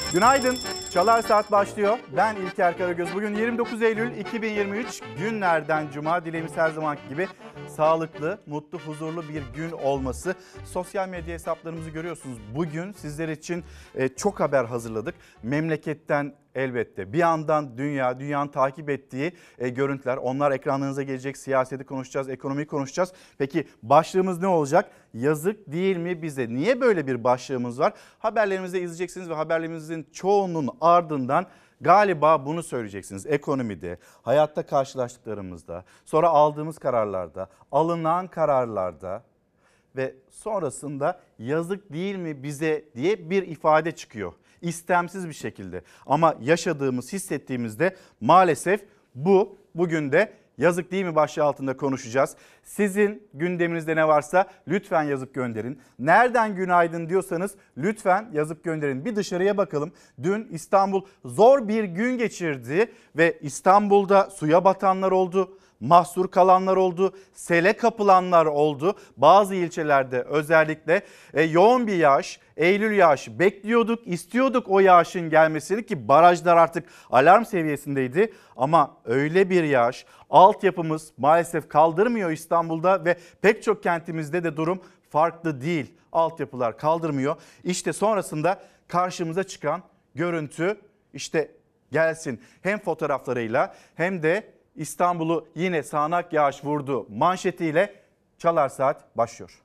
Günaydın. Çalar Saat başlıyor. Ben İlker Karagöz. Bugün 29 Eylül 2023 günlerden Cuma. Dileğimiz her zamanki gibi sağlıklı, mutlu, huzurlu bir gün olması. Sosyal medya hesaplarımızı görüyorsunuz. Bugün sizler için çok haber hazırladık. Memleketten elbette bir yandan dünyanın takip ettiği görüntüler. Onlar ekranlarınıza gelecek. Siyaseti konuşacağız, ekonomiyi konuşacağız. Peki başlığımız ne olacak? Yazık değil mi bize? Niye böyle bir başlığımız var? Haberlerimizi izleyeceksiniz ve haberlerimizin çoğunun ardından galiba bunu söyleyeceksiniz. Ekonomide, hayatta karşılaştıklarımızda, sonra aldığımız kararlarda, alınan kararlarda ve sonrasında yazık değil mi bize diye bir ifade çıkıyor. İstemsiz bir şekilde ama yaşadığımız, hissettiğimizde maalesef bugün de yazık değil mi başlığı altında konuşacağız. Sizin gündeminizde ne varsa lütfen yazıp gönderin. Nereden günaydın diyorsanız lütfen yazıp gönderin. Bir dışarıya bakalım. Dün İstanbul zor bir gün geçirdi ve İstanbul'da suya batanlar oldu. Mahsur kalanlar oldu, sele kapılanlar oldu. Bazı ilçelerde özellikle yoğun bir yağış, Eylül yağışı bekliyorduk, istiyorduk o yağışın gelmesini ki barajlar artık alarm seviyesindeydi. Ama öyle bir yağış, altyapımız maalesef kaldırmıyor İstanbul'da ve pek çok kentimizde de durum farklı değil. Altyapılar kaldırmıyor. İşte sonrasında karşımıza çıkan görüntü işte gelsin hem fotoğraflarıyla hem de İstanbul'u yine sağanak yağış vurdu manşetiyle Çalar Saat başlıyor.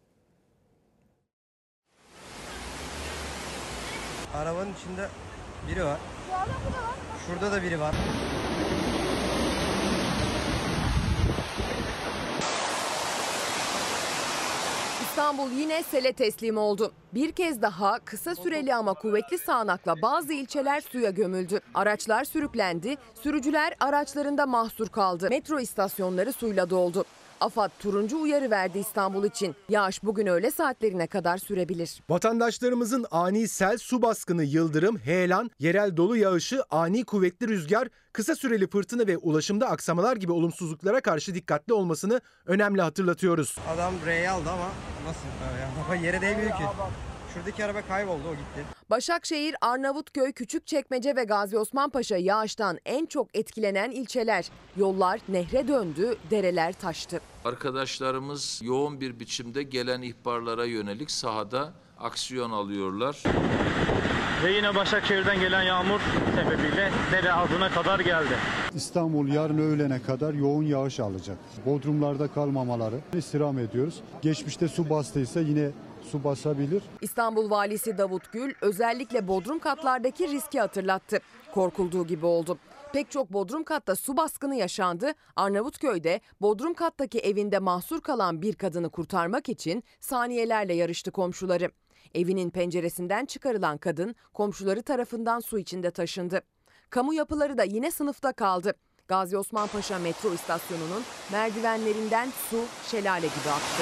Arabanın içinde biri var. Şurada da biri var. İstanbul yine sele teslim oldu. Bir kez daha kısa süreli ama kuvvetli sağanakla bazı ilçeler suya gömüldü. Araçlar sürüklendi, sürücüler araçlarında mahsur kaldı. Metro istasyonları suyla doldu. AFAD turuncu uyarı verdi İstanbul için. Yağış bugün öğle saatlerine kadar sürebilir. Vatandaşlarımızın ani sel, su baskını, yıldırım, heyelan, yerel dolu yağışı, ani kuvvetli rüzgar, kısa süreli fırtına ve ulaşımda aksamalar gibi olumsuzluklara karşı dikkatli olmasını önemli hatırlatıyoruz. Adam R'yi aldı ama nasıl? Yere değmiyor ki. Şuradaki araba kayboldu, o gitti. Başakşehir, Arnavutköy, Küçükçekmece ve Gazi Osman Paşa yağıştan en çok etkilenen ilçeler. Yollar nehre döndü, dereler taştı. Arkadaşlarımız yoğun bir biçimde gelen ihbarlara yönelik sahada aksiyon alıyorlar. Ve yine Başakşehir'den gelen yağmur sebebiyle dere ağzına kadar geldi. İstanbul yarın öğlene kadar yoğun yağış alacak. Bodrumlarda kalmamaları istirham ediyoruz. Geçmişte su bastıysa yine su basabilir. İstanbul Valisi Davut Gül özellikle bodrum katlardaki riski hatırlattı. Korkulduğu gibi oldu. Pek çok bodrum katta su baskını yaşandı. Arnavutköy'de bodrum kattaki evinde mahsur kalan bir kadını kurtarmak için saniyelerle yarıştı komşuları. Evinin penceresinden çıkarılan kadın komşuları tarafından su içinde taşındı. Kamu yapıları da yine sınıfta kaldı. Gazi Osman Paşa metro istasyonunun merdivenlerinden su şelale gibi aktı.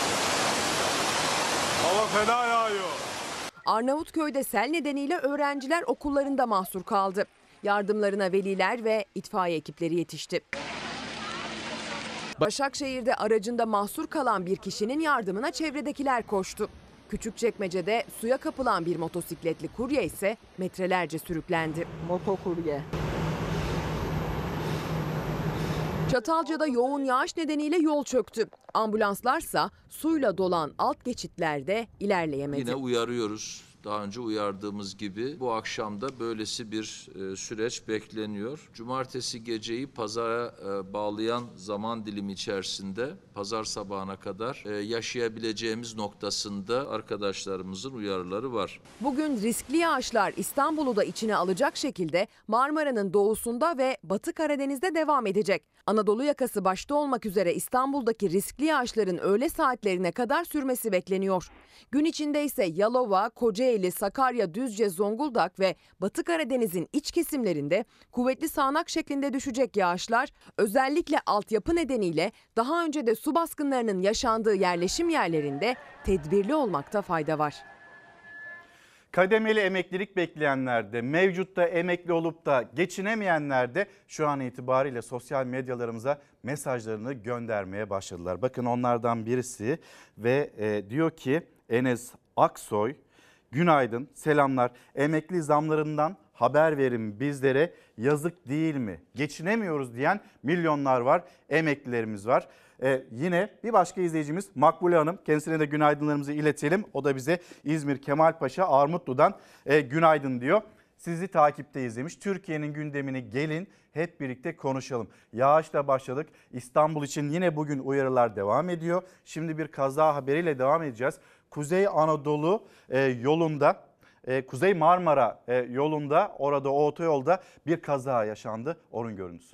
Hava fena yağıyor. Arnavutköy'de sel nedeniyle öğrenciler okullarında mahsur kaldı. Yardımlarına veliler ve itfaiye ekipleri yetişti. Başakşehir'de aracında mahsur kalan bir kişinin yardımına çevredekiler koştu. Küçükçekmece'de suya kapılan bir motosikletli kurye ise metrelerce sürüklendi. Motokurye. Çatalca'da yoğun yağış nedeniyle yol çöktü. Ambulanslarsa suyla dolan alt geçitlerde ilerleyemedi. Yine uyarıyoruz. Daha önce uyardığımız gibi bu akşam da böylesi bir süreç bekleniyor. Cumartesi geceyi pazara bağlayan zaman dilimi içerisinde pazar sabahına kadar yaşayabileceğimiz noktasında arkadaşlarımızın uyarıları var. Bugün riskli yağışlar İstanbul'u da içine alacak şekilde Marmara'nın doğusunda ve Batı Karadeniz'de devam edecek. Anadolu yakası başta olmak üzere İstanbul'daki riskli yağışların öğle saatlerine kadar sürmesi bekleniyor. Gün içinde ise Yalova, Kocaeli, Sakarya, Düzce, Zonguldak ve Batı Karadeniz'in iç kesimlerinde kuvvetli sağanak şeklinde düşecek yağışlar özellikle altyapı nedeniyle daha önce de su baskınlarının yaşandığı yerleşim yerlerinde tedbirli olmakta fayda var. Kademeli emeklilik bekleyenler de, mevcutta emekli olup da geçinemeyenler de şu an itibariyle sosyal medyalarımıza mesajlarını göndermeye başladılar. Bakın onlardan birisi ve diyor ki Enes Aksoy, günaydın, selamlar. Emekli zamlarından haber verin bizlere, yazık değil mi? Geçinemiyoruz diyen milyonlar var, emeklilerimiz var. Yine bir başka izleyicimiz Makbule Hanım, kendisine de günaydınlarımızı iletelim. O da bize İzmir Kemalpaşa Armutlu'dan günaydın diyor. Sizi takipteyiz demiş. Türkiye'nin gündemini gelin hep birlikte konuşalım. Yağışla başladık. İstanbul için yine bugün uyarılar devam ediyor. Şimdi bir kaza haberiyle devam edeceğiz. Kuzey Anadolu yolunda, Kuzey Marmara yolunda, orada o otoyolda bir kaza yaşandı. Onun görüntüsü.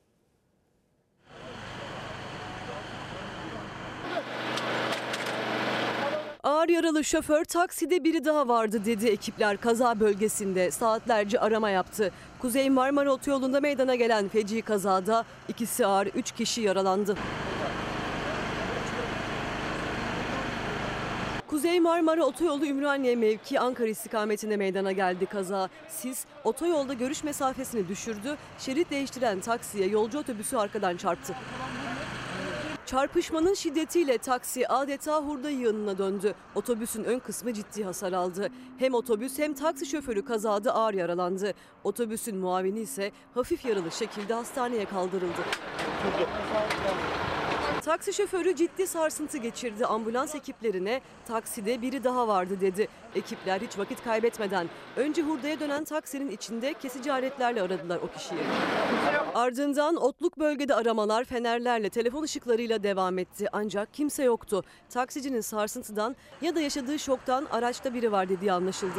Ağır yaralı şoför takside biri daha vardı dedi. Ekipler kaza bölgesinde saatlerce arama yaptı. Kuzey Marmara Otoyolu'nda meydana gelen feci kazada ikisi ağır 3 kişi yaralandı. Kuzey Marmara Otoyolu Ümraniye mevki Ankara istikametinde meydana geldi kaza. Sis otoyolda görüş mesafesini düşürdü. Şerit değiştiren taksiye yolcu otobüsü arkadan çarptı. Çarpışmanın şiddetiyle taksi adeta hurda yığınına döndü. Otobüsün ön kısmı ciddi hasar aldı. Hem otobüs hem taksi şoförü kazada ağır yaralandı. Otobüsün muavini ise hafif yaralı şekilde hastaneye kaldırıldı. Taksi şoförü ciddi sarsıntı geçirdi. Ambulans ekiplerine takside biri daha vardı dedi. Ekipler hiç vakit kaybetmeden önce hurdaya dönen taksinin içinde kesici aletlerle aradılar o kişiyi. Ardından otluk bölgede aramalar fenerlerle, telefon ışıklarıyla devam etti. Ancak kimse yoktu. Taksicinin sarsıntıdan ya da yaşadığı şoktan araçta biri var dediği anlaşıldı.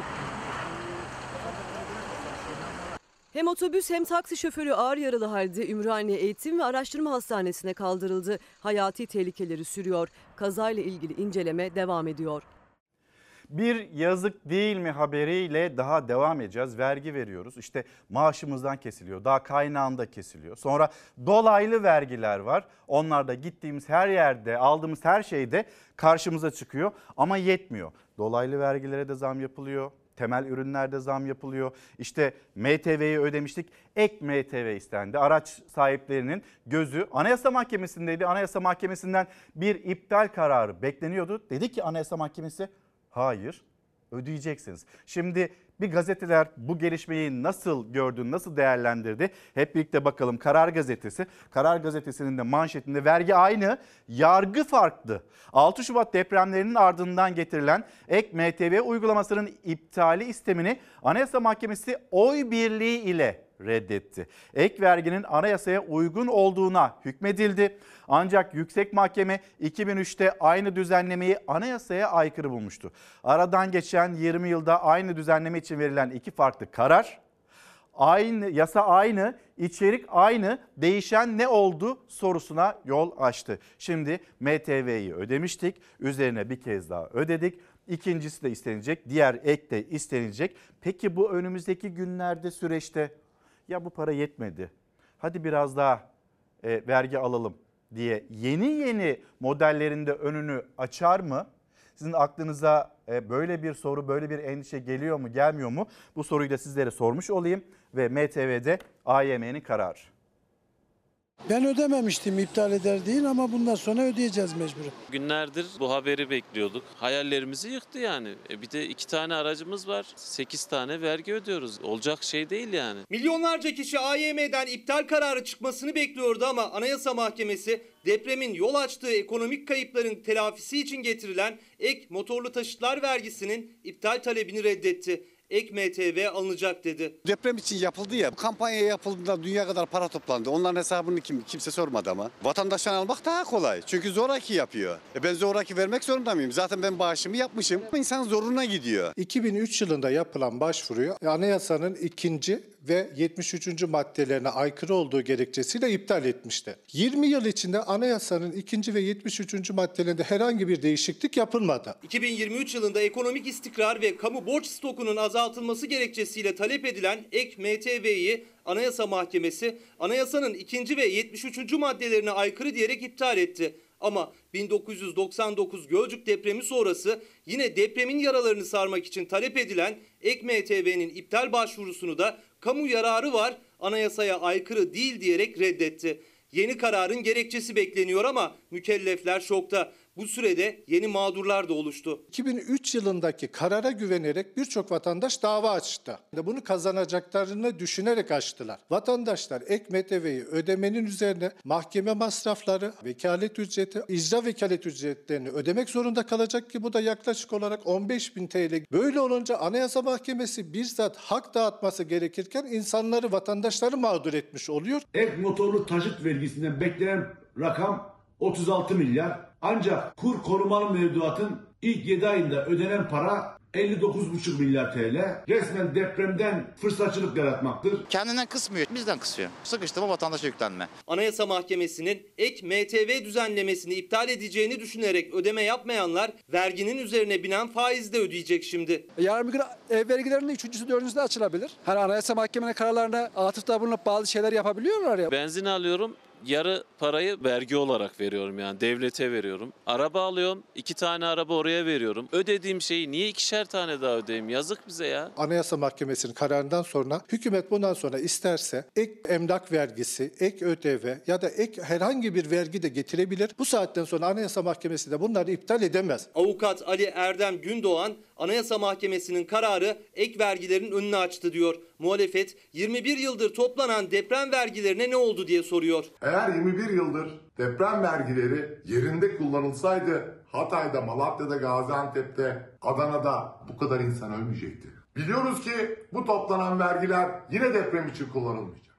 Hem otobüs hem taksi şoförü ağır yaralı halde Ümraniye Eğitim ve Araştırma Hastanesi'ne kaldırıldı. Hayati tehlikeleri sürüyor. Kazayla ilgili inceleme devam ediyor. Bir yazık değil mi haberiyle daha devam edeceğiz. Vergi veriyoruz. İşte maaşımızdan kesiliyor. Daha kaynağında kesiliyor. Sonra dolaylı vergiler var. Onlar da gittiğimiz her yerde, aldığımız her şeyde karşımıza çıkıyor. Ama yetmiyor. Dolaylı vergilere de zam yapılıyor. Temel ürünlerde zam yapılıyor. İşte MTV'yi ödemiştik. Ek MTV istendi. Araç sahiplerinin gözü Anayasa Mahkemesi'ndeydi. Anayasa Mahkemesi'nden bir iptal kararı bekleniyordu. Dedi ki Anayasa Mahkemesi hayır, ödeyeceksiniz. Şimdi bir gazeteler bu gelişmeyi nasıl gördü, nasıl değerlendirdi? Hep birlikte bakalım. Karar Gazetesi. Karar Gazetesi'nin de manşetinde vergi aynı, yargı farklı. 6 Şubat depremlerinin ardından getirilen ek MTV uygulamasının iptali istemini Anayasa Mahkemesi oy birliği ile reddetti. Ek verginin anayasaya uygun olduğuna hükmedildi. Ancak Yüksek Mahkeme 2003'te aynı düzenlemeyi anayasaya aykırı bulmuştu. Aradan geçen 20 yılda aynı düzenleme için verilen iki farklı karar, aynı yasa aynı, içerik aynı, değişen ne oldu sorusuna yol açtı. Şimdi MTV'yi ödemiştik, üzerine bir kez daha ödedik. İkincisi de istenecek, diğer ek de istenecek. Peki bu önümüzdeki günlerde süreçte ya bu para yetmedi, hadi biraz daha vergi alalım diye yeni modellerinde önünü açar mı? Sizin aklınıza böyle bir soru, böyle bir endişe geliyor mu, gelmiyor mu? Bu soruyu da sizlere sormuş olayım ve MTV'de AYM'nin kararı. Ben ödememiştim, iptal eder değil ama bundan sonra ödeyeceğiz mecburen. Günlerdir bu haberi bekliyorduk. Hayallerimizi yıktı yani. Bir de 2 tane aracımız var. 8 tane vergi ödüyoruz. Olacak şey değil yani. Milyonlarca kişi AYM'den iptal kararı çıkmasını bekliyordu ama Anayasa Mahkemesi depremin yol açtığı ekonomik kayıpların telafisi için getirilen ek motorlu taşıtlar vergisinin iptal talebini reddetti. Ek MTV alınacak dedi. Deprem için yapıldı ya, kampanya yapıldığında dünya kadar para toplandı. Onların hesabını kimse sormadı ama. Vatandaştan almak daha kolay. Çünkü zoraki yapıyor. Ben zoraki vermek zorunda mıyım? Zaten ben bağışımı yapmışım. İnsan zoruna gidiyor. 2003 yılında yapılan başvuruyu anayasanın 2. ve 73. maddelerine aykırı olduğu gerekçesiyle iptal etmişti. 20 yıl içinde anayasanın 2. ve 73. maddelerinde herhangi bir değişiklik yapılmadı. 2023 yılında ekonomik istikrar ve kamu borç stokunun azaltılması gerekçesiyle talep edilen ek MTV'yi Anayasa Mahkemesi anayasanın 2. ve 73. maddelerine aykırı diyerek iptal etti. Ama 1999 Gölcük depremi sonrası yine depremin yaralarını sarmak için talep edilen ek MTV'nin iptal başvurusunu da kamu yararı var, anayasaya aykırı değil diyerek reddetti. Yeni kararın gerekçesi bekleniyor ama mükellefler şokta. Bu sürede yeni mağdurlar da oluştu. 2003 yılındaki karara güvenerek birçok vatandaş dava açtı. Bunu kazanacaklarını düşünerek açtılar. Vatandaşlar ek MTV'yi ödemenin üzerine mahkeme masrafları, vekalet ücreti, icra vekalet ücretlerini ödemek zorunda kalacak ki bu da yaklaşık olarak 15.000 TL. Böyle olunca Anayasa Mahkemesi bizzat hak dağıtması gerekirken insanları, vatandaşları mağdur etmiş oluyor. Ek motorlu taşıt vergisinden beklenen rakam 36 milyar. Ancak kur korumalı mevduatın ilk 7 ayında ödenen para 59,5 milyar TL. Resmen depremden fırsatçılık yaratmaktır. Kendinden kısmıyor, bizden kısıyor. Sıkıştı mı vatandaşa yüklenme. Anayasa Mahkemesi'nin ek MTV düzenlemesini iptal edeceğini düşünerek ödeme yapmayanlar verginin üzerine binen faizi de ödeyecek şimdi. Yarın bir gün ev vergilerinin 3. 4. de açılabilir. Hani Anayasa Mahkeme'nin kararlarına atıfta bulunup bazı şeyler yapabiliyorlar ya. Benzin alıyorum. Yarı parayı vergi olarak veriyorum, yani devlete veriyorum. Araba alıyorum, 2 tane araba oraya veriyorum. Ödediğim şeyi niye 2'şer tane daha ödeyeyim? Yazık bize ya. Anayasa Mahkemesi'nin kararından sonra hükümet bundan sonra isterse ek emlak vergisi, ek ÖTV ya da ek herhangi bir vergi de getirebilir. Bu saatten sonra Anayasa Mahkemesi de bunları iptal edemez. Avukat Ali Erdem Gündoğan, Anayasa Mahkemesi'nin kararı ek vergilerin önünü açtı diyor. Muhalefet 21 yıldır toplanan deprem vergilerine ne oldu diye soruyor. Eğer 21 yıldır deprem vergileri yerinde kullanılsaydı Hatay'da, Malatya'da, Gaziantep'te, Adana'da bu kadar insan ölmeyecekti. Biliyoruz ki bu toplanan vergiler yine deprem için kullanılmayacak.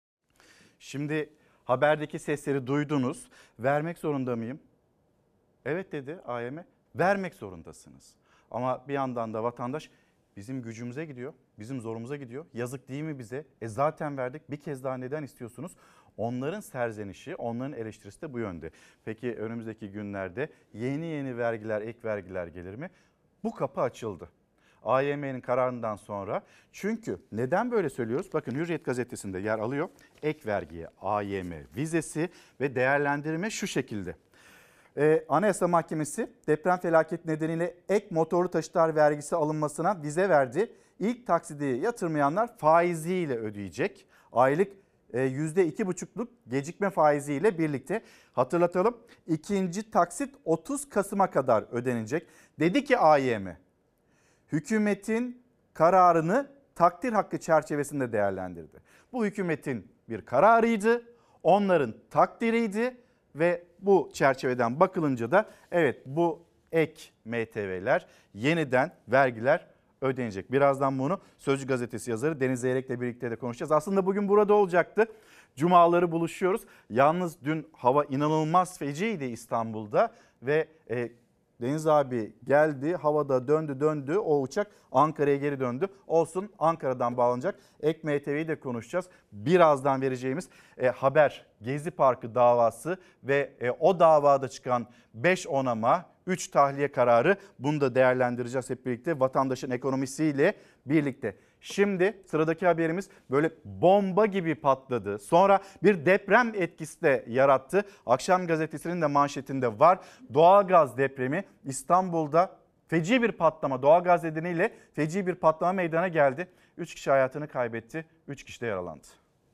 Şimdi haberdeki sesleri duydunuz. Vermek zorunda mıyım? Evet dedi AYM. Vermek zorundasınız. Ama bir yandan da vatandaş bizim gücümüze gidiyor, bizim zorumuza gidiyor. Yazık değil mi bize? Zaten verdik, bir kez daha neden istiyorsunuz? Onların serzenişi, onların eleştirisi de bu yönde. Peki önümüzdeki günlerde yeni vergiler, ek vergiler gelir mi? Bu kapı açıldı. AYM'nin kararından sonra. Çünkü neden böyle söylüyoruz? Bakın Hürriyet gazetesinde yer alıyor. Ek vergiye AYM vizesi ve değerlendirme şu şekilde. Anayasa Mahkemesi deprem felaketi nedeniyle ek motorlu taşıtlar vergisi alınmasına vize verdi. İlk taksidi yatırmayanlar faiziyle ödeyecek. Aylık %2,5'luk gecikme faiziyle birlikte. Hatırlatalım, ikinci taksit 30 Kasım'a kadar ödenecek. Dedi ki AYM, hükümetin kararını takdir hakkı çerçevesinde değerlendirdi. Bu hükümetin bir kararıydı, onların takdiriydi. Ve bu çerçeveden bakılınca da evet bu ek MTV'ler, yeniden vergiler ödenecek. Birazdan bunu Sözcü gazetesi yazarı Deniz Zeyrek'le birlikte de konuşacağız. Aslında bugün burada olacaktı. Cumaları buluşuyoruz. Yalnız dün hava inanılmaz feciydi İstanbul'da ve Deniz abi geldi, havada döndü, o uçak Ankara'ya geri döndü. Olsun, Ankara'dan bağlanacak. Ek MTV'yi de konuşacağız. Birazdan vereceğimiz haber Gezi Parkı davası ve o davada çıkan 5 onama, 3 tahliye kararı, bunu da değerlendireceğiz hep birlikte vatandaşın ekonomisiyle birlikte. Şimdi sıradaki haberimiz böyle bomba gibi patladı. Sonra bir deprem etkisi de yarattı. Akşam gazetesinin de manşetinde var. Doğalgaz depremi İstanbul'da feci bir patlama, doğalgaz nedeniyle feci bir patlama meydana geldi. 3 kişi hayatını kaybetti, 3 kişi de yaralandı.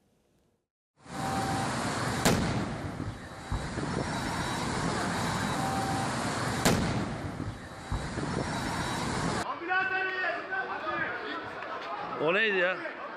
O neydi ya?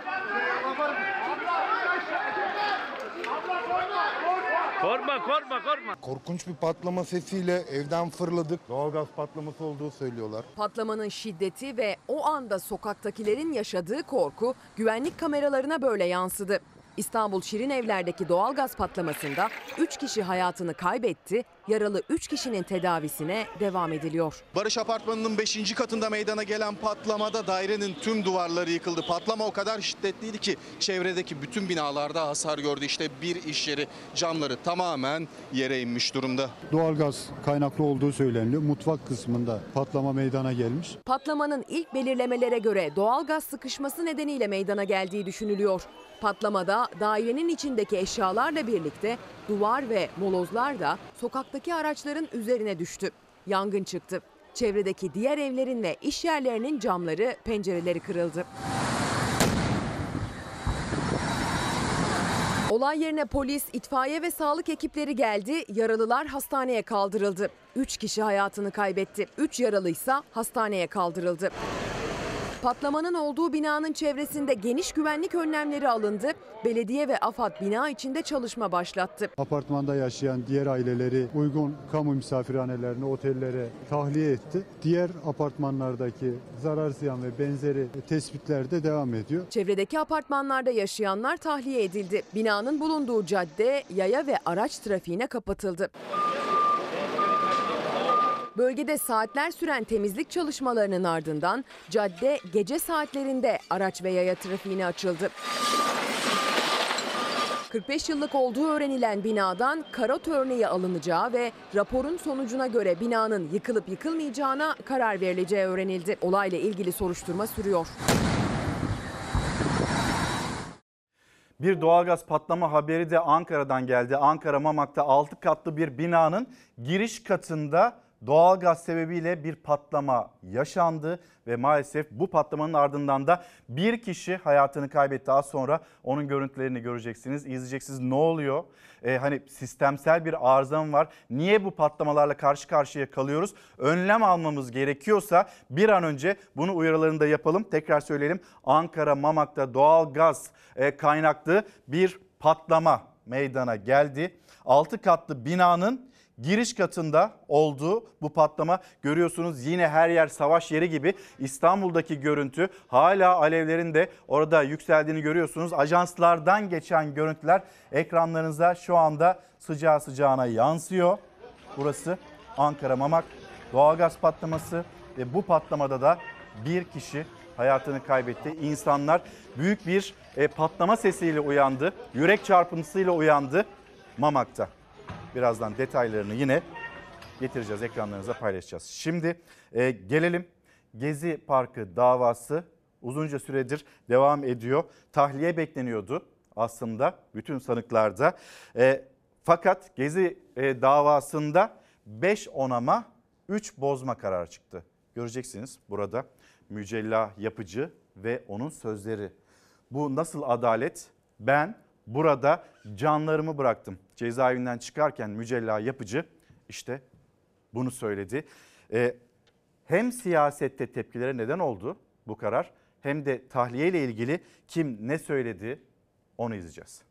Korkma. Korkunç bir patlama sesiyle evden fırladık. Doğalgaz patlaması olduğu söylüyorlar. Patlamanın şiddeti ve o anda sokaktakilerin yaşadığı korku güvenlik kameralarına böyle yansıdı. İstanbul Şirinevler'deki doğalgaz patlamasında 3 kişi hayatını kaybetti, yaralı 3 kişinin tedavisine devam ediliyor. Barış Apartmanı'nın 5. katında meydana gelen patlamada dairenin tüm duvarları yıkıldı. Patlama o kadar şiddetliydi ki çevredeki bütün binalarda hasar gördü. İşte bir iş yeri camları tamamen yere inmiş durumda. Doğalgaz kaynaklı olduğu söyleniyor. Mutfak kısmında patlama meydana gelmiş. Patlamanın ilk belirlemelere göre doğalgaz sıkışması nedeniyle meydana geldiği düşünülüyor. Patlamada dairenin içindeki eşyalarla birlikte duvar ve molozlar da sokaktaki araçların üzerine düştü. Yangın çıktı. Çevredeki diğer evlerin ve iş yerlerinin camları, pencereleri kırıldı. Olay yerine polis, itfaiye ve sağlık ekipleri geldi. Yaralılar hastaneye kaldırıldı. 3 kişi hayatını kaybetti. 3 yaralıysa hastaneye kaldırıldı. Patlamanın olduğu binanın çevresinde geniş güvenlik önlemleri alındı. Belediye ve AFAD bina içinde çalışma başlattı. Apartmanda yaşayan diğer aileleri uygun kamu misafirhanelerine, otellere tahliye etti. Diğer apartmanlardaki zarar ziyan ve benzeri tespitler de devam ediyor. Çevredeki apartmanlarda yaşayanlar tahliye edildi. Binanın bulunduğu cadde yaya ve araç trafiğine kapatıldı. Bölgede saatler süren temizlik çalışmalarının ardından cadde gece saatlerinde araç ve yaya trafiğine açıldı. 45 yıllık olduğu öğrenilen binadan karot örneği alınacağı ve raporun sonucuna göre binanın yıkılıp yıkılmayacağına karar verileceği öğrenildi. Olayla ilgili soruşturma sürüyor. Bir doğalgaz patlama haberi de Ankara'dan geldi. Ankara Mamak'ta 6 katlı bir binanın giriş katında doğalgaz sebebiyle bir patlama yaşandı ve maalesef bu patlamanın ardından da bir kişi hayatını kaybetti. Az sonra onun görüntülerini göreceksiniz, izleyeceksiniz. Ne oluyor? Hani sistemsel bir arıza mı var? Niye bu patlamalarla karşı karşıya kalıyoruz? Önlem almamız gerekiyorsa bir an önce bunu uyarılarını da yapalım. Tekrar söyleyelim. Ankara Mamak'ta doğalgaz kaynaklı bir patlama meydana geldi. 6 katlı binanın giriş katında olduğu bu patlama, görüyorsunuz yine her yer savaş yeri gibi. İstanbul'daki görüntü, hala alevlerin de orada yükseldiğini görüyorsunuz. Ajanslardan geçen görüntüler ekranlarınıza şu anda sıcağı sıcağına yansıyor. Burası Ankara Mamak doğalgaz patlaması ve bu patlamada da bir kişi hayatını kaybetti. İnsanlar büyük bir patlama sesiyle uyandı, yürek çarpıntısıyla uyandı Mamak'ta. Birazdan detaylarını yine getireceğiz, ekranlarınıza paylaşacağız. Şimdi gelelim, Gezi Parkı davası uzunca süredir devam ediyor. Tahliye bekleniyordu aslında bütün sanıklarda. Fakat Gezi davasında 5 onama 3 bozma kararı çıktı. Göreceksiniz burada Mücella Yapıcı ve onun sözleri. Bu nasıl adalet? Ben burada canlarımı bıraktım. Cezaevinden çıkarken Mücella Yapıcı işte bunu söyledi. Hem siyasette tepkilere neden oldu bu karar, hem de tahliye ile ilgili kim ne söyledi onu izleyeceğiz.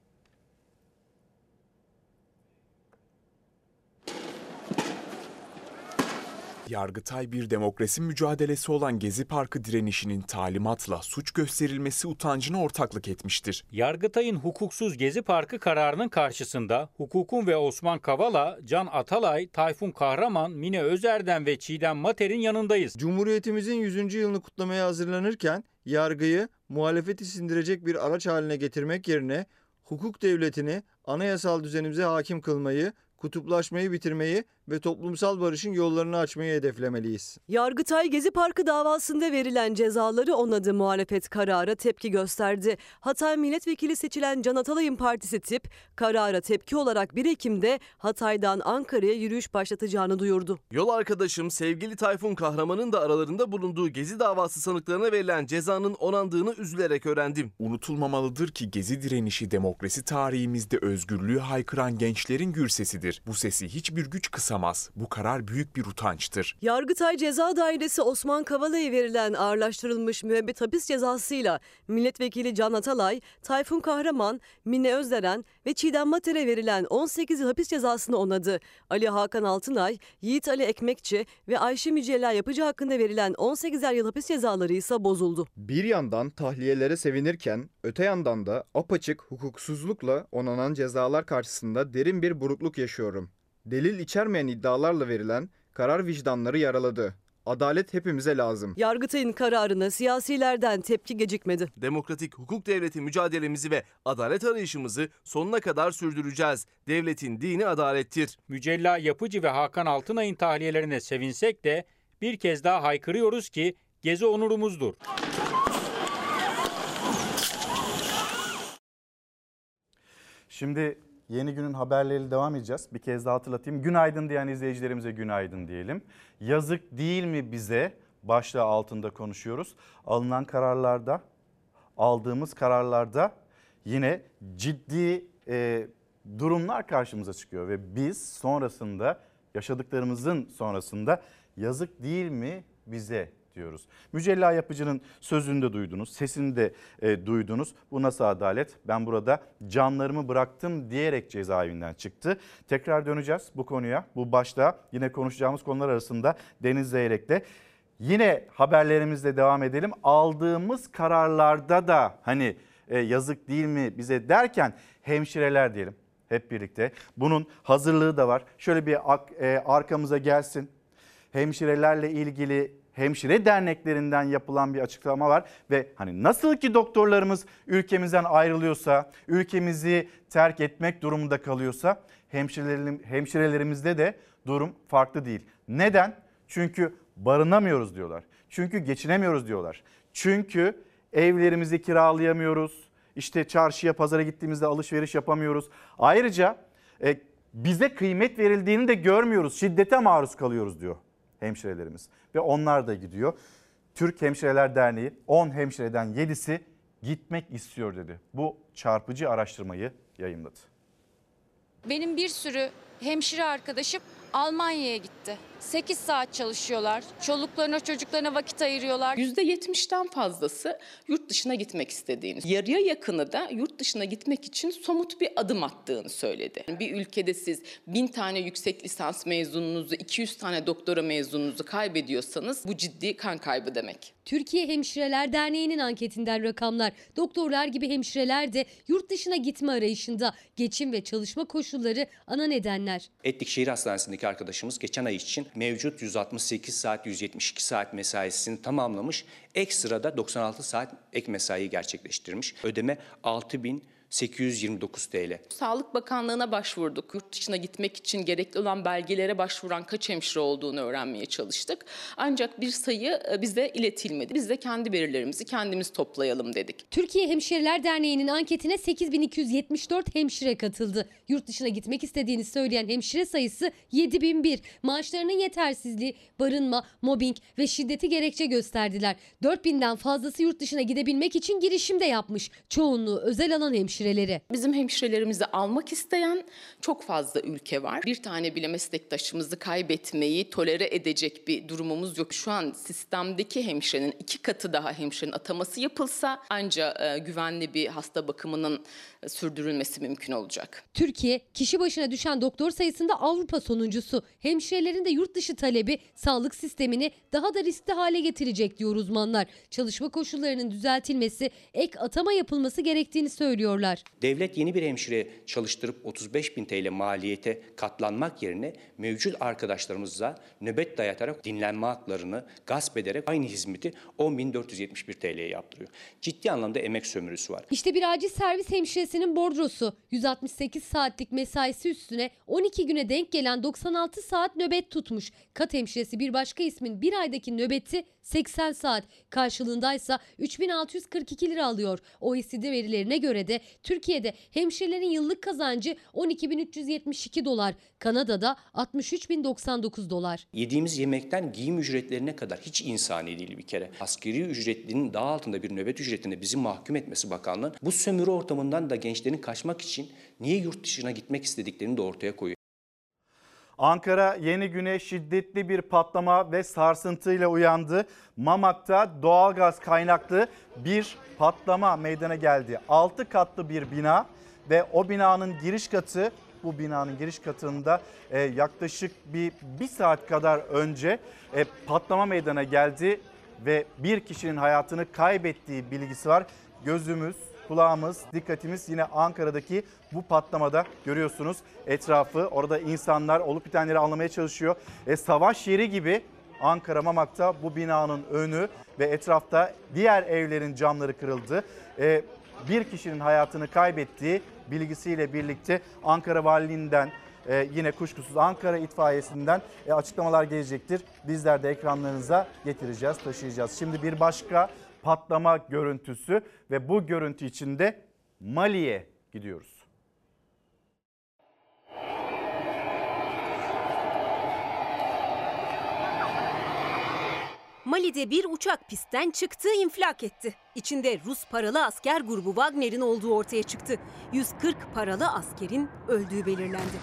Yargıtay bir demokrasi mücadelesi olan Gezi Parkı direnişinin talimatla suç gösterilmesi utancına ortaklık etmiştir. Yargıtay'ın hukuksuz Gezi Parkı kararının karşısında Hukuk'un ve Osman Kavala, Can Atalay, Tayfun Kahraman, Mine Özer'den ve Çiğdem Mater'in yanındayız. Cumhuriyetimizin 100. yılını kutlamaya hazırlanırken yargıyı muhalefeti sindirecek bir araç haline getirmek yerine hukuk devletini anayasal düzenimize hakim kılmayı, kutuplaşmayı bitirmeyi ve toplumsal barışın yollarını açmayı hedeflemeliyiz. Yargıtay Gezi Parkı davasında verilen cezaları onadı, muhalefet karara tepki gösterdi. Hatay milletvekili seçilen Can Atalay'ın partisi TİP, karara tepki olarak 1 Ekim'de Hatay'dan Ankara'ya yürüyüş başlatacağını duyurdu. Yol arkadaşım sevgili Tayfun Kahraman'ın da aralarında bulunduğu Gezi davası sanıklarına verilen cezanın onandığını üzülerek öğrendim. Unutulmamalıdır ki Gezi direnişi demokrasi tarihimizde özgürlüğü haykıran gençlerin gür sesidir. Bu sesi hiçbir güç kısamaz. Bu karar büyük bir utançtır. Yargıtay Ceza Dairesi Osman Kavala'ya verilen ağırlaştırılmış müebbet hapis cezasıyla milletvekili Can Atalay, Tayfun Kahraman, Mine Özderen ve Çiğdem Mater'e verilen 18 yıl hapis cezasını onadı. Ali Hakan Altınay, Yiğit Ali Ekmekçi ve Ayşe Mücella Yapıcı hakkında verilen 18'er yıl hapis cezaları ise bozuldu. Bir yandan tahliyelere sevinirken öte yandan da apaçık hukuksuzlukla onanan cezalar karşısında derin bir burukluk yaşıyorum. Delil içermeyen iddialarla verilen karar vicdanları yaraladı. Adalet hepimize lazım. Yargıtay'ın kararına siyasilerden tepki gecikmedi. Demokratik hukuk devleti mücadelemizi ve adalet arayışımızı sonuna kadar sürdüreceğiz. Devletin dini adalettir. Mücella Yapıcı ve Hakan Altınay'ın tahliyelerine sevinsek de bir kez daha haykırıyoruz ki Gezi onurumuzdur. Şimdi Yeni Gün'ün haberleriyle devam edeceğiz. Bir kez daha hatırlatayım. Günaydın diyen izleyicilerimize günaydın diyelim. Yazık değil mi bize başlığı altında konuşuyoruz. Alınan kararlarda, aldığımız kararlarda yine ciddi durumlar karşımıza çıkıyor ve biz sonrasında yaşadıklarımızın sonrasında yazık değil mi bize diyoruz. Mücella Yapıcı'nın sözünü de duydunuz, sesini de duydunuz. Bu nasıl adalet? Ben burada canlarımı bıraktım diyerek cezaevinden çıktı. Tekrar döneceğiz bu konuya. Bu başta yine konuşacağımız konular arasında Deniz Zeyrek'le. Yine haberlerimizle devam edelim. Aldığımız kararlarda da hani yazık değil mi bize derken hemşireler diyelim hep birlikte. Bunun hazırlığı da var. Şöyle bir arkamıza gelsin. Hemşirelerle ilgili hemşire derneklerinden yapılan bir açıklama var ve hani nasıl ki doktorlarımız ülkemizden ayrılıyorsa, ülkemizi terk etmek durumunda kalıyorsa hemşirelerimizde de durum farklı değil. Neden? Çünkü barınamıyoruz diyorlar. Çünkü geçinemiyoruz diyorlar. Çünkü evlerimizi kiralayamıyoruz. İşte çarşıya, pazara gittiğimizde alışveriş yapamıyoruz. Ayrıca bize kıymet verildiğini de görmüyoruz. Şiddete maruz kalıyoruz diyor hemşirelerimiz. Ve onlar da gidiyor. Türk Hemşireler Derneği 10 hemşireden 7'si gitmek istiyor dedi. Bu çarpıcı araştırmayı yayımladı. Benim bir sürü hemşire arkadaşım Almanya'ya gitti. 8 saat çalışıyorlar. Çoluklarına, çocuklarına vakit ayırıyorlar. %70'ten fazlası yurt dışına gitmek istediğini, yarıya yakını da yurt dışına gitmek için somut bir adım attığını söyledi. Bir ülkede siz 1000 tane yüksek lisans mezununuzu, 200 tane doktora mezununuzu kaybediyorsanız bu ciddi kan kaybı demek. Türkiye Hemşireler Derneği'nin anketinden rakamlar. Doktorlar gibi hemşireler de yurt dışına gitme arayışında. Geçim ve çalışma koşulları ana nedenler. Etlik Şehir Hastanesi'ndeki arkadaşımız geçen ay için mevcut 168 saat, 172 saat mesaisini tamamlamış. Ekstrada 96 saat ek mesai gerçekleştirmiş. Ödeme 6.829 TL. Sağlık Bakanlığı'na başvurduk. Yurt dışına gitmek için gerekli olan belgelere başvuran kaç hemşire olduğunu öğrenmeye çalıştık. Ancak bir sayı bize iletilmedi. Biz de kendi verilerimizi kendimiz toplayalım dedik. Türkiye Hemşireler Derneği'nin anketine 8.274 hemşire katıldı. Yurt dışına gitmek istediğini söyleyen hemşire sayısı 7.001. Maaşlarının yetersizliği, barınma, mobbing ve şiddeti gerekçe gösterdiler. 4.000'den fazlası yurt dışına gidebilmek için girişim de yapmış. Çoğunluğu özel alan hemşireleri. Bizim hemşirelerimizi almak isteyen çok fazla ülke var. Bir tane bile meslektaşımızı kaybetmeyi tolere edecek bir durumumuz yok. Şu an sistemdeki hemşirenin 2 katı daha hemşirenin ataması yapılsa ancak güvenli bir hasta bakımının sürdürülmesi mümkün olacak. Türkiye kişi başına düşen doktor sayısında Avrupa sonuncusu. Hemşirelerin de yurt dışı talebi sağlık sistemini daha da riskli hale getirecek diyor uzmanlar. Çalışma koşullarının düzeltilmesi, ek atama yapılması gerektiğini söylüyorlar. Devlet yeni bir hemşire çalıştırıp 35.000 TL maliyete katlanmak yerine mevcut arkadaşlarımıza nöbet dayatarak dinlenme haklarını gasp ederek aynı hizmeti 10.471 TL'ye yaptırıyor. Ciddi anlamda emek sömürüsü var. İşte bir acil servis hemşiresinin bordrosu. 168 saatlik mesaisi üstüne 12 güne denk gelen 96 saat nöbet tutmuş. Kat hemşiresi bir başka ismin bir aydaki nöbeti 80 saat. Karşılığındaysa 3.642 lira alıyor. OECD verilerine göre de Türkiye'de hemşirelerin yıllık kazancı 12.372 dolar. Kanada'da 63.099 dolar. Yediğimiz yemekten giyim ücretlerine kadar hiç insani değil bir kere. Asgari ücretlinin daha altında bir nöbet ücretine bizi mahkum etmesi bakanlığın bu sömürü ortamından da gençlerin kaçmak için niye yurt dışına gitmek istediklerini de ortaya koyuyor. Ankara yeni güne şiddetli bir patlama ve sarsıntıyla uyandı. Mamak'ta doğalgaz kaynaklı bir patlama meydana geldi. 6 katlı bir bina ve o binanın giriş katı, bu binanın giriş katında yaklaşık bir saat kadar önce patlama meydana geldi ve bir kişinin hayatını kaybettiği bilgisi var. Gözümüz, kulağımız, dikkatimiz yine Ankara'daki bu patlamada görüyorsunuz etrafı. Orada insanlar olup bitenleri anlamaya çalışıyor. Savaş yeri gibi Ankara Mamak'ta bu binanın önü ve etrafta diğer evlerin camları kırıldı. Bir kişinin hayatını kaybettiği bilgisiyle birlikte Ankara Valiliğinden yine kuşkusuz Ankara İtfaiyesi'nden açıklamalar gelecektir. Bizler de ekranlarınıza getireceğiz, taşıyacağız. Şimdi bir başka patlama görüntüsü ve bu görüntü içinde Mali'ye gidiyoruz. Mali'de bir uçak pistten çıktı, infilak etti. İçinde Rus paralı asker grubu Wagner'in olduğu ortaya çıktı. 140 paralı askerin öldüğü belirlendi.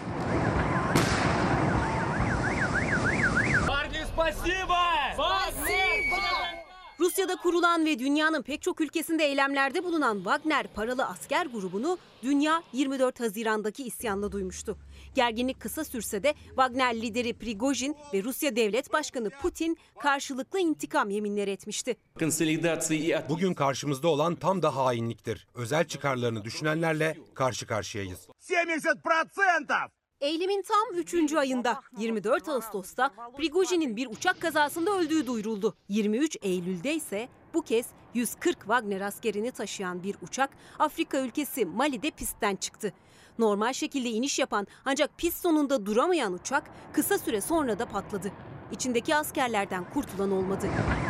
Rusya'da kurulan ve dünyanın pek çok ülkesinde eylemlerde bulunan Wagner paralı asker grubunu dünya 24 Haziran'daki isyanla duymuştu. Gerginlik kısa sürse de Wagner lideri Prigojin ve Rusya Devlet Başkanı Putin karşılıklı intikam yeminleri etmişti. Bugün karşımızda olan tam da hainliktir. Özel çıkarlarını düşünenlerle karşı karşıyayız. 70%! Eylemin tam 3. ayında 24 Ağustos'ta Prigojin'in bir uçak kazasında öldüğü duyuruldu. 23 Eylül'de ise bu kez 140 Wagner askerini taşıyan bir uçak Afrika ülkesi Mali'de pistten çıktı. Normal şekilde iniş yapan ancak pist sonunda duramayan uçak kısa süre sonra da patladı. İçindeki askerlerden kurtulan olmadı.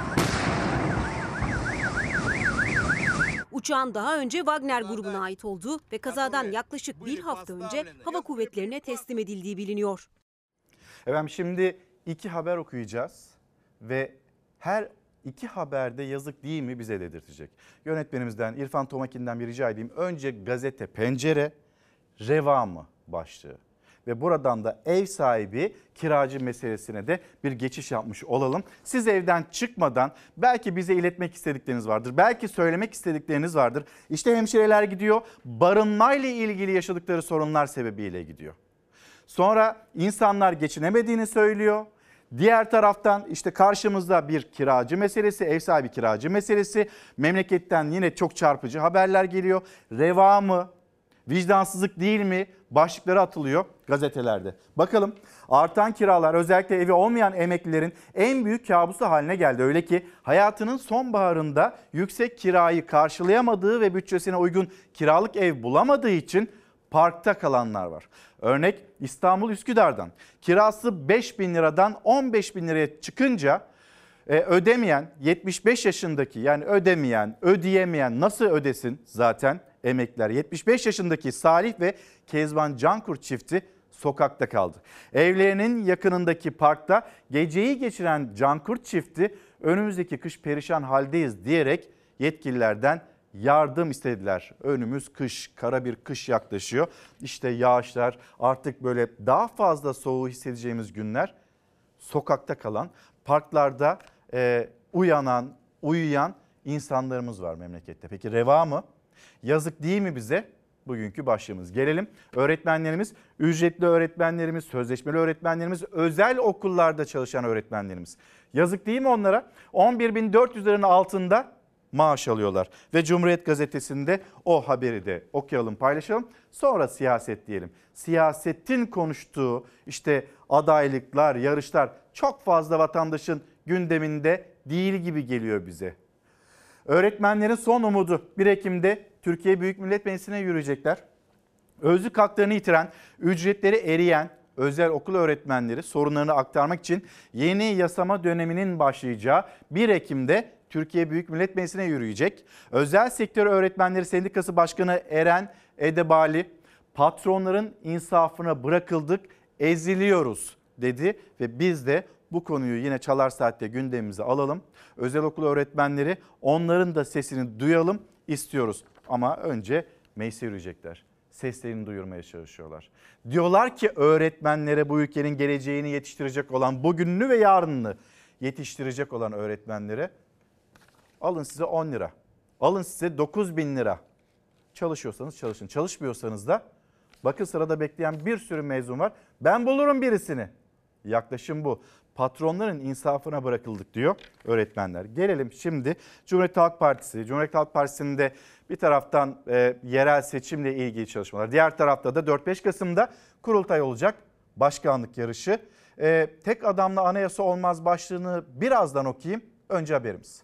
Uçağın daha önce Wagner grubuna ait olduğu ve kazadan yaklaşık bir hafta önce hava kuvvetlerine teslim edildiği biliniyor. Efendim şimdi 2 haber okuyacağız ve her 2 haberde yazık değil mi bize dedirtecek. Yönetmenimizden İrfan Tomakin'den bir rica edeyim. Önce gazete Pencere, Reva mı başlığı. Ve buradan da ev sahibi kiracı meselesine de bir geçiş yapmış olalım. Siz evden çıkmadan belki bize iletmek istedikleriniz vardır. Belki söylemek istedikleriniz vardır. İşte hemşireler gidiyor, barınmayla ilgili yaşadıkları sorunlar sebebiyle gidiyor. Sonra insanlar geçinemediğini söylüyor. Diğer taraftan işte karşımızda bir kiracı meselesi, ev sahibi kiracı meselesi. Memleketten yine çok çarpıcı haberler geliyor. Reva mı? Vicdansızlık değil mi? Başlıkları atılıyor gazetelerde. Bakalım artan kiralar özellikle evi olmayan emeklilerin en büyük kabusu haline geldi. Öyle ki hayatının sonbaharında yüksek kirayı karşılayamadığı ve bütçesine uygun kiralık ev bulamadığı için parkta kalanlar var. Örnek İstanbul Üsküdar'dan kirası 5.000 liradan 15.000 liraya çıkınca ödemeyen 75 yaşındaki yani ödeyemeyen nasıl ödesin zaten emekliler? 75 yaşındaki Salih ve Kezban Cankurt çifti sokakta kaldı. Evlerinin yakınındaki parkta geceyi geçiren Cankurt çifti önümüzdeki kış perişan haldeyiz diyerek yetkililerden yardım istediler. Önümüz kış, kara bir kış yaklaşıyor. İşte yağışlar, artık böyle daha fazla soğuğu hissedeceğimiz günler. Sokakta kalan, parklarda uyuyan insanlarımız var memlekette. Peki reva mı? Yazık değil mi bize? Bugünkü başlığımız. Gelelim öğretmenlerimiz, ücretli öğretmenlerimiz, sözleşmeli öğretmenlerimiz, özel okullarda çalışan öğretmenlerimiz. Yazık değil mi onlara? 11.400 liranın altında maaş alıyorlar. Ve Cumhuriyet Gazetesi'nde o haberi de okuyalım, paylaşalım. Sonra siyaset diyelim. Siyasetin konuştuğu işte adaylıklar, yarışlar çok fazla vatandaşın gündeminde değil gibi geliyor bize. Öğretmenlerin son umudu 1 Ekim'de Türkiye Büyük Millet Meclisi'ne yürüyecekler. Özlük haklarını yitiren, ücretleri eriyen özel okul öğretmenleri sorunlarını aktarmak için yeni yasama döneminin başlayacağı 1 Ekim'de Türkiye Büyük Millet Meclisi'ne yürüyecek. Özel Sektör Öğretmenleri Sendikası Başkanı Eren Edebali, patronların insafına bırakıldık, eziliyoruz dedi ve biz de bu konuyu yine Çalar Saat'te gündemimize alalım. Özel okul öğretmenleri, onların da sesini duyalım istiyoruz. Ama önce meclise yürüyecekler. Seslerini duyurmaya çalışıyorlar. Diyorlar ki öğretmenlere, bu ülkenin geleceğini yetiştirecek olan, bugününü ve yarınını yetiştirecek olan öğretmenlere alın size 10 lira. Alın size 9.000 lira. Çalışıyorsanız çalışın. Çalışmıyorsanız da bakın sırada bekleyen bir sürü mezun var. Ben bulurum birisini. Yaklaşım bu. Patronların insafına bırakıldık diyor öğretmenler. Gelelim şimdi Cumhuriyet Halk Partisi. Cumhuriyet Halk Partisi'nin de bir taraftan yerel seçimle ilgili çalışmalar. Diğer tarafta da 4-5 Kasım'da kurultay olacak, başkanlık yarışı. Tek adamla anayasa olmaz başlığını birazdan okuyayım. Önce haberimiz.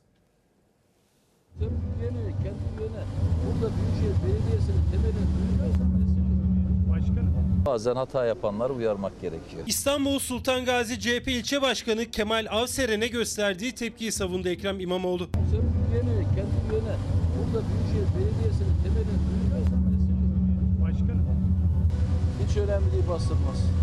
Kendi yöne. Burada Büyükşehir Belediyesi'nin temelini duymuyorsan bazen hata yapanları uyarmak gerekiyor. İstanbul Sultan Gazi CHP ilçe başkanı Kemal Avseren'e gösterdiği tepkiyi savundu Ekrem İmamoğlu. Kendi yöne. Burada Büyükşehir Belediyesi'nin temelini duymuyorsan başkanım. Hiç önemli değil, bastırmaz.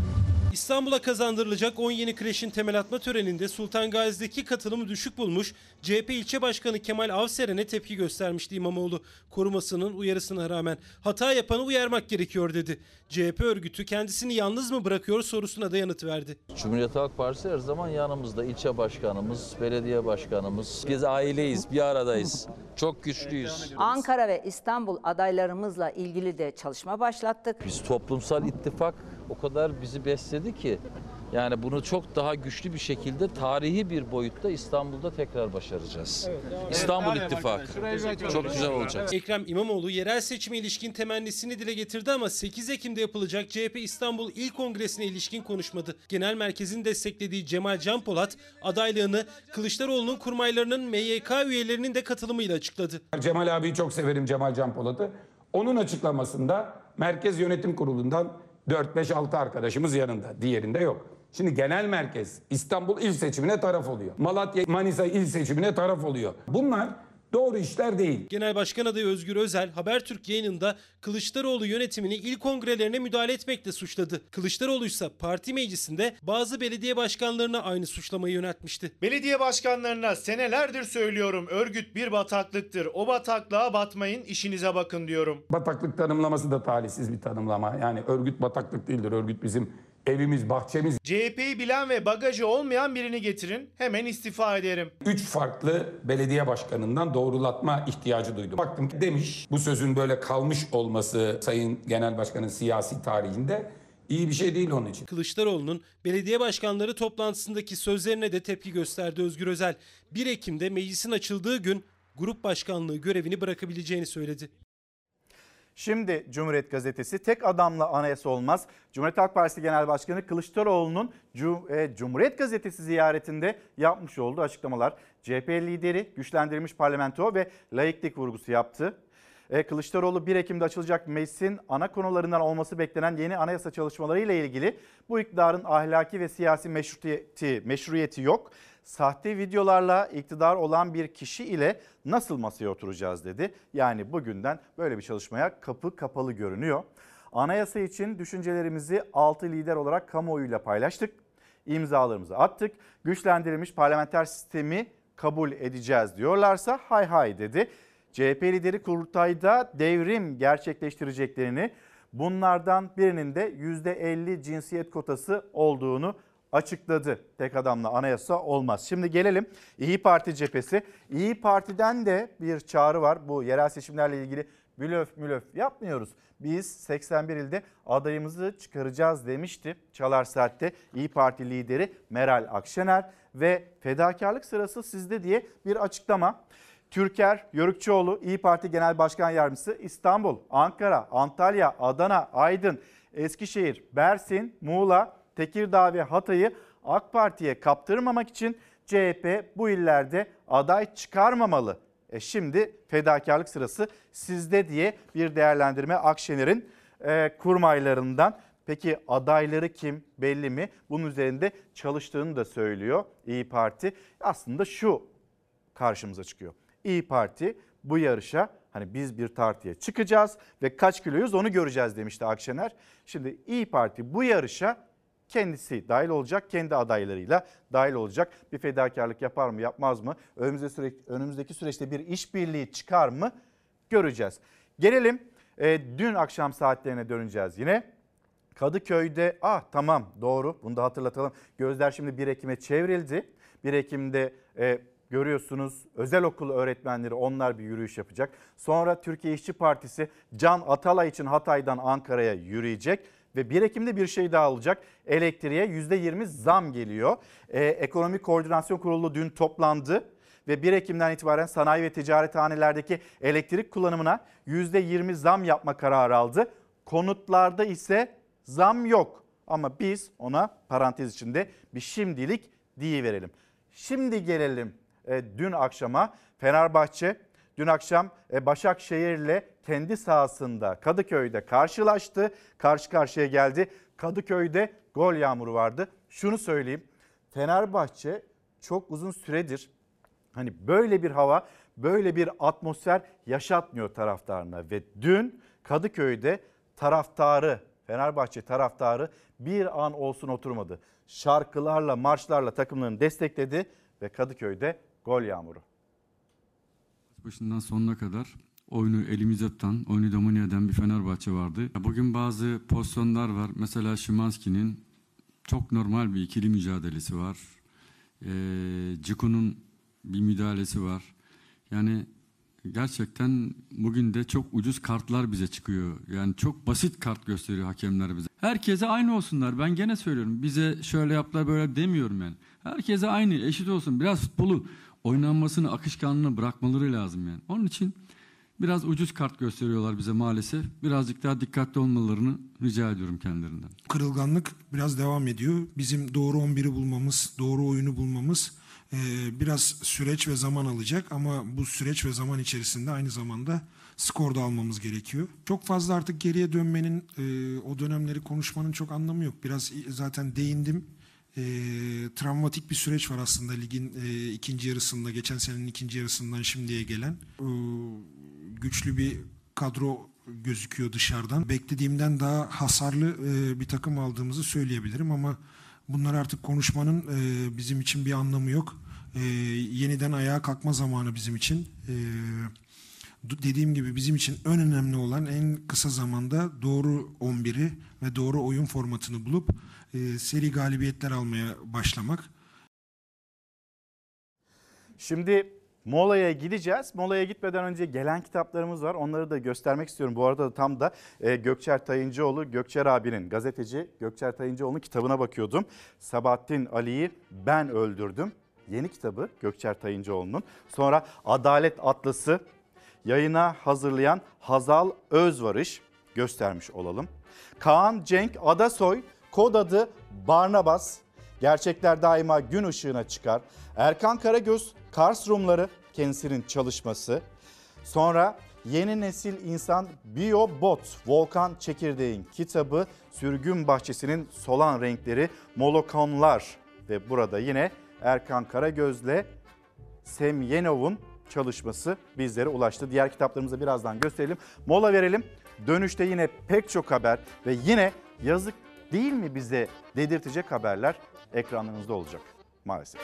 İstanbul'a kazandırılacak 10 yeni kreşin temel atma töreninde Sultan Gazi'deki katılımı düşük bulmuş, CHP ilçe başkanı Kemal Avseren'e tepki göstermişti İmamoğlu. Korumasının uyarısına rağmen hata yapanı uyarmak gerekiyor dedi. CHP örgütü kendisini yalnız mı bırakıyor sorusuna da yanıt verdi. Cumhuriyet Halk Partisi her zaman yanımızda. İlçe başkanımız, belediye başkanımız. Biz aileyiz, bir aradayız. Çok güçlüyüz. Ankara ve İstanbul adaylarımızla ilgili de çalışma başlattık. Biz toplumsal ittifak o kadar bizi besledi ki yani bunu çok daha güçlü bir şekilde tarihi bir boyutta İstanbul'da tekrar başaracağız. İstanbul İttifakı çok güzel olacak. Ekrem İmamoğlu yerel seçime ilişkin temennisini dile getirdi ama 8 Ekim'de yapılacak CHP İstanbul İl Kongresi'ne ilişkin konuşmadı. Genel merkezin desteklediği Cemal Can Polat adaylığını Kılıçdaroğlu'nun kurmaylarının MYK üyelerinin de katılımıyla açıkladı. Cemal abiyi çok severim, Cemal Can Polat'ı. Onun açıklamasında Merkez Yönetim Kurulu'ndan 4-5-6 arkadaşımız yanında, diğerinde yok. Şimdi genel merkez İstanbul il seçimine taraf oluyor. Malatya, Manisa il seçimine taraf oluyor. Bunlar doğru işler değil. Genel Başkan adayı Özgür Özel Habertürk yayınında Kılıçdaroğlu yönetimini il kongrelerine müdahale etmekle suçladı. Kılıçdaroğlu ise parti meclisinde bazı belediye başkanlarına aynı suçlamayı yöneltmişti. Belediye başkanlarına senelerdir söylüyorum, örgüt bir bataklıktır. O bataklığa batmayın, işinize bakın diyorum. Bataklık tanımlaması da talihsiz bir tanımlama. Yani örgüt bataklık değildir. Örgüt bizim evimiz, bahçemiz. CHP'yi bilen ve bagajı olmayan birini getirin, hemen istifa ederim. 3 farklı belediye başkanından doğrulatma ihtiyacı duydum. Baktım demiş, bu sözün böyle kalmış olması Sayın Genel Başkan'ın siyasi tarihinde iyi bir şey değil onun için. Kılıçdaroğlu'nun belediye başkanları toplantısındaki sözlerine de tepki gösterdi Özgür Özel. 1 Ekim'de meclisin açıldığı gün grup başkanlığı görevini bırakabileceğini söyledi. Şimdi Cumhuriyet Gazetesi tek adamla anayasa olmaz. Cumhuriyet Halk Partisi Genel Başkanı Kılıçdaroğlu'nun Cumhuriyet Gazetesi ziyaretinde yapmış olduğu açıklamalar. CHP lideri güçlendirilmiş parlamento ve laiklik vurgusu yaptı. Kılıçdaroğlu 1 Ekim'de açılacak meclisin ana konularından olması beklenen yeni anayasa çalışmalarıyla ilgili bu iktidarın ahlaki ve siyasi meşruiyeti yok. Sahte videolarla iktidar olan bir kişi ile nasıl masaya oturacağız dedi. Yani bugünden böyle bir çalışmaya kapı kapalı görünüyor. Anayasa için düşüncelerimizi 6 lider olarak kamuoyuyla paylaştık. İmzalarımızı attık. Güçlendirilmiş parlamenter sistemi kabul edeceğiz diyorlarsa hay hay dedi. CHP lideri kurultayda devrim gerçekleştireceklerini, bunlardan birinin de %50 cinsiyet kotası olduğunu açıkladı. Tek adamla anayasa olmaz. Şimdi gelelim İYİ Parti cephesi. İYİ Parti'den de bir çağrı var. Bu yerel seçimlerle ilgili blöf yapmıyoruz. Biz 81 ilde adayımızı çıkaracağız demişti Çalar Saat'te İYİ Parti lideri Meral Akşener ve fedakarlık sırası sizde diye bir açıklama. Türker Yörükçoğlu İYİ Parti Genel Başkan Yardımcısı İstanbul, Ankara, Antalya, Adana, Aydın, Eskişehir, Mersin, Muğla, Tekirdağ ve Hatay'ı AK Parti'ye kaptırmamak için CHP bu illerde aday çıkarmamalı. Şimdi fedakarlık sırası sizde diye bir değerlendirme Akşener'in kurmaylarından. Peki adayları kim belli mi? Bunun üzerinde çalıştığını da söylüyor İYİ Parti. Aslında şu karşımıza çıkıyor. İYİ Parti bu yarışa hani biz bir tartıya çıkacağız ve kaç kiloyuz onu göreceğiz demişti Akşener. Şimdi İYİ Parti bu yarışa kendisi dahil olacak, kendi adaylarıyla dahil olacak. Bir fedakarlık yapar mı, yapmaz mı? Önümüzdeki süreçte bir işbirliği çıkar mı? Göreceğiz. Gelelim dün akşam saatlerine döneceğiz yine. Kadıköy'de, tamam doğru bunu da hatırlatalım. Gözler şimdi 1 Ekim'e çevrildi. 1 Ekim'de görüyorsunuz özel okul öğretmenleri onlar bir yürüyüş yapacak. Sonra Türkiye İşçi Partisi Can Atalay için Hatay'dan Ankara'ya yürüyecek. Ve 1 Ekim'de bir şey daha olacak. Elektriğe %20 zam geliyor. Ekonomi Koordinasyon Kurulu dün toplandı. Ve 1 Ekim'den itibaren sanayi ve ticarethanelerdeki elektrik kullanımına %20 zam yapma kararı aldı. Konutlarda ise zam yok. Ama biz ona parantez içinde bir şimdilik diyiverelim. Şimdi gelelim dün akşama. Fenerbahçe dün akşam Başakşehir'le kendi sahasında Kadıköy'de karşılaştı. Karşı karşıya geldi. Kadıköy'de gol yağmuru vardı. Şunu söyleyeyim. Fenerbahçe çok uzun süredir hani böyle bir hava, böyle bir atmosfer yaşatmıyor taraftarına. Ve dün Kadıköy'de taraftarı Fenerbahçe taraftarı bir an olsun oturmadı. Şarkılarla, marşlarla takımlarını destekledi ve Kadıköy'de gol yağmuru. Başından sonuna kadar oyunu elimize tutan, oyunu domine eden bir Fenerbahçe vardı. Bugün bazı pozisyonlar var. Mesela Szymański'nin çok normal bir ikili mücadelesi var. Ciku'nun bir müdahalesi var. Yani gerçekten bugün de çok ucuz kartlar bize çıkıyor. Yani çok basit kart gösteriyor hakemler bize. Herkese aynı olsunlar. Ben gene söylüyorum. Bize şöyle yaptılar böyle demiyorum yani. Herkese aynı, eşit olsun. Biraz futbolu oynanmasını, akışkanlığını bırakmaları lazım yani. Onun için biraz ucuz kart gösteriyorlar bize maalesef. Birazcık daha dikkatli olmalarını rica ediyorum kendilerinden. Kırılganlık biraz devam ediyor. Bizim doğru 11'i bulmamız, doğru oyunu bulmamız biraz süreç ve zaman alacak. Ama bu süreç ve zaman içerisinde aynı zamanda skor da almamız gerekiyor. Çok fazla artık geriye dönmenin, o dönemleri konuşmanın çok anlamı yok. Biraz zaten değindim. Travmatik bir süreç var aslında ligin ikinci yarısında, geçen senenin ikinci yarısından şimdiye gelen. Güçlü bir kadro gözüküyor dışarıdan. Beklediğimden daha hasarlı bir takım aldığımızı söyleyebilirim ama bunlar artık konuşmanın bizim için bir anlamı yok. Yeniden ayağa kalkma zamanı bizim için. Dediğim gibi bizim için en önemli olan en kısa zamanda doğru 11'i ve doğru oyun formatını bulup seri galibiyetler almaya başlamak. Şimdi molaya gideceğiz. Molaya gitmeden önce gelen kitaplarımız var. Onları da göstermek istiyorum. Bu arada tam da Gökçer Tayıncıoğlu, Gökçer abinin, gazeteci Gökçer Tayıncıoğlu'nun kitabına bakıyordum. Sabahattin Ali'yi ben öldürdüm. Yeni kitabı Gökçer Tayıncıoğlu'nun. Sonra Adalet Atlası yayına hazırlayan Hazal Özvarış, göstermiş olalım. Kaan Cenk Adasoy, kod adı Barnabas. Gerçekler daima gün ışığına çıkar. Erkan Karagöz, Kars Rumları, kendisinin çalışması. Sonra Yeni Nesil İnsan Biobot, Volkan Çekirdeğin kitabı, Sürgün Bahçesi'nin solan renkleri, Molokonlar ve burada yine Erkan Karagöz'le Semyenov'un çalışması bizlere ulaştı. Diğer kitaplarımızı birazdan gösterelim. Mola verelim. Dönüşte yine pek çok haber ve yine yazık değil mi bize dedirtecek haberler ekranlarınızda olacak maalesef.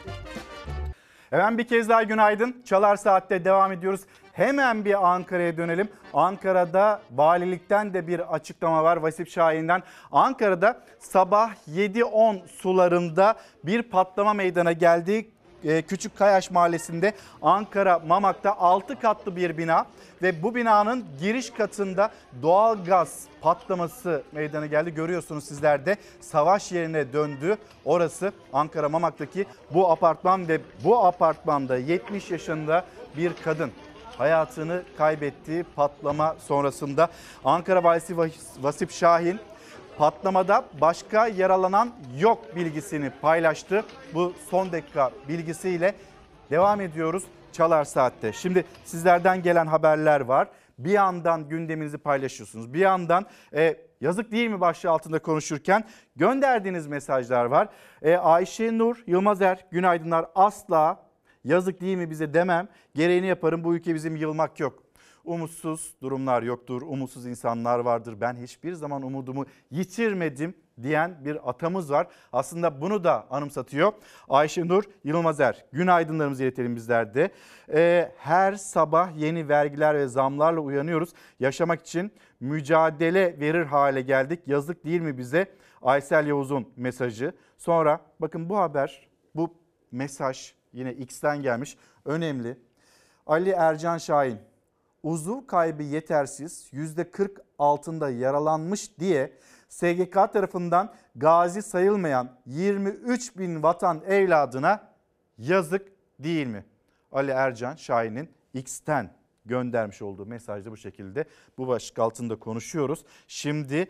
Hemen bir kez daha günaydın. Çalar Saat'te devam ediyoruz. Hemen bir Ankara'ya dönelim. Ankara'da valilikten de bir açıklama var Vasip Şahin'den. Ankara'da sabah 7-10 sularında bir patlama meydana geldi. Küçük Kayaş Mahallesi'nde Ankara Mamak'ta 6 katlı bir bina ve bu binanın giriş katında doğal gaz patlaması meydana geldi. Görüyorsunuz sizler de savaş yerine döndü. Orası Ankara Mamak'taki bu apartman ve bu apartmanda 70 yaşında bir kadın hayatını kaybetti patlama sonrasında. Ankara Valisi Vasip Şahin patlamada başka yaralanan yok bilgisini paylaştı. Bu son dakika bilgisiyle devam ediyoruz Çalar Saat'te. Şimdi sizlerden gelen haberler var. Bir yandan gündeminizi paylaşıyorsunuz. Bir yandan yazık değil mi başlığı altında konuşurken gönderdiğiniz mesajlar var. Ayşe Nur Yılmazer, günaydınlar, asla yazık değil mi bize demem. Gereğini yaparım, bu ülke bizim yılmak yok. Umutsuz durumlar yoktur, umutsuz insanlar vardır. Ben hiçbir zaman umudumu yitirmedim diyen bir atamız var. Aslında bunu da anımsatıyor. Ayşe Nur Yılmazer, günaydınlarımızı iletelim bizler de. Her sabah yeni vergiler ve zamlarla uyanıyoruz. Yaşamak için mücadele verir hale geldik. Yazık değil mi bize? Aysel Yavuz'un mesajı. Sonra bakın bu haber, bu mesaj yine X'ten gelmiş. Önemli. Ali Ercan Şahin. Uzuv kaybı yetersiz, %40 altında yaralanmış diye SGK tarafından gazi sayılmayan 23 bin vatan evladına yazık değil mi? Ali Ercan Şahin'in X'ten göndermiş olduğu mesajda bu şekilde, bu başlık altında konuşuyoruz. Şimdi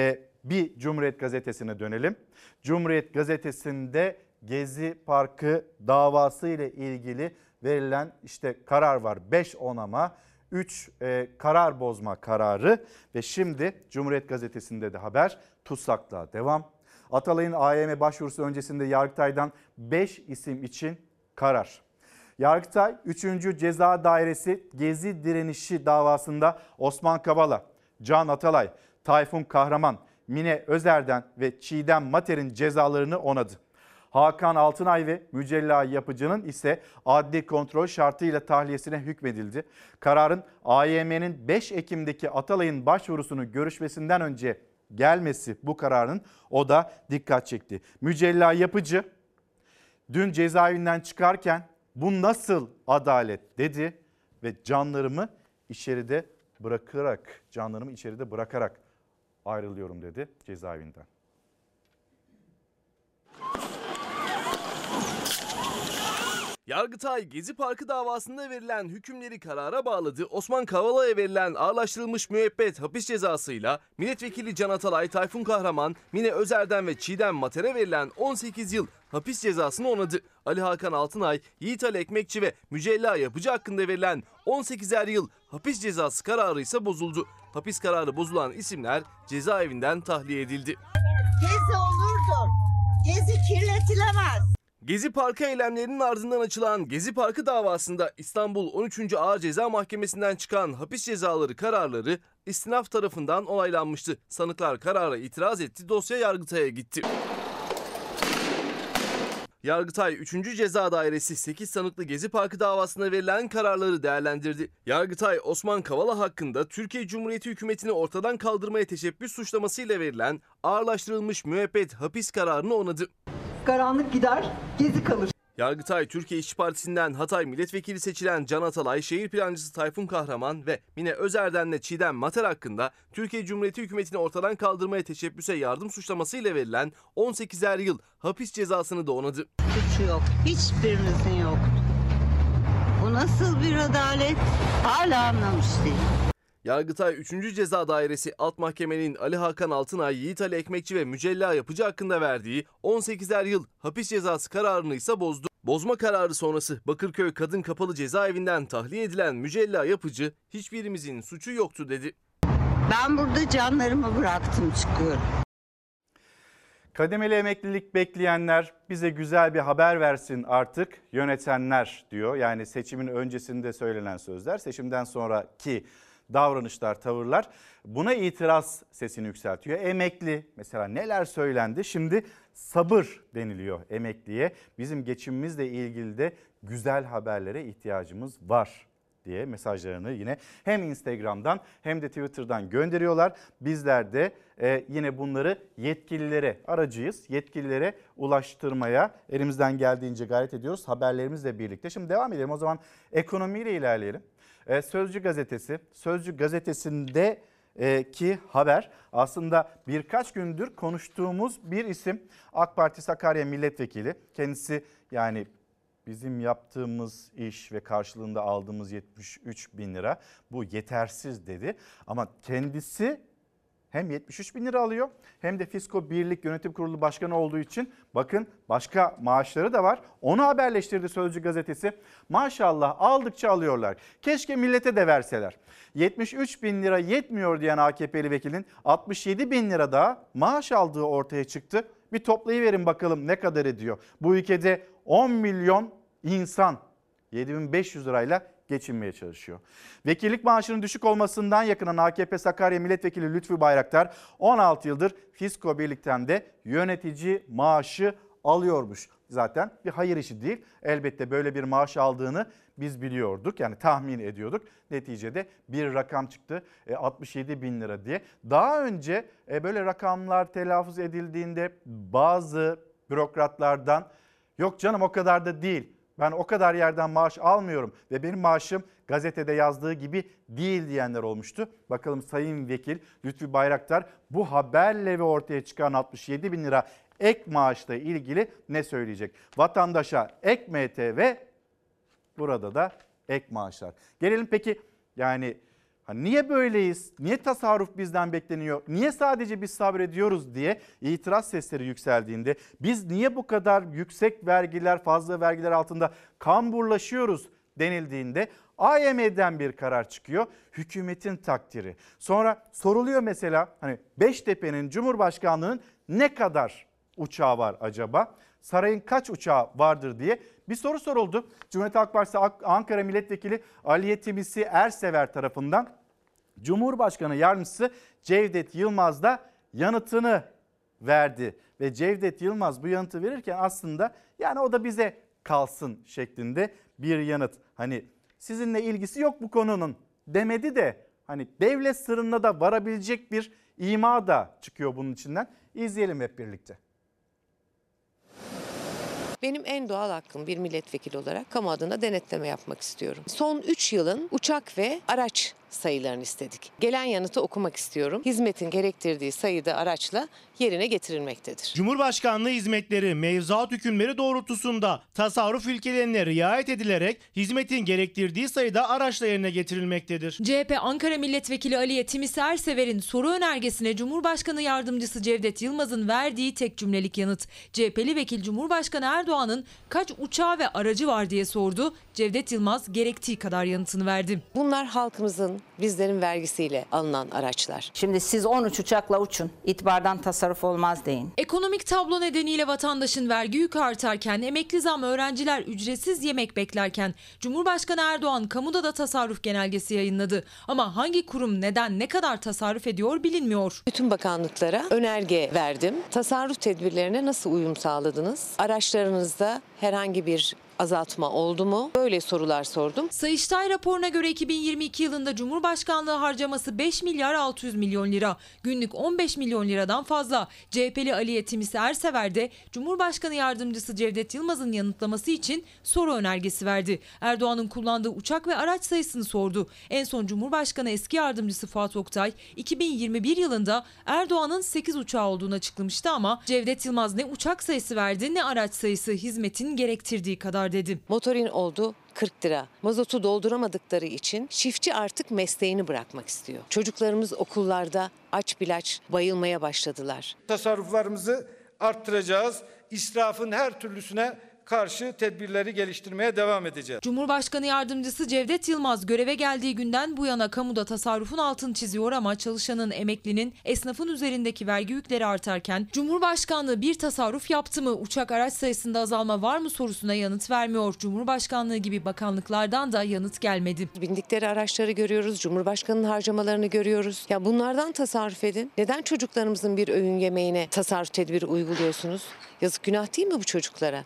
bir Cumhuriyet Gazetesi'ne dönelim. Cumhuriyet Gazetesi'nde Gezi Parkı davası ile ilgili verilen işte karar var. 5 onama, 3 karar bozma kararı ve şimdi Cumhuriyet Gazetesi'nde de haber tutsaklığa devam. Atalay'ın AYM başvurusu öncesinde Yargıtay'dan 5 isim için karar. Yargıtay 3. Ceza Dairesi Gezi direnişi davasında Osman Kavala, Can Atalay, Tayfun Kahraman, Mine Özer'den ve Çiğdem Mater'in cezalarını onadı. Hakan Altınay ve Mücella Yapıcı'nın ise adli kontrol şartıyla tahliyesine hükmedildi. Kararın AYM'nin 5 Ekim'deki Atalay'ın başvurusunu görüşmesinden önce gelmesi bu kararın o da dikkat çekti. Mücella Yapıcı dün cezaevinden çıkarken bu nasıl adalet dedi ve canlarımı içeride bırakarak ayrılıyorum dedi cezaevinden. Yargıtay Gezi Parkı davasında verilen hükümleri karara bağladı. Osman Kavala'ya verilen ağırlaştırılmış müebbet hapis cezasıyla milletvekili Can Atalay, Tayfun Kahraman, Mine Özer'den ve Çiğdem Mater'e verilen 18 yıl hapis cezasını onadı. Ali Hakan Altınay, Yiğit Ali Ekmekçi ve Mücella Yapıcı hakkında verilen 18'er yıl hapis cezası kararı ise bozuldu. Hapis kararı bozulan isimler cezaevinden tahliye edildi. Gezi olurdur. Gezi kirletilemez. Gezi Parkı eylemlerinin ardından açılan Gezi Parkı davasında İstanbul 13. Ağır Ceza Mahkemesi'nden çıkan hapis cezaları kararları istinaf tarafından onaylanmıştı. Sanıklar karara itiraz etti, dosya Yargıtay'a gitti. Yargıtay 3. Ceza Dairesi 8 sanıklı Gezi Parkı davasına verilen kararları değerlendirdi. Yargıtay, Osman Kavala hakkında Türkiye Cumhuriyeti hükümetini ortadan kaldırmaya teşebbüs suçlamasıyla verilen ağırlaştırılmış müebbet hapis kararını onadı. Karanlık gider, gezi kalır. Yargıtay, Türkiye İşçi Partisi'nden Hatay milletvekili seçilen Can Atalay, şehir plancısı Tayfun Kahraman ve Mine Özer'denle Çiğdem Mater hakkında Türkiye Cumhuriyeti hükümetini ortadan kaldırmaya teşebbüse yardım suçlamasıyla verilen 18'er yıl hapis cezasını da onadı. Suçu yok, hiçbirinizin yok. Bu nasıl bir adalet? Hala anlamış değil. Yargıtay 3. Ceza Dairesi Alt Mahkemenin Ali Hakan Altınay, Yiğit Ali Ekmekçi ve Mücella Yapıcı hakkında verdiği 18'er yıl hapis cezası kararını ise bozdu. Bozma kararı sonrası Bakırköy Kadın Kapalı Cezaevinden tahliye edilen Mücella Yapıcı, hiçbirimizin suçu yoktu dedi. Ben burada canlarımı bıraktım, çıkıyorum. Kademeli emeklilik bekleyenler bize güzel bir haber versin artık yönetenler diyor. Yani seçimin öncesinde söylenen sözler, seçimden sonraki davranışlar, tavırlar buna itiraz sesini yükseltiyor. Emekli mesela neler söylendi? Şimdi sabır deniliyor emekliye. Bizim geçimimizle ilgili de güzel haberlere ihtiyacımız var diye mesajlarını yine hem Instagram'dan hem de Twitter'dan gönderiyorlar. Bizler de yine bunları yetkililere aracıyız. Yetkililere ulaştırmaya elimizden geldiğince gayret ediyoruz haberlerimizle birlikte. Şimdi devam edelim o zaman ekonomiyle ilerleyelim. Sözcü gazetesi, Sözcü gazetesindeki haber aslında birkaç gündür konuştuğumuz bir isim. AK Parti Sakarya Milletvekili, kendisi yani bizim yaptığımız iş ve karşılığında aldığımız 73 bin lira bu yetersiz dedi. Ama kendisi hem 73 bin lira alıyor hem de Fisko Birlik Yönetim Kurulu Başkanı olduğu için bakın başka maaşları da var. Onu haberleştirdi Sözcü gazetesi. Maşallah aldıkça alıyorlar. Keşke millete de verseler. 73 bin lira yetmiyor diyen AKP'li vekilin 67 bin lira daha maaş aldığı ortaya çıktı. Bir toplayıverin bakalım ne kadar ediyor. Bu ülkede 10 milyon insan 7.500 lirayla geçinmeye çalışıyor. Vekillik maaşının düşük olmasından yakınan AKP Sakarya Milletvekili Lütfü Bayraktar 16 yıldır Fisko Birlik'ten de yönetici maaşı alıyormuş. Zaten bir hayır işi değil. Elbette böyle bir maaş aldığını biz biliyorduk. Yani tahmin ediyorduk. Neticede bir rakam çıktı 67 bin lira diye. Daha önce böyle rakamlar telaffuz edildiğinde bazı bürokratlardan yok canım o kadar da değil. Ben o kadar yerden maaş almıyorum ve benim maaşım gazetede yazdığı gibi değil diyenler olmuştu. Bakalım Sayın Vekil Lütfü Bayraktar bu haberle ve ortaya çıkan 67 bin lira ek maaşla ilgili ne söyleyecek? Vatandaşa ek MTV, burada da ek maaşlar. Gelelim peki yani niye böyleyiz? Niye tasarruf bizden bekleniyor? Niye sadece biz sabrediyoruz diye itiraz sesleri yükseldiğinde biz niye bu kadar yüksek vergiler, fazla vergiler altında kamburlaşıyoruz denildiğinde AYM'den bir karar çıkıyor. Hükümetin takdiri. Sonra soruluyor mesela Beştepe'nin Cumhurbaşkanlığı'nın ne kadar uçağı var acaba? Sarayın kaç uçağı vardır diye bir soru soruldu. Cumhuriyet Halk Partisi Ankara Milletvekili Aliye Timisi Ersever tarafından Cumhurbaşkanı Yardımcısı Cevdet Yılmaz da yanıtını verdi. Ve Cevdet Yılmaz bu yanıtı verirken aslında yani o da bize kalsın şeklinde bir yanıt. Hani sizinle ilgisi yok bu konunun demedi de hani devlet sırrına da varabilecek bir ima da çıkıyor bunun içinden. İzleyelim hep birlikte. Benim en doğal hakkım bir milletvekili olarak kamu adına denetleme yapmak istiyorum. Son 3 yılın uçak ve araç sayılarını istedik. Gelen yanıtı okumak istiyorum. Hizmetin gerektirdiği sayıda araçla yerine getirilmektedir. Cumhurbaşkanlığı hizmetleri mevzuat hükümleri doğrultusunda tasarruf ilkelerine riayet edilerek hizmetin gerektirdiği sayıda araçla yerine getirilmektedir. CHP Ankara Milletvekili Aliye Timis Ersever'in soru önergesine Cumhurbaşkanı Yardımcısı Cevdet Yılmaz'ın verdiği tek cümlelik yanıt. CHP'li vekil Cumhurbaşkanı Erdoğan'ın kaç uçağı ve aracı var diye sordu. Cevdet Yılmaz gerektiği kadar yanıtını verdi. Bunlar halkımızın, bizlerin vergisiyle alınan araçlar. Şimdi siz 13 uçakla uçun. İtibardan tasarruf olmaz deyin. Ekonomik tablo nedeniyle vatandaşın vergi yükü artarken, emekli zam, öğrenciler ücretsiz yemek beklerken Cumhurbaşkanı Erdoğan kamuda da tasarruf genelgesi yayınladı. Ama hangi kurum neden ne kadar tasarruf ediyor bilinmiyor. Bütün bakanlıklara önerge verdim. Tasarruf tedbirlerine nasıl uyum sağladınız? Araçlarınızda herhangi bir azaltma oldu mu? Böyle sorular sordum. Sayıştay raporuna göre 2022 yılında Cumhurbaşkanlığı harcaması 5 milyar 600 milyon lira. Günlük 15 milyon liradan fazla. CHP'li Aliye Timis Ersever de Cumhurbaşkanı Yardımcısı Cevdet Yılmaz'ın yanıtlaması için soru önergesi verdi. Erdoğan'ın kullandığı uçak ve araç sayısını sordu. En son Cumhurbaşkanı eski yardımcısı Fuat Oktay 2021 yılında Erdoğan'ın 8 uçağı olduğunu açıklamıştı ama Cevdet Yılmaz ne uçak sayısı verdi ne araç sayısı, hizmetin gerektirdiği kadar dedi. Motorin oldu 40 lira. Mazotu dolduramadıkları için çiftçi artık mesleğini bırakmak istiyor. Çocuklarımız okullarda aç bilaç bayılmaya başladılar. Tasarruflarımızı arttıracağız. İsrafın her türlüsüne karşı tedbirleri geliştirmeye devam edeceğiz. Cumhurbaşkanı Yardımcısı Cevdet Yılmaz göreve geldiği günden bu yana kamuda tasarrufun altını çiziyor ama çalışanın, emeklinin, esnafın üzerindeki vergi yükleri artarken Cumhurbaşkanlığı bir tasarruf yaptı mı, uçak araç sayısında azalma var mı sorusuna yanıt vermiyor. Cumhurbaşkanlığı gibi bakanlıklardan da yanıt gelmedi. Bindikleri araçları görüyoruz, Cumhurbaşkanı'nın harcamalarını görüyoruz. Ya bunlardan tasarruf edin. Neden çocuklarımızın bir öğün yemeğine tasarruf tedbiri uyguluyorsunuz? Yazık, günah değil mi bu çocuklara?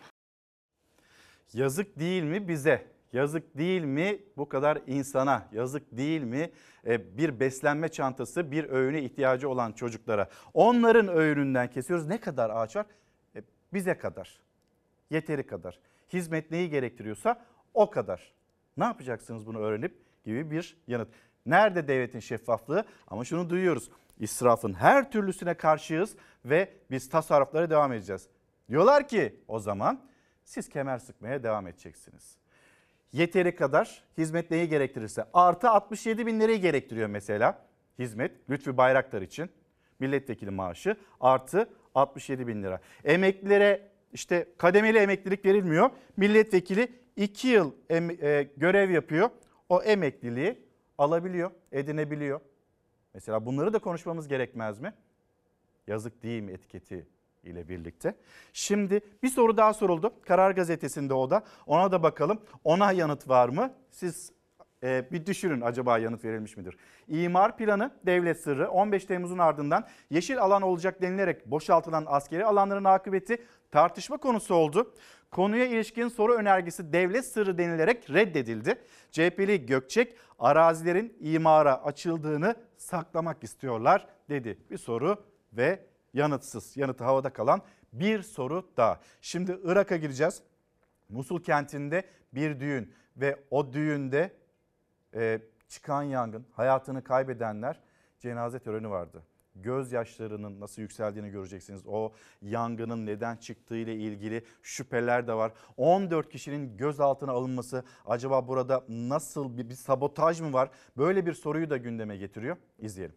Yazık değil mi bize? Yazık değil mi bu kadar insana? Yazık değil mi bir beslenme çantası, bir öğüne ihtiyacı olan çocuklara? Onların öğününden kesiyoruz. Ne kadar ağaç var? Bize kadar. Yeteri kadar. Hizmet neyi gerektiriyorsa o kadar. Ne yapacaksınız bunu öğrenip gibi bir yanıt. Nerede devletin şeffaflığı? Ama şunu duyuyoruz. İsrafın her türlüsüne karşıyız ve biz tasarruflara devam edeceğiz. Diyorlar ki o zaman siz kemer sıkmaya devam edeceksiniz. Yeteri kadar hizmet neyi gerektirirse artı 67 bin lirayı gerektiriyor mesela hizmet Lütfü Bayraktar için milletvekili maaşı artı 67 bin lira. Emeklilere işte kademeli emeklilik verilmiyor. Milletvekili 2 yıl görev yapıyor. O emekliliği alabiliyor, edinebiliyor. Mesela bunları da konuşmamız gerekmez mi? Yazık değil mi etiketi ile birlikte. Şimdi bir soru daha soruldu. Karar Gazetesi'nde o da. Ona da bakalım. Ona yanıt var mı? Siz bir düşünün acaba yanıt verilmiş midir? İmar planı devlet sırrı 15 Temmuz'un ardından yeşil alan olacak denilerek boşaltılan askeri alanların akıbeti tartışma konusu oldu. Konuya ilişkin soru önergesi devlet sırrı denilerek reddedildi. CHP'li Gökçek arazilerin imara açıldığını saklamak istiyorlar dedi. Bir soru ve yanıtsız, yanıtı havada kalan bir soru daha. Şimdi Irak'a gireceğiz. Musul kentinde bir düğün ve o düğünde çıkan yangın, hayatını kaybedenler cenaze töreni vardı. Gözyaşlarının nasıl yükseldiğini göreceksiniz. O yangının neden çıktığı ile ilgili şüpheler de var. 14 kişinin gözaltına alınması acaba burada nasıl bir sabotaj mı var? Böyle bir soruyu da gündeme getiriyor. İzleyelim.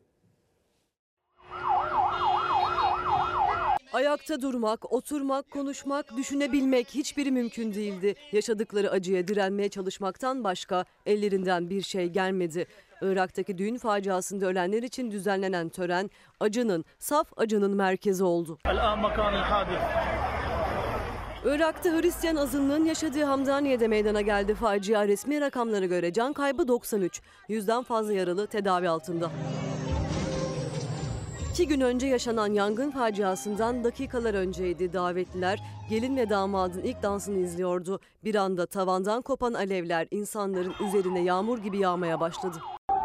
Ayakta durmak, oturmak, konuşmak, düşünebilmek hiçbiri mümkün değildi. Yaşadıkları acıya direnmeye çalışmaktan başka ellerinden bir şey gelmedi. Irak'taki düğün faciasında ölenler için düzenlenen tören acının, saf acının merkezi oldu. Irak'ta Hristiyan azınlığın yaşadığı Hamdaniye'de meydana geldi facia. Resmi rakamlara göre can kaybı 93. 100'den fazla yaralı tedavi altında. 2 gün önce yaşanan yangın faciasından dakikalar önceydi. Davetliler gelin ve damadın ilk dansını izliyordu. Bir anda tavandan kopan alevler insanların üzerine yağmur gibi yağmaya başladı.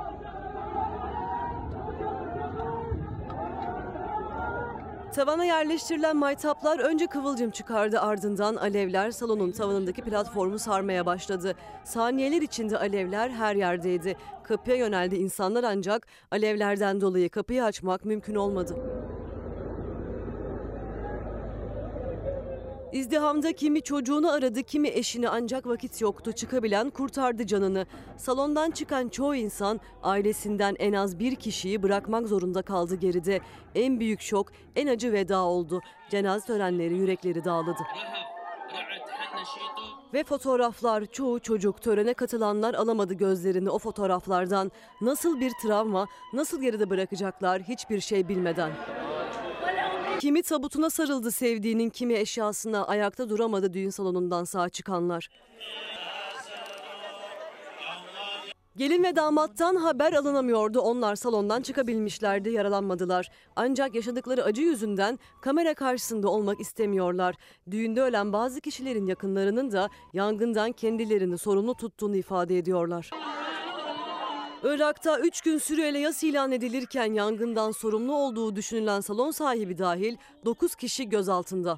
Tavana yerleştirilen maytaplar önce kıvılcım çıkardı, ardından alevler salonun tavanındaki platformu sarmaya başladı. Saniyeler içinde alevler her yerdeydi. Kapıya yöneldi insanlar ancak alevlerden dolayı kapıyı açmak mümkün olmadı. İzdihamda kimi çocuğunu aradı, kimi eşini, ancak vakit yoktu. Çıkabilen kurtardı canını. Salondan çıkan çoğu insan ailesinden en az bir kişiyi bırakmak zorunda kaldı geride. En büyük şok, en acı veda oldu. Cenaze törenleri yürekleri dağladı. Ve fotoğraflar, çoğu çocuk. Törene katılanlar alamadı gözlerini o fotoğraflardan. Nasıl bir travma, nasıl geride bırakacaklar hiçbir şey bilmeden. Kimi tabutuna sarıldı sevdiğinin, kimi eşyasına, ayakta duramadı düğün salonundan sağ çıkanlar. Gelin ve damattan haber alınamıyordu. Onlar salondan çıkabilmişlerdi, yaralanmadılar. Ancak yaşadıkları acı yüzünden kamera karşısında olmak istemiyorlar. Düğünde ölen bazı kişilerin yakınlarının da yangından kendilerini sorumlu tuttuğunu ifade ediyorlar. Irak'ta 3 gün süreyle yas ilan edilirken yangından sorumlu olduğu düşünülen salon sahibi dahil 9 kişi gözaltında.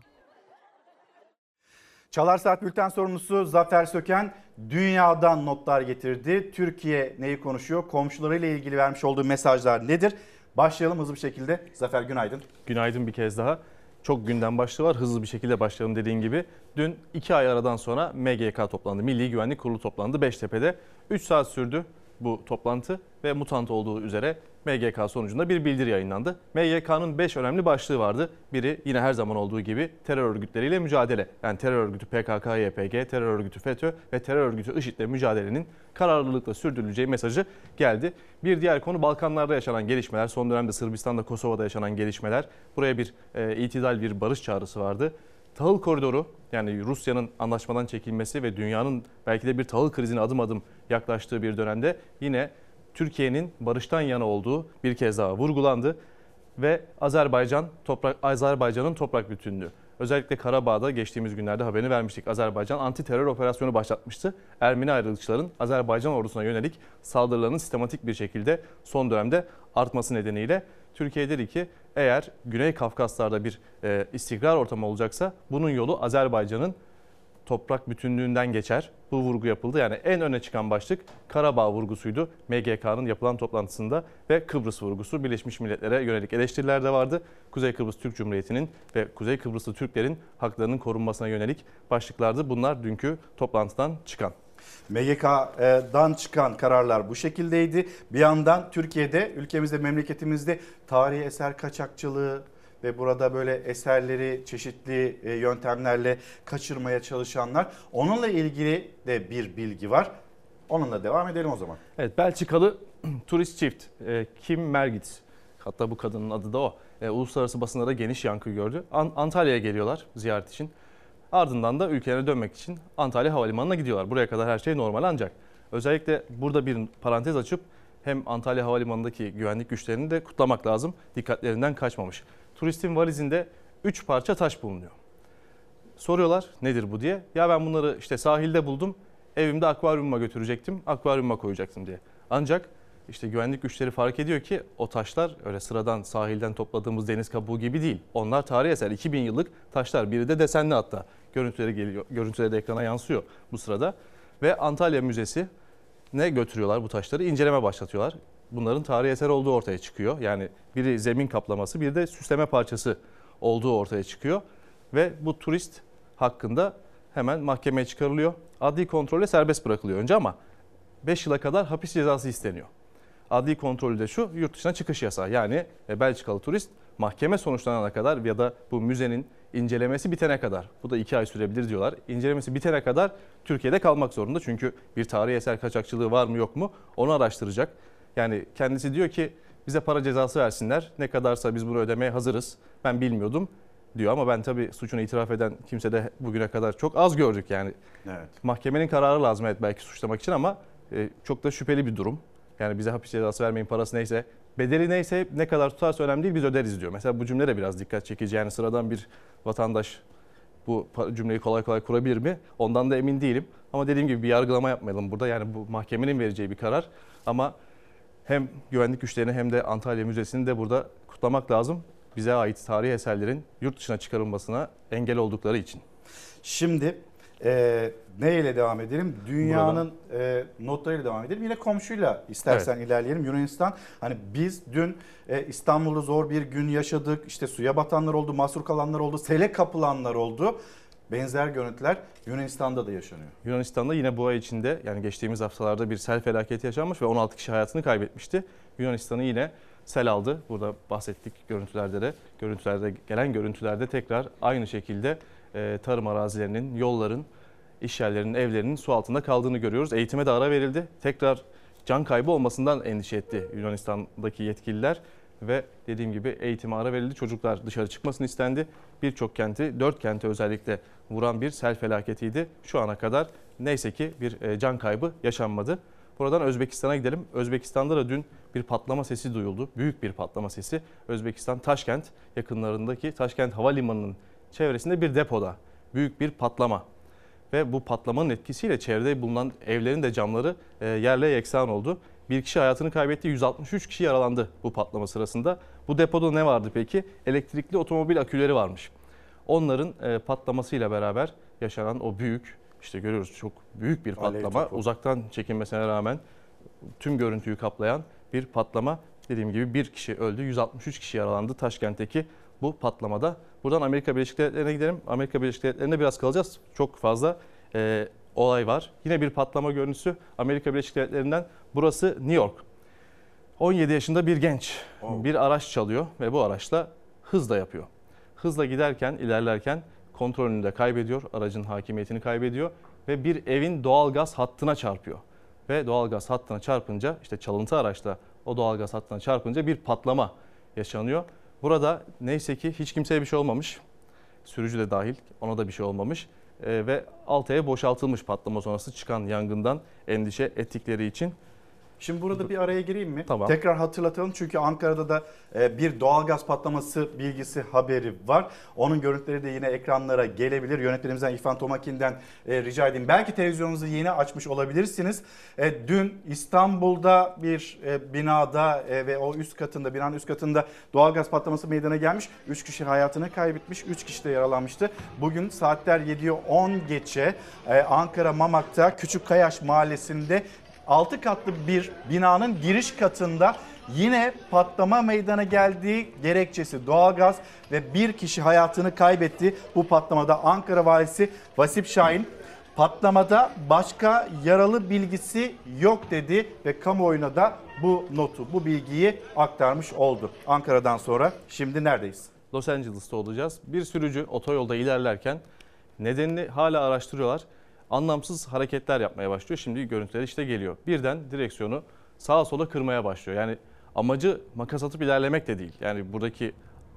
Çalar Saat Bülten sorumlusu Zafer Söken dünyadan notlar getirdi. Türkiye neyi konuşuyor? Komşularıyla ilgili vermiş olduğu mesajlar nedir? Başlayalım hızlı bir şekilde. Zafer günaydın. Günaydın bir kez daha. Çok gündem başlığı var. Hızlı bir şekilde başlayalım dediğin gibi. Dün 2 ay aradan sonra MGK toplandı. Milli Güvenlik Kurulu toplandı Beştepe'de. 3 saat sürdü bu toplantı ve mutant olduğu üzere MGK sonucunda bir bildiri yayınlandı. MGK'nın 5 önemli başlığı vardı. Biri yine her zaman olduğu gibi terör örgütleriyle mücadele. Yani terör örgütü PKK-YPG, terör örgütü FETÖ ve terör örgütü IŞİD'le mücadelenin kararlılıkla sürdürüleceği mesajı geldi. Bir diğer konu Balkanlarda yaşanan gelişmeler. Son dönemde Sırbistan'da, Kosova'da yaşanan gelişmeler. Buraya bir itidal, bir barış çağrısı vardı. Tahıl koridoru, yani Rusya'nın anlaşmadan çekilmesi ve dünyanın belki de bir tahıl krizine adım adım yaklaştığı bir dönemde yine Türkiye'nin barıştan yana olduğu bir kez daha vurgulandı ve Azerbaycan'ın toprak bütünlüğü. Özellikle Karabağ'da geçtiğimiz günlerde haberini vermiştik. Azerbaycan anti terör operasyonu başlatmıştı. Ermeni ayrılıkçıların Azerbaycan ordusuna yönelik saldırılarının sistematik bir şekilde son dönemde artması nedeniyle Türkiye dedi ki eğer Güney Kafkaslar'da bir istikrar ortamı olacaksa bunun yolu Azerbaycan'ın toprak bütünlüğünden geçer. Bu vurgu yapıldı. Yani en öne çıkan başlık Karabağ vurgusuydu MGK'nın yapılan toplantısında ve Kıbrıs vurgusu. Birleşmiş Milletler'e yönelik eleştiriler de vardı. Kuzey Kıbrıs Türk Cumhuriyeti'nin ve Kuzey Kıbrıslı Türklerin haklarının korunmasına yönelik başlıklardı. Bunlar dünkü toplantıdan çıkan. MGK'dan çıkan kararlar bu şekildeydi. Bir yandan Türkiye'de, ülkemizde, memleketimizde tarihi eser kaçakçılığı ve burada böyle eserleri çeşitli yöntemlerle kaçırmaya çalışanlar. Onunla ilgili de bir bilgi var. Onunla devam edelim o zaman. Evet, Belçikalı turist çift Kim Mergits, hatta bu kadının adı da o. Uluslararası basında da geniş yankı gördü. Antalya'ya geliyorlar ziyaret için. Ardından da ülkelerine dönmek için Antalya Havalimanı'na gidiyorlar. Buraya kadar her şey normal ancak özellikle burada bir parantez açıp hem Antalya Havalimanı'ndaki güvenlik güçlerini de kutlamak lazım. Dikkatlerinden kaçmamış. Turistin valizinde 3 parça taş bulunuyor. Soruyorlar nedir bu diye. Ya ben bunları işte sahilde buldum. Evimde akvaryumuma götürecektim. Akvaryumuma koyacaktım diye. Ancak işte güvenlik güçleri fark ediyor ki o taşlar öyle sıradan sahilden topladığımız deniz kabuğu gibi değil. Onlar tarihi eser, 2000 yıllık taşlar. Biri de desenli hatta. Görüntüleri geliyor. Görüntüleri de ekrana yansıyor bu sırada. Ve Antalya Müzesi'ne götürüyorlar bu taşları. İnceleme başlatıyorlar. Bunların tarihi eser olduğu ortaya çıkıyor. Yani biri zemin kaplaması, bir de süsleme parçası olduğu ortaya çıkıyor. Ve bu turist hakkında hemen mahkemeye çıkarılıyor. Adli kontrolle serbest bırakılıyor önce ama 5 yıla kadar hapis cezası isteniyor. Adli kontrolü de şu, yurt dışına çıkış yasağı. Yani Belçikalı turist mahkeme sonuçlanana kadar ya da bu müzenin incelemesi bitene kadar, bu da 2 ay sürebilir diyorlar. İncelemesi bitene kadar Türkiye'de kalmak zorunda. Çünkü bir tarihi eser kaçakçılığı var mı yok mu onu araştıracak. Yani kendisi diyor ki bize para cezası versinler. Ne kadarsa biz bunu ödemeye hazırız. Ben bilmiyordum. diyor ama ben tabii suçunu itiraf eden kimse de bugüne kadar çok az gördük yani. Evet. Mahkemenin kararı lazım evet belki suçlamak için ama çok da şüpheli bir durum. Yani bize hapis cezası vermeyin, parası neyse, bedeli neyse, ne kadar tutarsa önemli değil, biz öderiz diyor. Mesela bu cümle de biraz dikkat çekici. Yani sıradan bir vatandaş bu cümleyi kolay kolay kurabilir mi? Ondan da emin değilim. Ama dediğim gibi bir yargılama yapmayalım burada. Yani bu mahkemenin vereceği bir karar. Ama hem güvenlik güçlerini hem de Antalya Müzesi'ni de burada kutlamak lazım. Bize ait tarihi eserlerin yurt dışına çıkarılmasına engel oldukları için. Şimdi neyle devam edelim? Dünyanın notlarıyla devam edelim. Yine komşuyla istersen ilerleyelim. Yunanistan. Hani biz dün İstanbul'da zor bir gün yaşadık. İşte suya batanlar oldu, mahsur kalanlar oldu, sele kapılanlar oldu. Benzer görüntüler Yunanistan'da da yaşanıyor. Yunanistan'da yine bu ay içinde yani geçtiğimiz haftalarda bir sel felaketi yaşanmış ve 16 kişi hayatını kaybetmişti. Yunanistan'ı yine sel aldı. Burada bahsettik görüntülerde gelen görüntülerde tekrar aynı şekilde tarım arazilerinin, yolların, iş yerlerinin, evlerinin su altında kaldığını görüyoruz. Eğitime de ara verildi. Tekrar can kaybı olmasından endişe etti Yunanistan'daki yetkililer ve dediğim gibi eğitime ara verildi. Çocuklar dışarı çıkmasını istendi. Birçok kenti, 4 kenti özellikle vuran bir sel felaketiydi. Şu ana kadar neyse ki bir can kaybı yaşanmadı. Buradan Özbekistan'a gidelim. Özbekistan'da da dün bir patlama sesi duyuldu. Büyük bir patlama sesi. Özbekistan Taşkent yakınlarındaki Taşkent Havalimanı'nın çevresinde bir depoda büyük bir patlama. Ve bu patlamanın etkisiyle çevrede bulunan evlerin de camları yerle yeksan oldu. Bir kişi hayatını kaybetti, 163 kişi yaralandı bu patlama sırasında. Bu depoda ne vardı peki? Elektrikli otomobil aküleri varmış. Onların patlamasıyla beraber yaşanan o büyük, işte görüyoruz çok büyük bir patlama. Uzaktan çekilmesine rağmen tüm görüntüyü kaplayan bir patlama. Dediğim gibi bir kişi öldü, 163 kişi yaralandı Taşkent'teki bu patlamada. Buradan Amerika Birleşik Devletleri'ne gidelim. Amerika Birleşik Devletleri'nde biraz kalacağız. Çok fazla olay var. Yine bir patlama görüntüsü Amerika Birleşik Devletleri'nden. Burası New York. 17 yaşında bir genç bir araç çalıyor ve bu araçla hızla yapıyor. Hızla giderken, ilerlerken kontrolünü de kaybediyor. Aracın hakimiyetini kaybediyor ve bir evin doğalgaz hattına çarpıyor. Ve doğalgaz hattına çarpınca, işte çalıntı araçla o doğalgaz hattına çarpınca bir patlama yaşanıyor. Burada neyse ki hiç kimseye bir şey olmamış. Sürücü de dahil, ona da bir şey olmamış. Ve alt ev boşaltılmış patlama sonrası çıkan yangından endişe ettikleri için. Şimdi burada bir araya gireyim mi? Tamam. Tekrar hatırlatalım çünkü Ankara'da da bir doğalgaz patlaması bilgisi haberi var. Onun görüntüleri de yine ekranlara gelebilir. Yönetmenimizden İrfan Tomakin'den rica edeyim. Belki televizyonunuzu yeni açmış olabilirsiniz. Dün İstanbul'da bir binada ve o binanın üst katında doğalgaz patlaması meydana gelmiş. 3 kişi hayatını kaybetmiş, 3 kişi de yaralanmıştı. Bugün saatler 7'yi 10 geçe Ankara Mamak'ta Küçükkayaş Mahallesi'nde 6 katlı bir binanın giriş katında yine patlama meydana geldiği gerekçesi doğalgaz ve bir kişi hayatını kaybetti. Bu patlamada Ankara Valisi Vasip Şahin patlamada başka yaralı bilgisi yok dedi ve kamuoyuna da bu notu, bu bilgiyi aktarmış oldu. Ankara'dan sonra şimdi neredeyiz? Los Angeles'ta olacağız. Bir sürücü otoyolda ilerlerken nedenini hala araştırıyorlar. Anlamsız hareketler yapmaya başlıyor. Şimdi görüntüler işte geliyor. Birden direksiyonu sağa sola kırmaya başlıyor. Yani amacı makas atıp ilerlemek de değil. Yani buradaki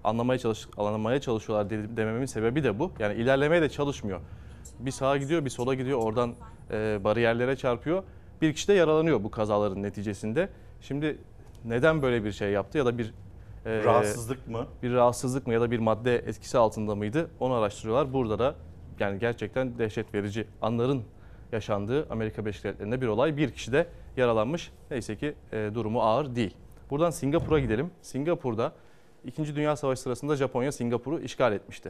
anlamaya çalışıyorlar dememin sebebi de bu. Yani ilerlemeye de çalışmıyor. Bir sağa gidiyor, bir sola gidiyor. Oradan bariyerlere çarpıyor. Bir kişi de yaralanıyor bu kazaların neticesinde. Şimdi neden böyle bir şey yaptı ya da bir rahatsızlık mı? Bir rahatsızlık mı ya da bir madde etkisi altında mıydı? Onu araştırıyorlar. Burada da yani gerçekten dehşet verici anların yaşandığı Amerika Birleşik Devletleri'nde bir olay. Bir kişi de yaralanmış. Neyse ki durumu ağır değil. Buradan Singapur'a gidelim. Singapur'da 2. Dünya Savaşı sırasında Japonya Singapur'u işgal etmişti.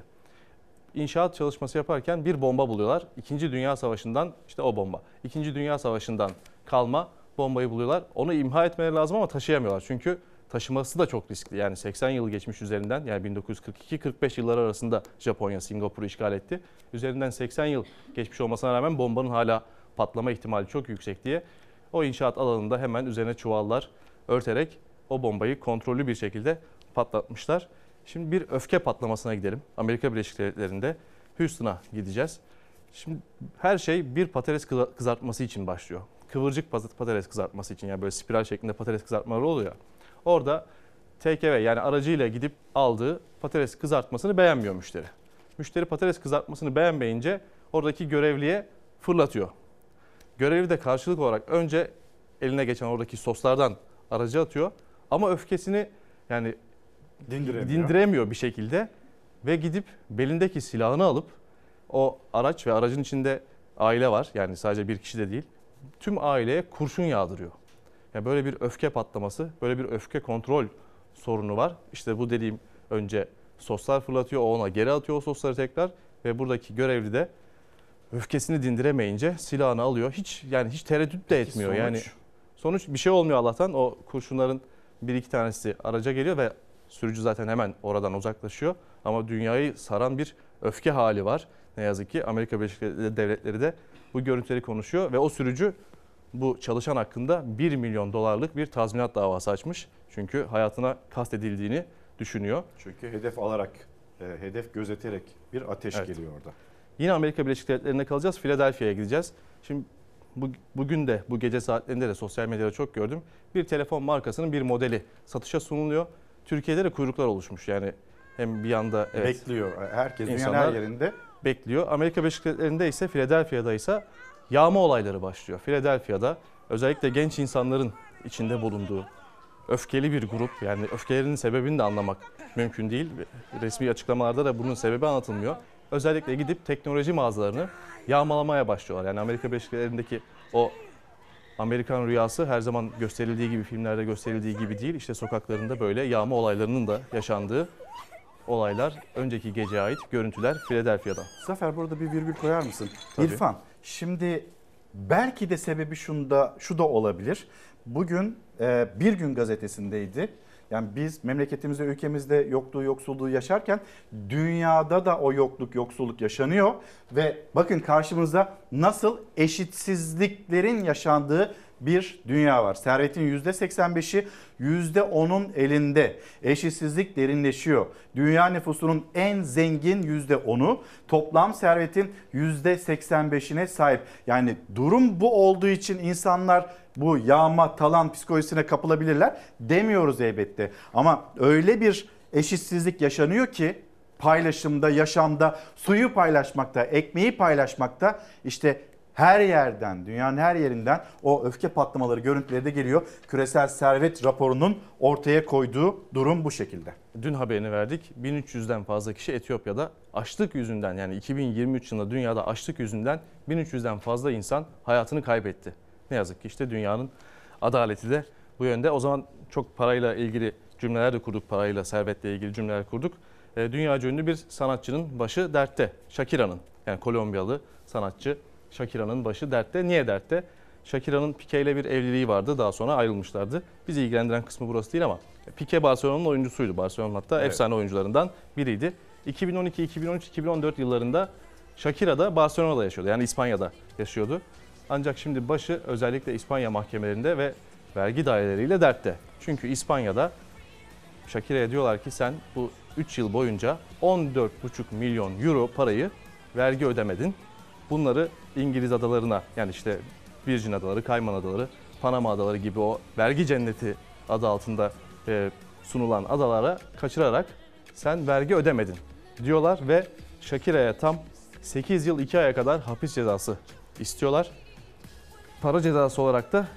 İnşaat çalışması yaparken bir bomba buluyorlar. 2. Dünya Savaşı'ndan işte o bomba. 2. Dünya Savaşı'ndan kalma bombayı buluyorlar. Onu imha etmeleri lazım ama taşıyamıyorlar. Çünkü taşıması da çok riskli. Yani 80 yıl geçmiş üzerinden, yani 1942-45 yılları arasında Japonya Singapur'u işgal etti. Üzerinden 80 yıl geçmiş olmasına rağmen bombanın hala patlama ihtimali çok yüksek diye o inşaat alanında hemen üzerine çuvallar örterek o bombayı kontrollü bir şekilde patlatmışlar. Şimdi bir öfke patlamasına gidelim. Amerika Birleşik Devletleri'nde Houston'a gideceğiz. Şimdi her şey bir patates kızartması için başlıyor. Kıvırcık patates kızartması için, yani böyle spiral şeklinde patates kızartmaları oluyor ya. Orada take away yani aracıyla gidip aldığı patates kızartmasını beğenmiyor müşteri. Müşteri patates kızartmasını beğenmeyince oradaki görevliye fırlatıyor. Görevli de karşılık olarak önce eline geçen oradaki soslardan aracı atıyor ama öfkesini yani dindiremiyor bir şekilde ve gidip belindeki silahını alıp o araç ve aracın içinde aile var yani sadece bir kişi de değil tüm aileye kurşun yağdırıyor. Yani böyle bir öfke patlaması, böyle bir öfke kontrol sorunu var. İşte bu dediğim önce soslar fırlatıyor, o ona geri atıyor o sosları tekrar ve buradaki görevli de öfkesini dindiremeyince silahını alıyor. Hiç tereddüt de etmiyor. Sonuç bir şey olmuyor Allah'tan. O kurşunların bir iki tanesi araca geliyor ve sürücü zaten hemen oradan uzaklaşıyor. Ama dünyayı saran bir öfke hali var. Ne yazık ki Amerika Birleşik Devletleri de bu görüntüleri konuşuyor ve o sürücü bu çalışan hakkında 1 milyon dolarlık bir tazminat davası açmış. Çünkü hayatına kastedildiğini düşünüyor. Çünkü hedef alarak, hedef gözeterek bir ateş geliyor orada. Yine Amerika Birleşik Devletleri'nde kalacağız. Philadelphia'ya gideceğiz. Şimdi bugün de bu gece saatlerinde de sosyal medyada çok gördüm. Bir telefon markasının bir modeli satışa sunuluyor. Türkiye'de de kuyruklar oluşmuş. Yani hem bir yanda bekliyor. Herkes dünyanın her yerinde bekliyor. Amerika Birleşik Devletleri'nde ise Philadelphia'da ise yağma olayları başlıyor. Philadelphia'da özellikle genç insanların içinde bulunduğu öfkeli bir grup yani öfkelerinin sebebini de anlamak mümkün değil. Resmi açıklamalarda da bunun sebebi anlatılmıyor. Özellikle gidip teknoloji mağazalarını yağmalamaya başlıyorlar. Yani Amerika Birleşik Devletleri'ndeki o Amerikan rüyası her zaman gösterildiği gibi filmlerde gösterildiği gibi değil. İşte sokaklarında böyle yağma olaylarının da yaşandığı olaylar önceki geceye ait görüntüler Philadelphia'da. Zafer burada bir virgül koyar mısın? Tabii. İrfan şimdi belki de sebebi şu da olabilir. Bugün Bir Gün gazetesindeydi. Yani biz memleketimizde, ülkemizde yokluğu, yoksulluğu yaşarken dünyada da o yokluk, yoksulluk yaşanıyor. Ve bakın karşımızda nasıl eşitsizliklerin yaşandığı bir dünya var. Servetin %85'i %10'un elinde. Eşitsizlik derinleşiyor. Dünya nüfusunun en zengin %10'u toplam servetin %85'ine sahip. Yani durum bu olduğu için insanlar bu yağma, talan psikolojisine kapılabilirler demiyoruz elbette. Ama öyle bir eşitsizlik yaşanıyor ki paylaşımda, yaşamda, suyu paylaşmakta, ekmeği paylaşmakta işte her yerden, dünyanın her yerinden o öfke patlamaları, görüntüleri de geliyor. Küresel Servet raporunun ortaya koyduğu durum bu şekilde. Dün haberini verdik. 1300'den fazla kişi Etiyopya'da açlık yüzünden yani 2023 yılında dünyada açlık yüzünden 1300'den fazla insan hayatını kaybetti. Ne yazık ki işte dünyanın adaleti de bu yönde. O zaman çok parayla ilgili cümleler de kurduk, parayla, servetle ilgili cümleler kurduk. Dünyaca ünlü bir sanatçının başı dertte. Shakira'nın yani Kolombiyalı sanatçı Shakira'nın başı dertte. Niye dertte? Shakira'nın Piqué ile bir evliliği vardı. Daha sonra ayrılmışlardı. Bizi ilgilendiren kısmı burası değil ama Piqué Barcelona'nın oyuncusuydu. Barcelona'nın hatta efsane oyuncularından biriydi. 2012, 2013, 2014 yıllarında Shakira da Barcelona'da yaşıyordu. Yani İspanya'da yaşıyordu. Ancak şimdi başı özellikle İspanya mahkemelerinde ve vergi daireleriyle dertte. Çünkü İspanya'da Shakira'ya diyorlar ki sen bu 3 yıl boyunca 14,5 milyon euro parayı vergi ödemedin. Bunları İngiliz adalarına yani işte Virgin Adaları, Kayman Adaları, Panama Adaları gibi o vergi cenneti adı altında sunulan adalara kaçırarak sen vergi ödemedin diyorlar ve Shakira'ya tam 8 yıl 2 aya kadar hapis cezası istiyorlar. Para cezası olarak da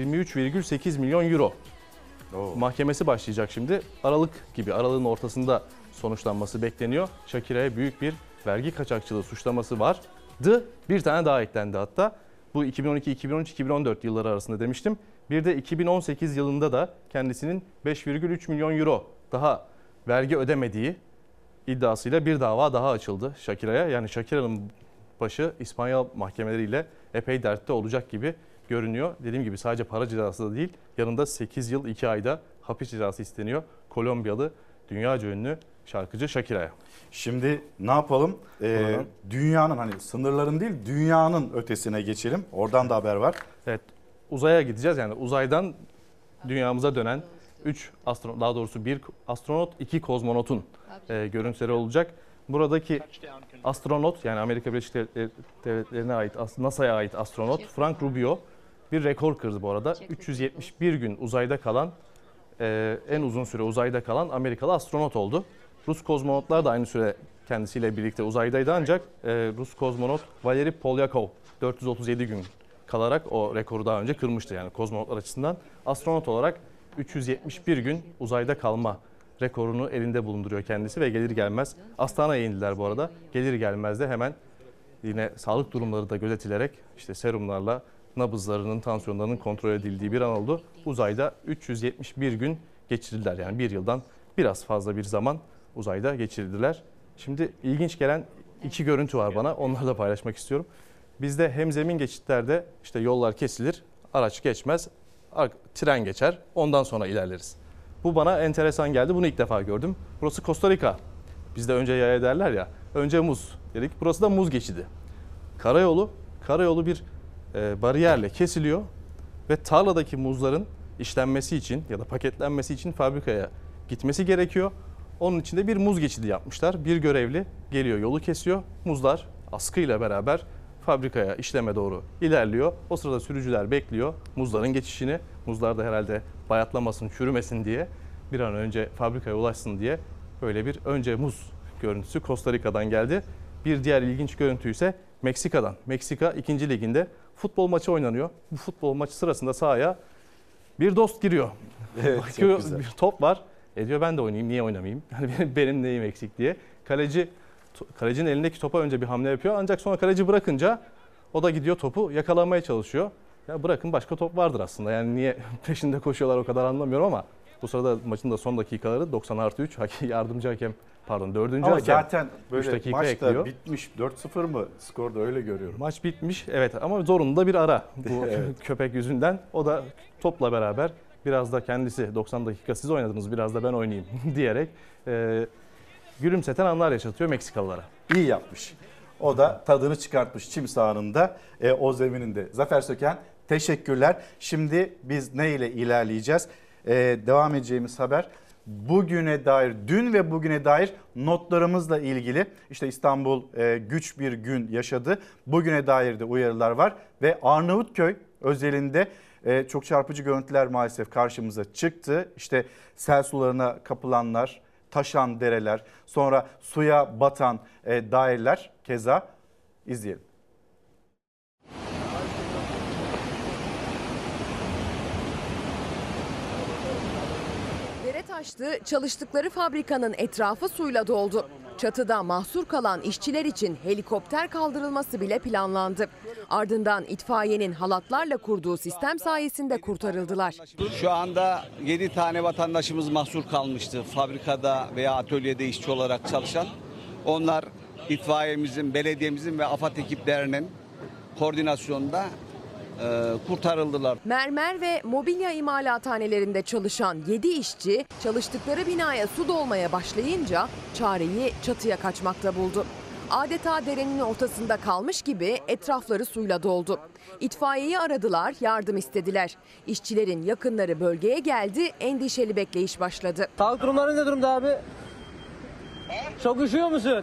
23,8 milyon euro. Mahkemesi başlayacak şimdi. Aralığın ortasında sonuçlanması bekleniyor. Shakira'ya büyük bir vergi kaçakçılığı suçlaması vardı. Bir tane daha eklendi hatta. Bu 2012, 2013, 2014 yılları arasında demiştim. Bir de 2018 yılında da kendisinin 5,3 milyon euro daha vergi ödemediği iddiasıyla bir dava daha açıldı Shakira'ya. Yani Shakira'nın başı İspanyol mahkemeleriyle epey dertte olacak gibi görünüyor. Dediğim gibi sadece para cezası da değil, yanında 8 yıl 2 ayda hapis cezası isteniyor Kolombiyalı dünyaca ünlü şarkıcı Shakira'ya. Şimdi ne yapalım? Dünyanın hani sınırların değil dünyanın ötesine geçelim. Oradan da haber var. Evet, uzaya gideceğiz. Yani uzaydan dünyamıza dönen 3 astronot, daha doğrusu 1 astronot, 2 kozmonotun görüntüleri olacak. Buradaki astronot yani Amerika Birleşik Devletleri'ne ait, NASA'ya ait astronot Frank Rubio bir rekor kırdı bu arada. 371 gün uzayda kalan en uzun süre uzayda kalan Amerikalı astronot oldu. Rus kozmonotlar da aynı süre kendisiyle birlikte uzaydaydı ancak Rus kozmonot Valeri Polyakov 437 gün kalarak o rekoru daha önce kırmıştı yani kozmonotlar açısından. Astronot olarak 371 gün uzayda kalma rekorunu elinde bulunduruyor kendisi ve gelir gelmez Astana'ya indiler bu arada. Gelir gelmez de hemen yine sağlık durumları da gözetilerek işte serumlarla nabızlarının, tansiyonlarının kontrol edildiği bir an oldu. Uzayda 371 gün geçirdiler yani bir yıldan biraz fazla bir zaman uzayda geçirdiler. Şimdi ilginç gelen iki görüntü var bana. Onları da paylaşmak istiyorum. Bizde hemzemin geçitlerde işte yollar kesilir, araç geçmez, tren geçer. Ondan sonra ilerleriz. Bu bana enteresan geldi. Bunu ilk defa gördüm. Burası Costa Rica. Bizde önce yaya derler ya. Önce muz dedik. Burası da muz geçidi. Karayolu bir bariyerle kesiliyor ve tarladaki muzların işlenmesi için ya da paketlenmesi için fabrikaya gitmesi gerekiyor. Onun için de bir muz geçidi yapmışlar. Bir görevli geliyor, yolu kesiyor. Muzlar askıyla beraber fabrikaya, işleme doğru ilerliyor. O sırada sürücüler bekliyor muzların geçişini. Muzlar da herhalde bayatlamasın, çürümesin diye, bir an önce fabrikaya ulaşsın diye böyle bir önce muz görüntüsü Costa Rica'dan geldi. Bir diğer ilginç görüntü ise Meksika'dan. Meksika 2. liginde futbol maçı oynanıyor. Bu futbol maçı sırasında sahaya bir dost giriyor. Evet, bakıyor bir top var. Diyor ben de oynayayım, niye oynamayayım? Yani benim neyim eksik diye. Kalecinin elindeki topa önce bir hamle yapıyor. Ancak sonra kaleci bırakınca o da gidiyor topu yakalamaya çalışıyor. Ya bırakın başka top vardır aslında. Yani niye peşinde koşuyorlar o kadar anlamıyorum ama bu sırada maçın da son dakikaları 90+3 yardımcı hakem 4. Ama hakem zaten böyle dakika maçta ekliyor. bitmiş 4-0 mı skorda öyle görüyorum. Maç bitmiş evet ama zorunda bir ara bu Evet. köpek yüzünden. O da topla beraber biraz da kendisi 90 dakika siz oynadınız biraz da ben oynayayım diyerek gülümseten anlar yaşatıyor Meksikalılara. İyi yapmış. O da tadını çıkartmış çim sahanında, o zemininde. Zafer Söken teşekkürler. Şimdi biz ne ile ilerleyeceğiz? Devam edeceğimiz haber bugüne dair, dün ve bugüne dair notlarımızla ilgili. İşte İstanbul güç bir gün yaşadı. Bugüne dair de uyarılar var ve Arnavutköy özelinde çok çarpıcı görüntüler maalesef karşımıza çıktı. İşte sel sularına kapılanlar, taşan dereler, sonra suya batan daireler keza izleyelim. Dere taştı, çalıştıkları fabrikanın etrafı suyla doldu. Çatıda mahsur kalan işçiler için helikopter kaldırılması bile planlandı. Ardından itfaiyenin halatlarla kurduğu sistem sayesinde kurtarıldılar. Şu anda 7 tane vatandaşımız mahsur kalmıştı. Fabrikada veya atölyede işçi olarak çalışan. Onlar itfaiyemizin, belediyemizin ve AFAD ekiplerinin koordinasyonunda kurtarıldılar. Mermer ve mobilya imalathanelerinde çalışan 7 işçi çalıştıkları binaya su dolmaya başlayınca çareyi çatıya kaçmakta buldu. Adeta derenin ortasında kalmış gibi etrafları suyla doldu. İtfaiyeyi aradılar, yardım istediler. İşçilerin yakınları bölgeye geldi, endişeli bekleyiş başladı. Sağlık durumları ne durumda abi? Çok üşüyor musun?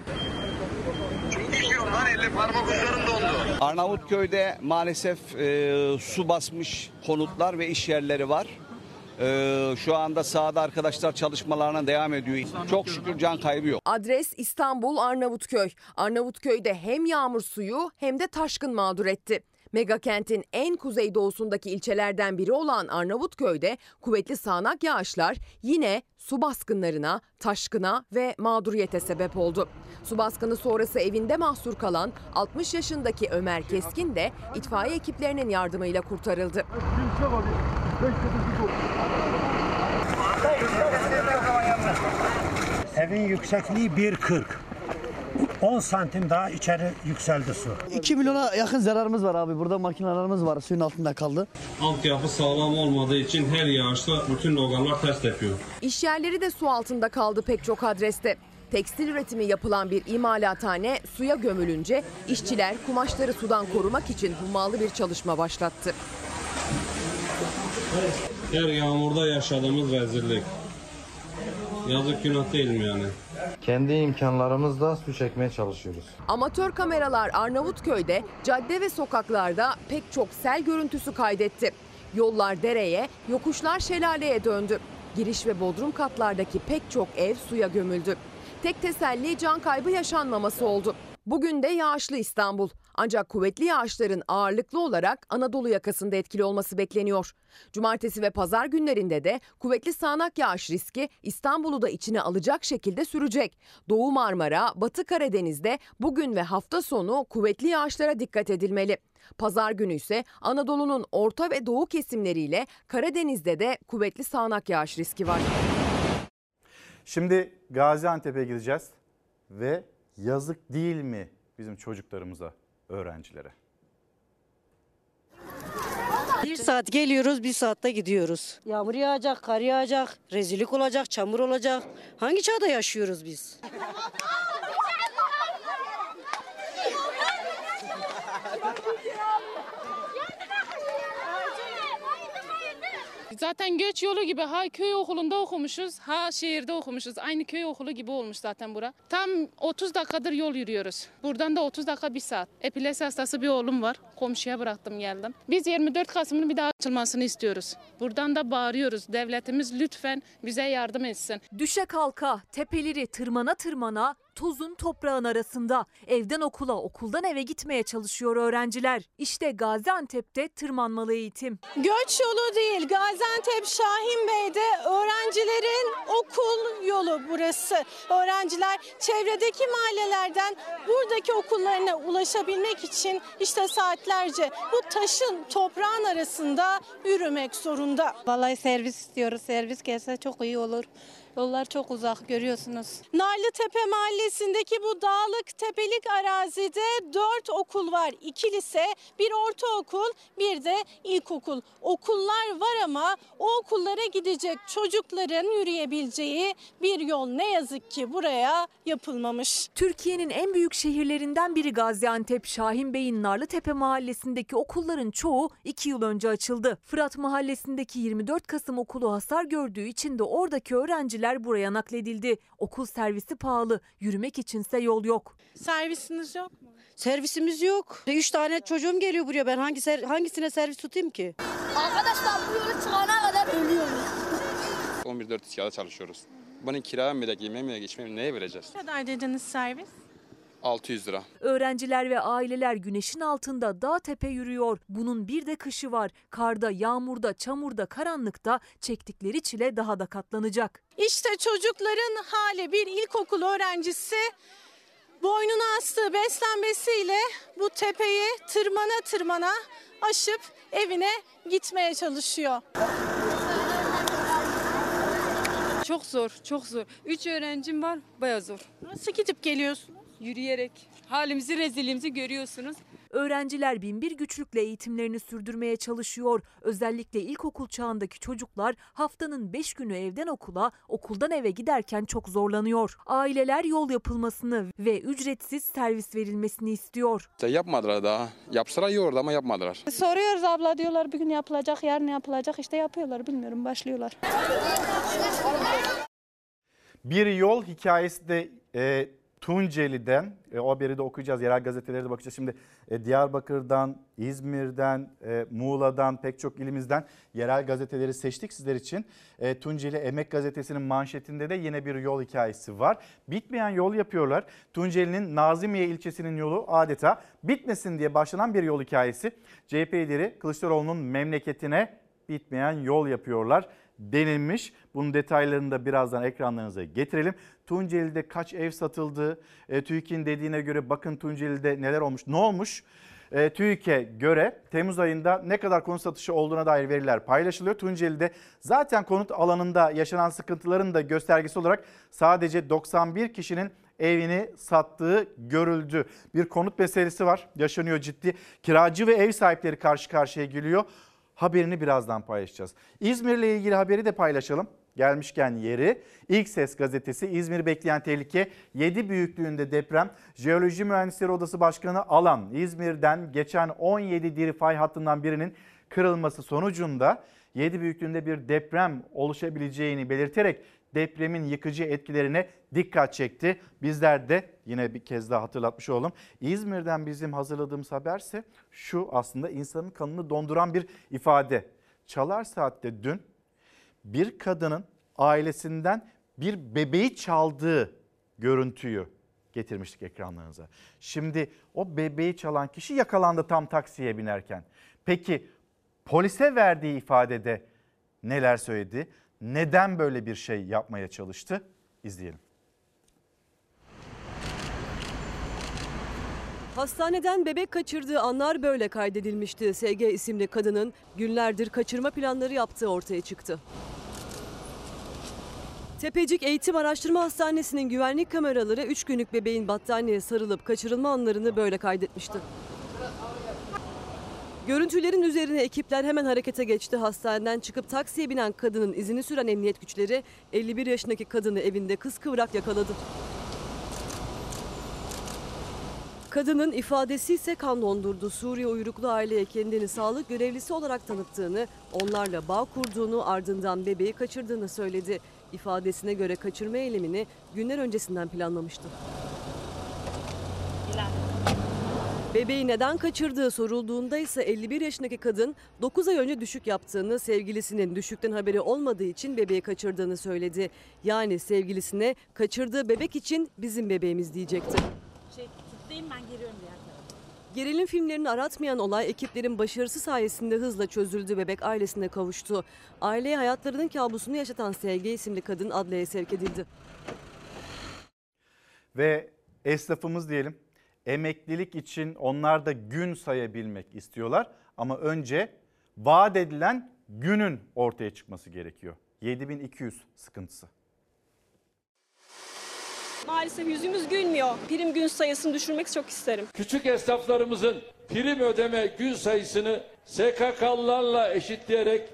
Arnavutköy'de maalesef su basmış konutlar ve iş yerleri var. Şu anda sahada arkadaşlar çalışmalarına devam ediyor. Çok şükür can kaybı yok. Adres İstanbul Arnavutköy. Arnavutköy'de hem yağmur suyu hem de taşkın mağdur etti. Megakentin en kuzeydoğusundaki ilçelerden biri olan Arnavutköy'de kuvvetli sağanak yağışlar yine su baskınlarına, taşkına ve mağduriyete sebep oldu. Su baskını sonrası evinde mahsur kalan 60 yaşındaki Ömer Keskin de itfaiye ekiplerinin yardımıyla kurtarıldı. Evin yüksekliği 1.40. 10 santim daha içeri yükseldi su. 2 milyona yakın zararımız var abi. Burada makinelerimiz var. Suyun altında kaldı. Altyapı sağlam olmadığı için her yağışta bütün logarlar ters tepiyor. İş yerleri de su altında kaldı pek çok adreste. Tekstil üretimi yapılan bir imalathane suya gömülünce işçiler kumaşları sudan korumak için hummalı bir çalışma başlattı. Her yağmurda yaşadığımız rezillik. Yazık günah değil mi yani? Kendi imkanlarımızla su çekmeye çalışıyoruz. Amatör kameralar Arnavutköy'de cadde ve sokaklarda pek çok sel görüntüsü kaydetti. Yollar dereye, yokuşlar şelaleye döndü. Giriş ve bodrum katlardaki pek çok ev suya gömüldü. Tek teselli can kaybı yaşanmaması oldu. Bugün de yağışlı İstanbul. Ancak kuvvetli yağışların ağırlıklı olarak Anadolu yakasında etkili olması bekleniyor. Cumartesi ve pazar günlerinde de kuvvetli sağanak yağış riski İstanbul'u da içine alacak şekilde sürecek. Doğu Marmara, Batı Karadeniz'de bugün ve hafta sonu kuvvetli yağışlara dikkat edilmeli. Pazar günü ise Anadolu'nun orta ve doğu kesimleriyle Karadeniz'de de kuvvetli sağanak yağış riski var. Şimdi Gaziantep'e gideceğiz ve yazık değil mi bizim çocuklarımıza, öğrencilere? Bir saat geliyoruz, bir saatte gidiyoruz. Yağmur yağacak, kar yağacak, rezillik olacak, çamur olacak. Hangi çağda yaşıyoruz biz? Zaten göç yolu gibi, ha köy okulunda okumuşuz, ha şehirde okumuşuz. Aynı köy okulu gibi olmuş zaten bura. Tam 30 dakikadır yol yürüyoruz. Buradan da 30 dakika bir saat. Epilepsi hastası bir oğlum var. Komşuya bıraktım geldim. Biz 24 Kasım'ın bir daha açılmasını istiyoruz. Buradan da bağırıyoruz. Devletimiz lütfen bize yardım etsin. Düşe kalka, tepeleri tırmana tırmana, tozun toprağın arasında evden okula, okuldan eve gitmeye çalışıyor öğrenciler. İşte Gaziantep'te tırmanmalı eğitim. Göç yolu değil, Gaziantep Şahinbey'de öğrencilerin okul yolu burası. Öğrenciler çevredeki mahallelerden buradaki okullarına ulaşabilmek için işte saatlerce bu taşın, toprağın arasında yürümek zorunda. Vallahi servis istiyoruz. Servis gelse çok iyi olur. Yollar çok uzak, görüyorsunuz. Narlıtepe mahallesindeki bu dağlık tepelik arazide 4 okul var. 2 lise, bir ortaokul, bir de ilkokul. Okullar var ama o okullara gidecek çocukların yürüyebileceği bir yol ne yazık ki buraya yapılmamış. Türkiye'nin en büyük şehirlerinden biri Gaziantep. Şahinbey'in Narlıtepe mahallesindeki okulların çoğu 2 yıl önce açıldı. Fırat mahallesindeki 24 Kasım okulu hasar gördüğü için de oradaki öğrenciler buraya nakledildi. Okul servisi pahalı, yürümek içinse yol yok. Servisiniz yok mu? Servisimiz yok. 3 tane çocuğum geliyor buraya. Ben hangisine servis tutayım ki? Arkadaşlar bu yolu çıkana kadar ölüyoruz. 11-4 iskada çalışıyoruz. Bunun kiraya mı da yemeğe mi geçmeye neye vereceğiz? Ne kadar dediniz servis? 600 lira. Öğrenciler ve aileler güneşin altında dağ tepe yürüyor. Bunun bir de kışı var. Karda, yağmurda, çamurda, karanlıkta çektikleri çile daha da katlanacak. İşte çocukların hali. Bir ilkokul öğrencisi boynuna astığı beslenmesiyle bu tepeyi tırmana tırmana aşıp evine gitmeye çalışıyor. Çok zor, çok zor. 3 öğrencim var, bayağı zor. Nasıl gidip geliyorsunuz? Yürüyerek. Halimizi, rezilliğimizi görüyorsunuz. Öğrenciler binbir güçlükle eğitimlerini sürdürmeye çalışıyor. Özellikle ilkokul çağındaki çocuklar haftanın 5 günü evden okula, okuldan eve giderken çok zorlanıyor. Aileler yol yapılmasını ve ücretsiz servis verilmesini istiyor. Yapmadılar daha. Yapsalar iyi olurdu ama yapmadılar. Soruyoruz abla, diyorlar bir gün yapılacak, yarın yapılacak. İşte yapıyorlar, bilmiyorum, başlıyorlar. Bir yol hikayesi de Tunceli'den, o haberi de okuyacağız, yerel gazetelere de bakacağız. Şimdi Diyarbakır'dan, İzmir'den, Muğla'dan, pek çok ilimizden yerel gazeteleri seçtik sizler için. Tunceli Emek Gazetesi'nin manşetinde de yine bir yol hikayesi var. Bitmeyen yol yapıyorlar. Tunceli'nin Nazimiye ilçesinin yolu adeta bitmesin diye başlanan bir yol hikayesi. CHP lideri Kılıçdaroğlu'nun memleketine bitmeyen yol yapıyorlar denilmiş. Bunun detaylarını da birazdan ekranlarınıza getirelim. Tunceli'de kaç ev satıldı? TÜİK'in dediğine göre bakın Tunceli'de neler olmuş, ne olmuş? TÜİK'e göre Temmuz ayında ne kadar konut satışı olduğuna dair veriler paylaşılıyor. Tunceli'de zaten konut alanında yaşanan sıkıntıların da göstergesi olarak sadece 91 kişinin evini sattığı görüldü. Bir konut meselesi var, yaşanıyor ciddi. Kiracı ve ev sahipleri karşı karşıya geliyor. Haberini birazdan paylaşacağız. İzmir'le ilgili haberi de paylaşalım. Gelmişken yeri. İlk Ses gazetesi İzmir'i bekleyen tehlike 7 büyüklüğünde deprem. Jeoloji Mühendisleri Odası Başkanı Alan İzmir'den geçen 17 diri fay hattından birinin kırılması sonucunda 7 büyüklüğünde bir deprem oluşabileceğini belirterek depremin yıkıcı etkilerine dikkat çekti. Bizler de yine bir kez daha hatırlatmış olalım. İzmir'den bizim hazırladığımız haberse şu, aslında insanın kanını donduran bir ifade. Çalar Saat'te dün bir kadının ailesinden bir bebeği çaldığı görüntüyü getirmiştik ekranlarınıza. Şimdi o bebeği çalan kişi yakalandı tam taksiye binerken. Peki polise verdiği ifadede neler söyledi? Neden böyle bir şey yapmaya çalıştı? İzleyelim. Hastaneden bebek kaçırdığı anlar böyle kaydedilmişti. SG isimli kadının günlerdir kaçırma planları yaptığı ortaya çıktı. Tepecik Eğitim Araştırma Hastanesi'nin güvenlik kameraları 3 günlük bebeğin battaniyeye sarılıp kaçırılma anlarını böyle kaydetmişti. Görüntülerin üzerine ekipler hemen harekete geçti. Hastaneden çıkıp taksiye binen kadının izini süren emniyet güçleri 51 yaşındaki kadını evinde kıskıvrak yakaladı. Kadının ifadesi ise kan dondurdu. Suriye uyruklu aileye kendini sağlık görevlisi olarak tanıttığını, onlarla bağ kurduğunu, ardından bebeği kaçırdığını söyledi. İfadesine göre kaçırma eylemini günler öncesinden planlamıştı. Bebeği neden kaçırdığı sorulduğunda ise 51 yaşındaki kadın 9 ay önce düşük yaptığını, sevgilisinin düşükten haberi olmadığı için bebeği kaçırdığını söyledi. Yani sevgilisine kaçırdığı bebek için bizim bebeğimiz diyecekti. Ben giriyorum diğer tarafa. Gerilim filmlerini aratmayan olay ekiplerin başarısı sayesinde hızla çözüldü. Bebek ailesine kavuştu. Aileye hayatlarının kabusunu yaşatan SG isimli kadın adliyeye sevk edildi. Ve esnafımız diyelim, emeklilik için onlar da gün sayabilmek istiyorlar. Ama önce vaat edilen günün ortaya çıkması gerekiyor. 7200 sıkıntısı. Maalesef yüzümüz gülmüyor. Prim gün sayısını düşürmek çok isterim. Küçük esnaflarımızın prim ödeme gün sayısını SKK'lılarla eşitleyerek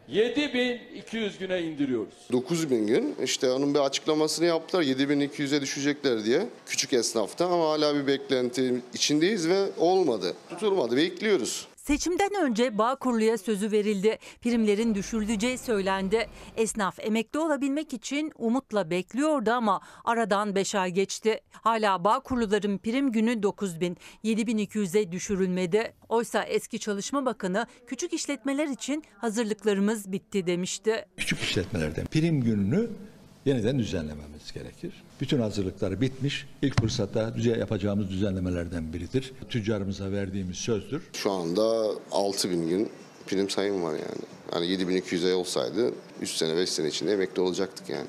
7.200 güne indiriyoruz. 9.000 gün, işte onun bir açıklamasını yaptılar, 7.200'e düşecekler diye küçük esnafta, ama hala bir beklenti içindeyiz ve olmadı, tutulmadı, bekliyoruz. Seçimden önce Bağkurlu'ya sözü verildi. Primlerin düşürüleceği söylendi. Esnaf emekli olabilmek için umutla bekliyordu ama aradan 5 ay geçti. Hala Bağkurluların prim günü 9.000, 7.200'e düşürülmedi. Oysa eski Çalışma Bakanı küçük işletmeler için hazırlıklarımız bitti demişti. Küçük işletmelerden prim gününü yeniden düzenlememiz gerekir. Bütün hazırlıklar bitmiş. İlk fırsatta yapacağımız düzenlemelerden biridir. Tüccarımıza verdiğimiz sözdür. Şu anda 6.000 gün prim sayım var yani. Hani 7.200'e olsaydı 3 sene 5 sene içinde emekli olacaktık yani.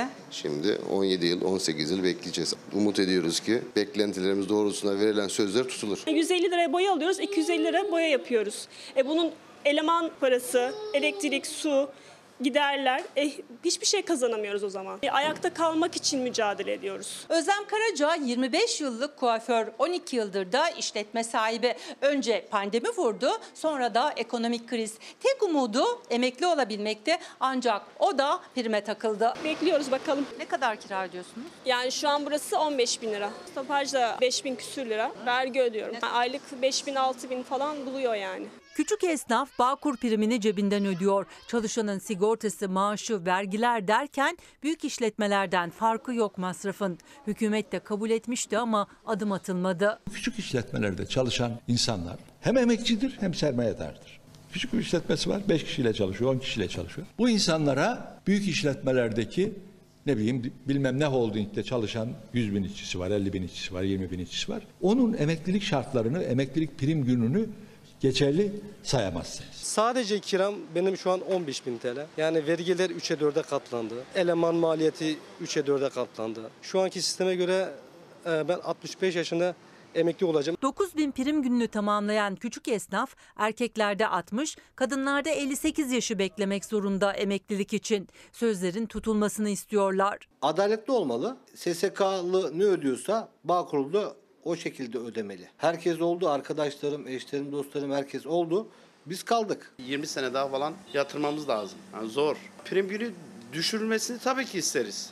Şimdi 17 yıl 18 yıl bekleyeceğiz. Umut ediyoruz ki beklentilerimiz doğrultusunda verilen sözler tutulur. 150 liraya boya alıyoruz, 250 lira boya yapıyoruz. Bunun eleman parası, elektrik, su, giderler. Hiçbir şey kazanamıyoruz o zaman. Ayakta kalmak için mücadele ediyoruz. Özlem Karaca 25 yıllık kuaför, 12 yıldır da işletme sahibi. Önce pandemi vurdu, sonra da ekonomik kriz. Tek umudu emekli olabilmekti, ancak o da prime takıldı. Bekliyoruz bakalım. Ne kadar kira ödüyorsunuz? Yani şu an burası 15.000 lira. Stopajda 5.000 küsür lira. Vergi ödüyorum. Aylık 5.000-6.000 falan buluyor yani. Küçük esnaf Bağkur primini cebinden ödüyor. Çalışanın sigortası, maaşı, vergiler derken büyük işletmelerden farkı yok masrafın. Hükümet de kabul etmişti ama adım atılmadı. Küçük işletmelerde çalışan insanlar hem emekçidir hem sermayedardır. Küçük bir işletmesi var, 5 kişiyle çalışıyor, 10 kişiyle çalışıyor. Bu insanlara büyük işletmelerdeki bilmem ne holdingde çalışan 100.000 işçisi var, 50.000 işçisi var, 20.000 işçisi var. Onun emeklilik şartlarını, emeklilik prim gününü geçerli sayamazsınız. Sadece kiram benim şu an 15.000 TL. Yani vergiler 3'e 4'e katlandı. Eleman maliyeti 3'e 4'e katlandı. Şu anki sisteme göre ben 65 yaşında emekli olacağım. 9.000 prim gününü tamamlayan küçük esnaf erkeklerde 60, kadınlarda 58 yaşı beklemek zorunda emeklilik için. Sözlerin tutulmasını istiyorlar. Adaletli olmalı. SSK'lı ne ödüyorsa Bağkurlu da o şekilde ödemeli. Herkes oldu, arkadaşlarım, eşlerim, dostlarım herkes oldu. Biz kaldık. 20 sene daha falan yatırmamız lazım. Yani zor. Prim günü düşürülmesini tabii ki isteriz.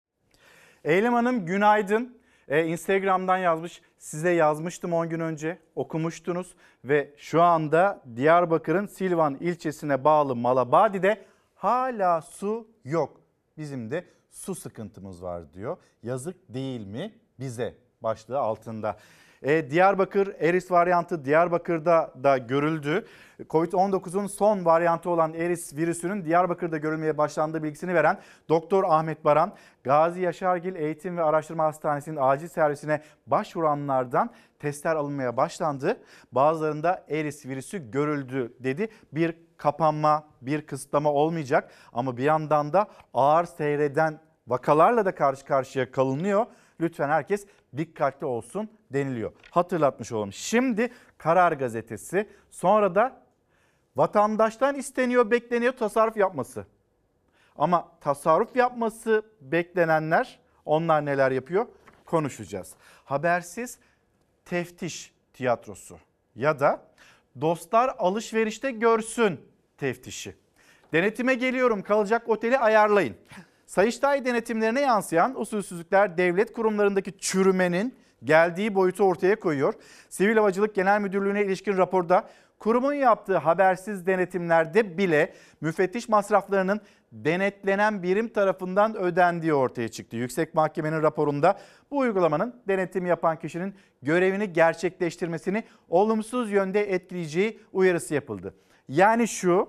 Eylem Hanım günaydın. Instagram'dan yazmış. Size yazmıştım 10 gün önce. Okumuştunuz ve şu anda Diyarbakır'ın Silvan ilçesine bağlı Malabadi'de hala su yok. Bizim de su sıkıntımız var diyor. Yazık değil mi bize? Başlığı altında. Diyarbakır Eris varyantı Diyarbakır'da da görüldü. Covid-19'un son varyantı olan Eris virüsünün Diyarbakır'da görülmeye başlandığı bilgisini veren Doktor Ahmet Baran, Gazi Yaşargil Eğitim ve Araştırma Hastanesi'nin acil servisine başvuranlardan testler alınmaya başlandı. Bazılarında Eris virüsü görüldü dedi. Bir kapanma, bir kısıtlama olmayacak ama bir yandan da ağır seyreden vakalarla da karşı karşıya kalınıyor. Lütfen herkes dikkatli olsun deniliyor. Hatırlatmış olalım. Şimdi Karar Gazetesi, sonra da vatandaştan isteniyor, bekleniyor tasarruf yapması. Ama tasarruf yapması beklenenler, onlar neler yapıyor? Konuşacağız. Habersiz teftiş tiyatrosu ya da dostlar alışverişte görsün teftişi. Denetime geliyorum, kalacak oteli ayarlayın. Sayıştay denetimlerine yansıyan usulsüzlükler devlet kurumlarındaki çürümenin geldiği boyutu ortaya koyuyor. Sivil Havacılık Genel Müdürlüğü'ne ilişkin raporda kurumun yaptığı habersiz denetimlerde bile müfettiş masraflarının denetlenen birim tarafından ödendiği ortaya çıktı. Yüksek Mahkemenin raporunda bu uygulamanın denetim yapan kişinin görevini gerçekleştirmesini olumsuz yönde etkileyeceği uyarısı yapıldı. Yani şu,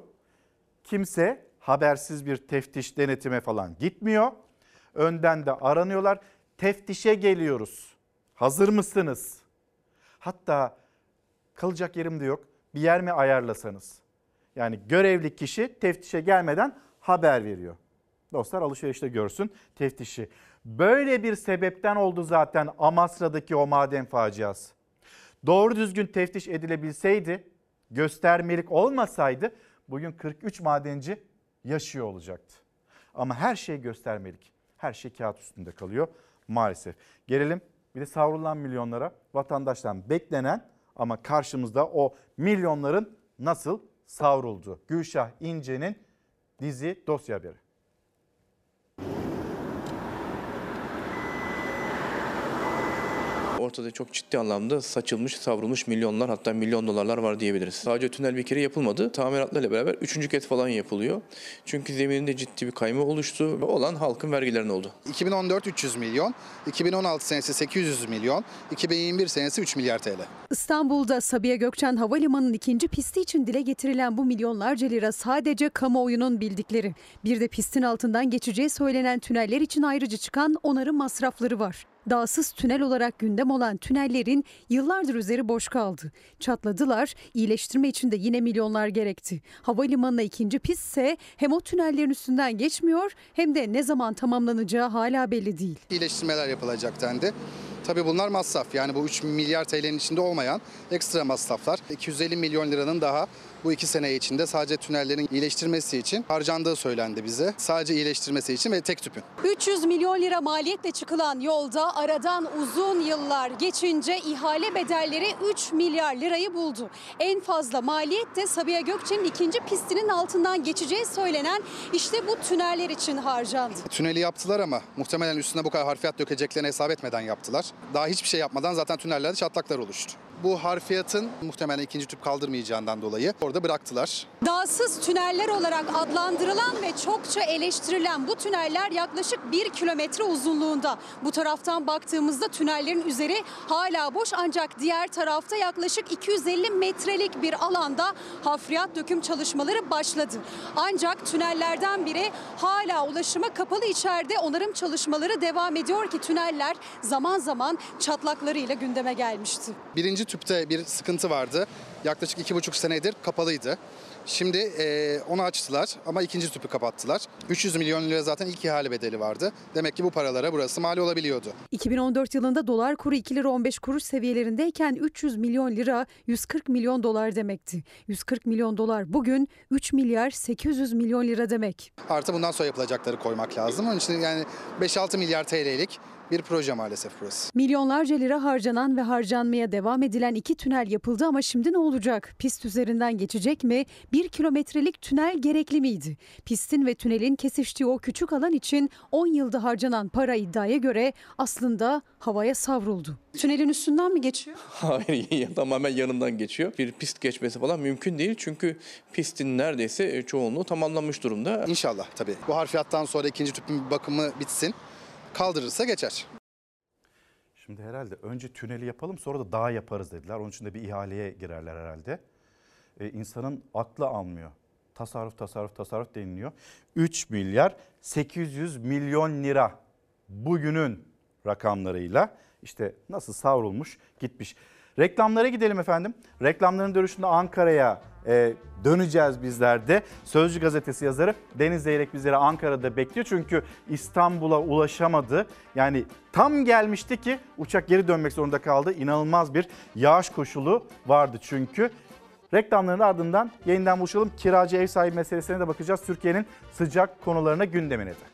kimse habersiz bir teftiş denetime falan gitmiyor. Önden de aranıyorlar. Teftişe geliyoruz. Hazır mısınız? Hatta kalacak yerim de yok. Bir yer mi ayarlasanız? Yani görevli kişi teftişe gelmeden haber veriyor. Dostlar alışverişte görsün teftişi. Böyle bir sebepten oldu zaten Amasra'daki o maden faciası. Doğru düzgün teftiş edilebilseydi, göstermelik olmasaydı bugün 43 madenci yaşıyor olacaktı. Ama her şey göstermelik. Her şey kağıt üstünde kalıyor maalesef. Gelelim bir de savrulan milyonlara, vatandaştan beklenen ama karşımızda o milyonların nasıl savrulduğu. Gülşah İnce'nin dizi dosya haberi. Ortada çok ciddi anlamda saçılmış, savrulmuş milyonlar, hatta milyon dolarlar var diyebiliriz. Sadece tünel bir kere yapılmadı. Tamiratlarla beraber 3. kez falan yapılıyor. Çünkü zemininde ciddi bir kayma oluştu. Olan halkın vergilerine oldu. 2014 300 milyon, 2016 senesi 800 milyon, 2021 senesi 3 milyar TL. İstanbul'da Sabiha Gökçen Havalimanı'nın ikinci pisti için dile getirilen bu milyonlarca lira sadece kamuoyunun bildikleri. Bir de pistin altından geçeceği söylenen tüneller için ayrıca çıkan onarım masrafları var. Dağsız tünel olarak gündem olan tünellerin yıllardır üzeri boş kaldı. Çatladılar, iyileştirme için de yine milyonlar gerekti. Havalimanına ikinci pist ise hem o tünellerin üstünden geçmiyor hem de ne zaman tamamlanacağı hala belli değil. İyileştirmeler yapılacak dendi. Tabii bunlar masraf, yani bu 3 milyar TL'nin içinde olmayan ekstra masraflar. 250 milyon liranın daha bu 2 sene içinde sadece tünellerin iyileştirmesi için harcandığı söylendi bize. Sadece iyileştirmesi için ve tek tüpün. 300 milyon lira maliyetle çıkılan yolda aradan uzun yıllar geçince ihale bedelleri 3 milyar lirayı buldu. En fazla maliyet de Sabiha Gökçen'in ikinci pistinin altından geçeceği söylenen işte bu tüneller için harcandı. Tüneli yaptılar ama muhtemelen üstüne bu kadar harfiyat dökeceklerini hesap etmeden yaptılar. Daha hiçbir şey yapmadan zaten tünellerde çatlaklar oluştu. Bu harfiyatın muhtemelen ikinci tüp kaldırmayacağından dolayı orada bıraktılar. Dağsız tüneller olarak adlandırılan ve çokça eleştirilen bu tüneller yaklaşık 1 kilometre uzunluğunda. Bu taraftan baktığımızda tünellerin üzeri hala boş, ancak diğer tarafta yaklaşık 250 metrelik bir alanda hafriyat döküm çalışmaları başladı. Ancak tünellerden biri hala ulaşıma kapalı, içeride onarım çalışmaları devam ediyor ki tüneller zaman zaman çatlaklarıyla gündeme gelmişti. Birinci tüpte bir sıkıntı vardı. Yaklaşık 2,5 senedir kapalıydı. Şimdi onu açtılar ama ikinci tüpü kapattılar. 300 milyon lira zaten ilk ihale bedeli vardı. Demek ki bu paralara burası mal olabiliyordu. 2014 yılında dolar kuru 2 lira 15 kuruş seviyelerindeyken 300 milyon lira 140 milyon dolar demekti. 140 milyon dolar bugün 3 milyar 800 milyon lira demek. Artı bundan sonra yapılacakları koymak lazım. Onun için yani 5-6 milyar TL'lik bir proje maalesef burası. Milyonlarca lira harcanan ve harcanmaya devam edilen 2 tünel yapıldı ama şimdi ne olacak? Pist üzerinden geçecek mi? 1 kilometrelik tünel gerekli miydi? Pistin ve tünelin kesiştiği o küçük alan için 10 yılda harcanan para iddiaya göre aslında havaya savruldu. Tünelin üstünden mi geçiyor? Hayır, tamamen yanından geçiyor. Bir pist geçmesi falan mümkün değil. Çünkü pistin neredeyse çoğunluğu tamamlanmış durumda. İnşallah tabii. Bu harfiyattan sonra ikinci tüpün bakımı bitsin. Kaldırırsa geçer. Şimdi herhalde önce tüneli yapalım sonra da dağ yaparız dediler. Onun için de bir ihaleye girerler herhalde. İnsanın aklı almıyor. Tasarruf deniliyor. 3 milyar 800 milyon lira bugünün rakamlarıyla işte nasıl savrulmuş gitmiş. Reklamlara gidelim efendim. Reklamların dönüşünde Ankara'ya döneceğiz bizler de. Sözcü gazetesi yazarı Deniz Zeyrek bizleri Ankara'da bekliyor. Çünkü İstanbul'a ulaşamadı. Yani tam gelmişti ki uçak geri dönmek zorunda kaldı. İnanılmaz bir yağış koşulu vardı çünkü. Reklamların ardından yeniden buluşalım. Kiracı ev sahibi meselesine de bakacağız. Türkiye'nin sıcak konularına, gündemine de.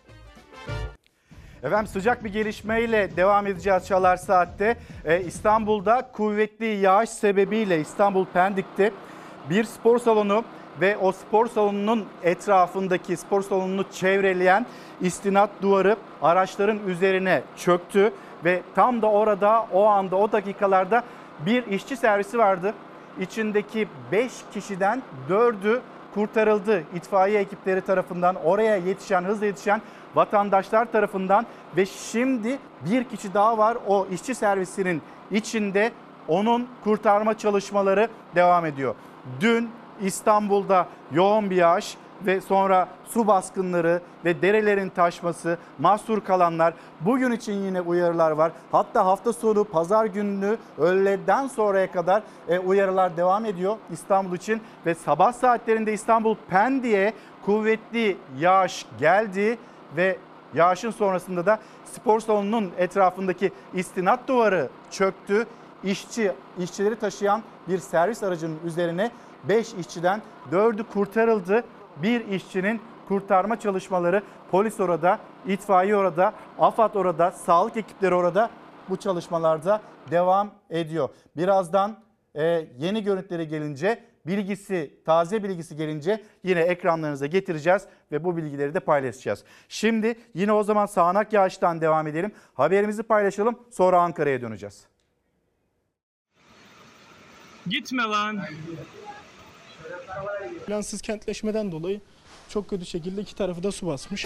Efendim sıcak bir gelişmeyle devam edeceğiz Çalar Saat'te. İstanbul'da kuvvetli yağış sebebiyle İstanbul Pendik'te bir spor salonu ve o spor salonunun etrafındaki spor salonunu çevreleyen istinat duvarı araçların üzerine çöktü. Ve tam da orada o anda o dakikalarda bir işçi servisi vardı. İçindeki 5 kişiden 4'ü kurtarıldı itfaiye ekipleri tarafından, oraya yetişen, hızla yetişen vatandaşlar tarafından ve şimdi bir kişi daha var o işçi servisinin içinde, onun kurtarma çalışmaları devam ediyor. Dün İstanbul'da yoğun bir yağış ve sonra su baskınları ve derelerin taşması, mahsur kalanlar, bugün için yine uyarılar var. Hatta hafta sonu pazar günü öğleden sonraya kadar uyarılar devam ediyor İstanbul için ve sabah saatlerinde İstanbul Pendik'e kuvvetli yağış geldi ve yağışın sonrasında da spor salonunun etrafındaki istinat duvarı çöktü. İşçileri taşıyan bir servis aracının üzerine 5 işçiden 4'ü kurtarıldı. Bir işçinin kurtarma çalışmaları, polis orada, itfaiye orada, AFAD orada, sağlık ekipleri orada, bu çalışmalarda devam ediyor. Birazdan yeni görüntüleri gelince, taze bilgisi gelince yine ekranlarınıza getireceğiz ve bu bilgileri de paylaşacağız. Şimdi yine o zaman sağanak yağıştan devam edelim. Haberimizi paylaşalım, sonra Ankara'ya döneceğiz. Gitme lan. Plansız kentleşmeden dolayı çok kötü şekilde iki tarafı da su basmış.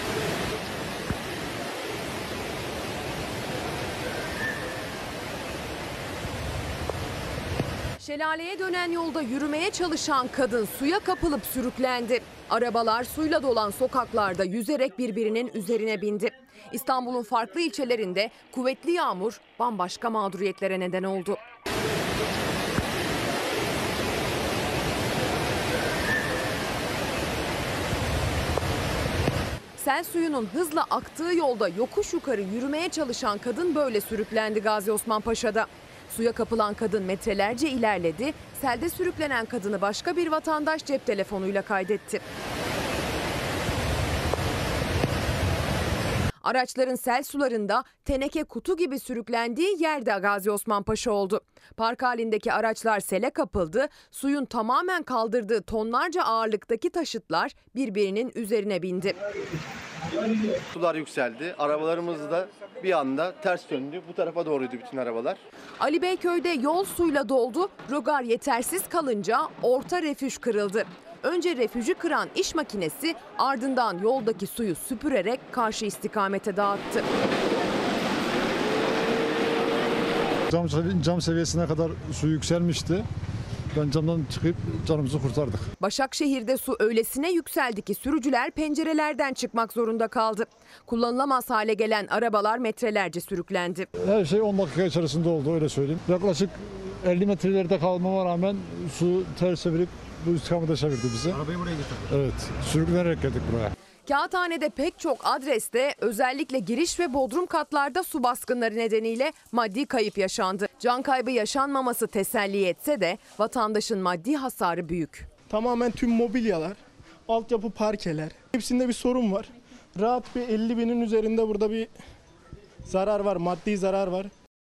Şelaleye dönen yolda yürümeye çalışan kadın suya kapılıp sürüklendi. Arabalar suyla dolan sokaklarda yüzerek birbirinin üzerine bindi. İstanbul'un farklı ilçelerinde kuvvetli yağmur bambaşka mağduriyetlere neden oldu. Sel suyunun hızla aktığı yolda yokuş yukarı yürümeye çalışan kadın böyle sürüklendi Gazi Osman Paşa'da. Suya kapılan kadın metrelerce ilerledi. Selde sürüklenen kadını başka bir vatandaş cep telefonuyla kaydetti. Araçların sel sularında teneke kutu gibi sürüklendiği yerde Gazi Osman Paşa oldu. Park halindeki araçlar sele kapıldı. Suyun tamamen kaldırdığı tonlarca ağırlıktaki taşıtlar birbirinin üzerine bindi. Sular yükseldi. Arabalarımız da bir anda ters döndü. Bu tarafa doğruydu bütün arabalar. Ali Beyköy'de yol suyla doldu. Rögar yetersiz kalınca orta refüj kırıldı. Önce refüjü kıran iş makinesi ardından yoldaki suyu süpürerek karşı istikamete dağıttı. Cam seviyesine kadar su yükselmişti. Ben camdan çıkıp canımızı kurtardık. Başakşehir'de su öylesine yükseldi ki sürücüler pencerelerden çıkmak zorunda kaldı. Kullanılamaz hale gelen arabalar metrelerce sürüklendi. Her şey 10 dakika içerisinde oldu, öyle söyleyeyim. Yaklaşık 50 metrelerde kalmama rağmen su ters çevirip bu istikamete çevirdi bizi. Arabayı buraya getirdi. Evet, sürüklenerek geldik buraya. Kağıthane'de pek çok adreste özellikle giriş ve bodrum katlarda su baskınları nedeniyle maddi kayıp yaşandı. Can kaybı yaşanmaması teselli etse de vatandaşın maddi hasarı büyük. Tamamen tüm mobilyalar, altyapı parkeler, hepsinde bir sorun var. Rahat bir 50 binin üzerinde burada bir zarar var, maddi zarar var.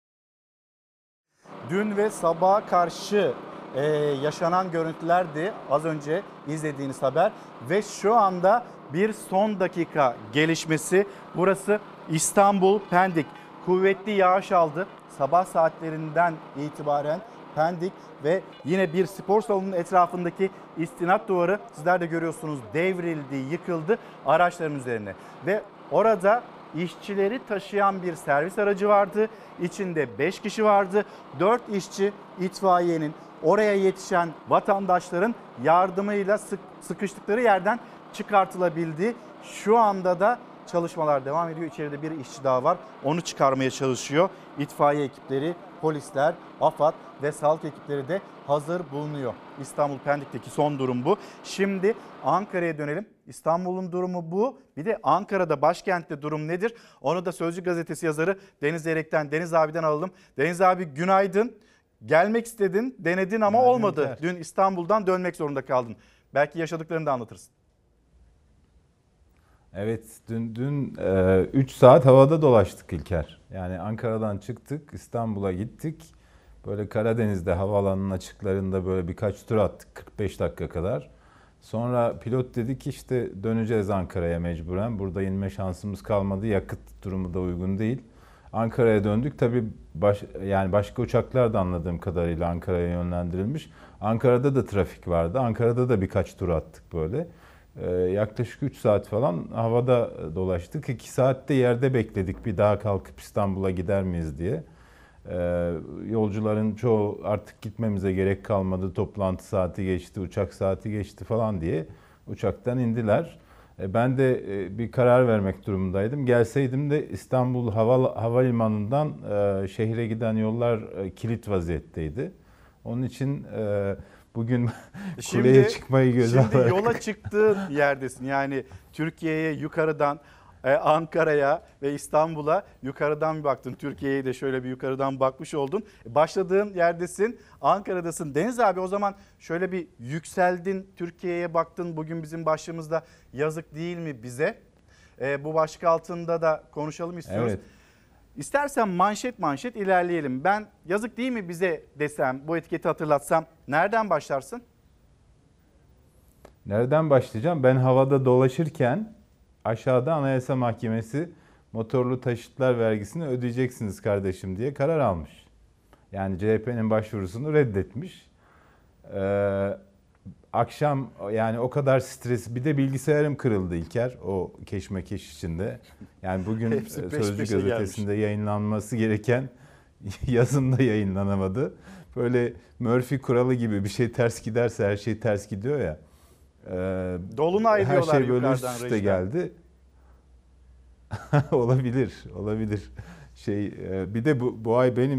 Dün ve sabaha karşı yaşanan görüntülerdi az önce izlediğiniz haber ve şu anda bir son dakika gelişmesi. Burası İstanbul Pendik. Kuvvetli yağış aldı sabah saatlerinden itibaren Pendik ve yine bir spor salonunun etrafındaki istinat duvarı sizler de görüyorsunuz devrildi, yıkıldı araçların üzerine ve orada işçileri taşıyan bir servis aracı vardı. İçinde 5 kişi vardı. 4 işçi itfaiyenin, oraya yetişen vatandaşların yardımıyla sıkıştıkları yerden çıkartılabildi. Şu anda da çalışmalar devam ediyor. İçeride bir işçi daha var. Onu çıkarmaya çalışıyor. İtfaiye ekipleri, polisler, AFAD ve sağlık ekipleri de hazır bulunuyor. İstanbul Pendik'teki son durum bu. Şimdi Ankara'ya dönelim. İstanbul'un durumu bu. Bir de Ankara'da, başkentte durum nedir? Onu da Sözcü gazetesi yazarı Deniz Erek'ten, Deniz abiden alalım. Deniz abi günaydın. Gelmek istedin, denedin ama günaydın, olmadı. İlker. Dün İstanbul'dan dönmek zorunda kaldın. Belki yaşadıklarını da anlatırsın. Evet, dün 3 saat havada dolaştık İlker. Yani Ankara'dan çıktık, İstanbul'a gittik. Böyle Karadeniz'de havaalanının açıklarında böyle birkaç tur attık 45 dakika kadar. Sonra pilot dedi ki işte döneceğiz Ankara'ya mecburen. Burada inme şansımız kalmadı. Yakıt durumu da uygun değil. Ankara'ya döndük. Tabii yani başka uçaklar da anladığım kadarıyla Ankara'ya yönlendirilmiş. Ankara'da da trafik vardı. Ankara'da da birkaç tur attık böyle. Yaklaşık 3 saat falan havada dolaştık. 2 saatte yerde bekledik bir daha kalkıp İstanbul'a gider miyiz diye. Yolcuların çoğu artık gitmemize gerek kalmadı. Toplantı saati geçti, uçak saati geçti falan diye uçaktan indiler. Ben de bir karar vermek durumundaydım. Gelseydim de İstanbul Havalimanı'ndan şehre giden yollar kilit vaziyetteydi. Onun için bugün kuleye çıkmayı göze alarak. Şimdi yola çıktığın yerdesin. Yani Türkiye'ye yukarıdan Ankara'ya ve İstanbul'a yukarıdan bir baktın. Türkiye'ye de şöyle bir yukarıdan bakmış oldun. Başladığın yerdesin, Ankara'dasın. Deniz abi o zaman şöyle bir yükseldin, Türkiye'ye baktın. Bugün bizim başlığımızda yazık değil mi bize? Bu başlık altında da konuşalım istiyoruz. Evet. İstersen manşet ilerleyelim. Ben yazık değil mi bize desem, bu etiketi hatırlatsam nereden başlarsın? Nereden başlayacağım? Ben havada dolaşırken aşağıda Anayasa Mahkemesi motorlu taşıtlar vergisini ödeyeceksiniz kardeşim diye karar almış. Yani CHP'nin başvurusunu reddetmiş. Akşam yani o kadar stres, bir de bilgisayarım kırıldı İlker o keşmekeş içinde. Yani bugün Sözcü gazetesinde yayınlanması gereken yazında yayınlanamadı. Böyle Murphy kuralı gibi bir şey ters giderse her şey ters gidiyor ya. Dolunay her diyorlar şey böyle üst üste geldi. olabilir. Bir de bu ay benim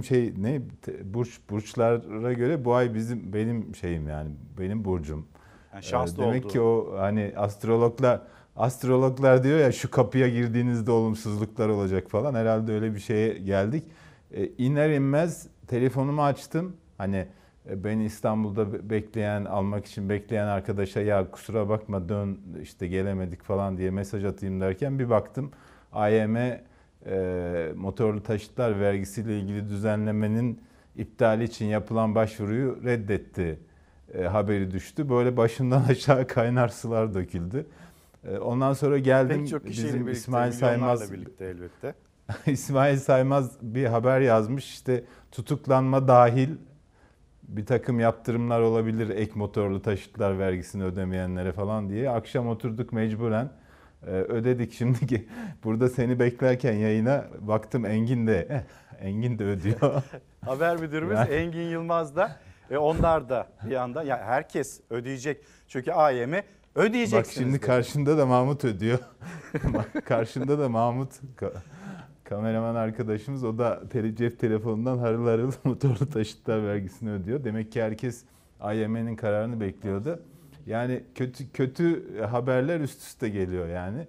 burçlara göre bu ay benim şeyim yani benim burcum. Yani şanslı demek oldu. ki o hani astrologlar diyor ya şu kapıya girdiğinizde olumsuzluklar olacak falan. Herhalde öyle bir şeye geldik. İner inmez telefonumu açtım. Hani beni İstanbul'da almak için bekleyen arkadaşa ya kusura bakma dön işte gelemedik falan diye mesaj atayım derken bir baktım AYM motorlu taşıtlar vergisiyle ilgili düzenlemenin iptali için yapılan başvuruyu reddetti haberi düştü. Böyle başımdan aşağı kaynar sular döküldü. Ondan sonra geldim bizim İsmail Saymaz birlikte elbette. İsmail Saymaz bir haber yazmış işte tutuklanma dahil bir takım yaptırımlar olabilir ek motorlu taşıtlar vergisini ödemeyenlere falan diye. Akşam oturduk mecburen ödedik. Şimdi burada seni beklerken yayına baktım Engin de ödüyor. Haber müdürümüz yani. Engin Yılmaz da onlar da bir yandan ya herkes ödeyecek. Çünkü AYM ödeyeceksiniz. Bak şimdi karşında da Mahmut ödüyor. Karşında da Mahmut kameraman arkadaşımız o da cep telefonundan harıl harıl motorlu taşıtlar vergisini ödüyor. Demek ki herkes AYM'nin kararını bekliyordu. Yani kötü haberler üst üste geliyor yani.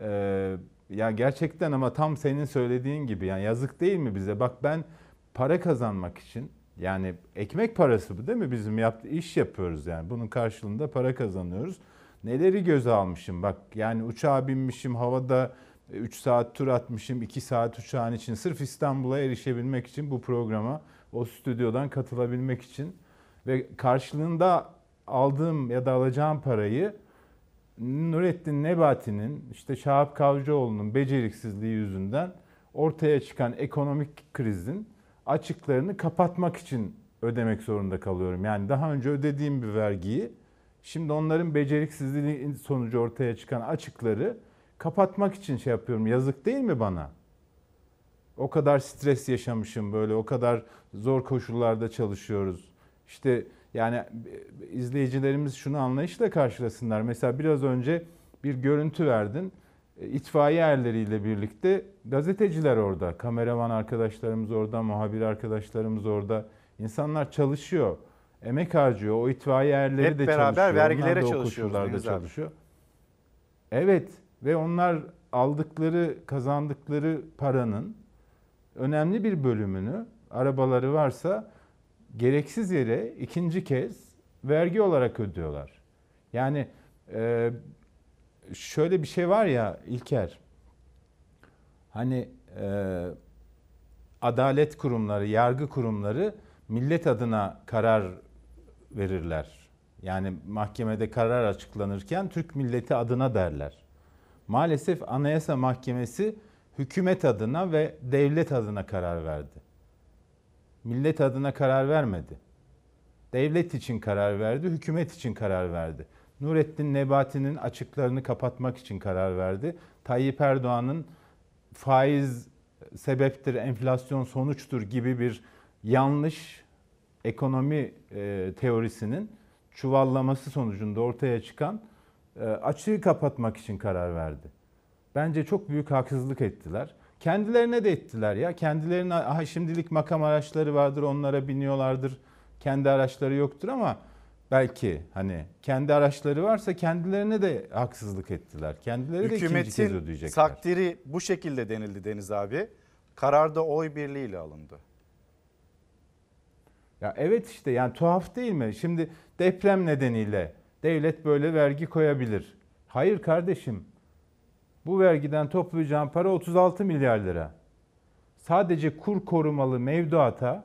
Ya gerçekten ama tam senin söylediğin gibi yani yazık değil mi bize? Bak ben para kazanmak için yani ekmek parası bu değil mi? Bizim iş yapıyoruz yani. Bunun karşılığında para kazanıyoruz. Neleri göze almışım bak yani uçağa binmişim havada 3 saat tur atmışım 2 saat uçağın için sırf İstanbul'a erişebilmek için bu programa o stüdyodan katılabilmek için ve karşılığında aldığım ya da alacağım parayı Nurettin Nebati'nin işte Şahap Kavcıoğlu'nun beceriksizliği yüzünden ortaya çıkan ekonomik krizin açıklarını kapatmak için ödemek zorunda kalıyorum. Yani daha önce ödediğim bir vergiyi şimdi onların beceriksizliği sonucu ortaya çıkan açıkları kapatmak için şey yapıyorum. Yazık değil mi bana? O kadar stres yaşamışım böyle, o kadar zor koşullarda çalışıyoruz. İşte yani izleyicilerimiz şunu anlayışla karşılasınlar. Mesela biraz önce bir görüntü verdin. İtfaiye erleriyle birlikte gazeteciler orada, kameraman arkadaşlarımız orada, muhabir arkadaşlarımız orada. İnsanlar çalışıyor, emek harcıyor. O itfaiye erleri Hep de beraber çalışıyor. vergilere Onlar da o çalışıyoruz koşullarda Deniz abi. çalışıyor. Evet ve onlar aldıkları, kazandıkları paranın önemli bir bölümünü, arabaları varsa gereksiz yere ikinci kez vergi olarak ödüyorlar. Yani şöyle bir şey var ya İlker, hani adalet kurumları, yargı kurumları millet adına karar verirler. Yani mahkemede karar açıklanırken Türk milleti adına derler. Maalesef Anayasa Mahkemesi hükümet adına ve devlet adına karar verdi. Millet adına karar vermedi. Devlet için karar verdi, hükümet için karar verdi. Nurettin Nebati'nin açıklarını kapatmak için karar verdi. Tayyip Erdoğan'ın faiz sebeptir, enflasyon sonuçtur gibi bir yanlış ekonomi teorisinin çuvallaması sonucunda ortaya çıkan açığı kapatmak için karar verdi. Bence çok büyük haksızlık ettiler. Kendilerine de ettiler ya. Kendilerine şimdilik makam araçları vardır, onlara biniyorlardır. Kendi araçları yoktur ama belki hani kendi araçları varsa kendilerine de haksızlık ettiler. Kendileri de ikinci kez Hükümetin ödeyecekler. takdiri bu şekilde denildi Deniz abi. Karar da oy birliğiyle alındı. Ya evet işte yani tuhaf değil mi? Şimdi deprem nedeniyle devlet böyle vergi koyabilir. Hayır kardeşim. Bu vergiden toplayacağım para 36 milyar lira. Sadece kur korumalı mevduata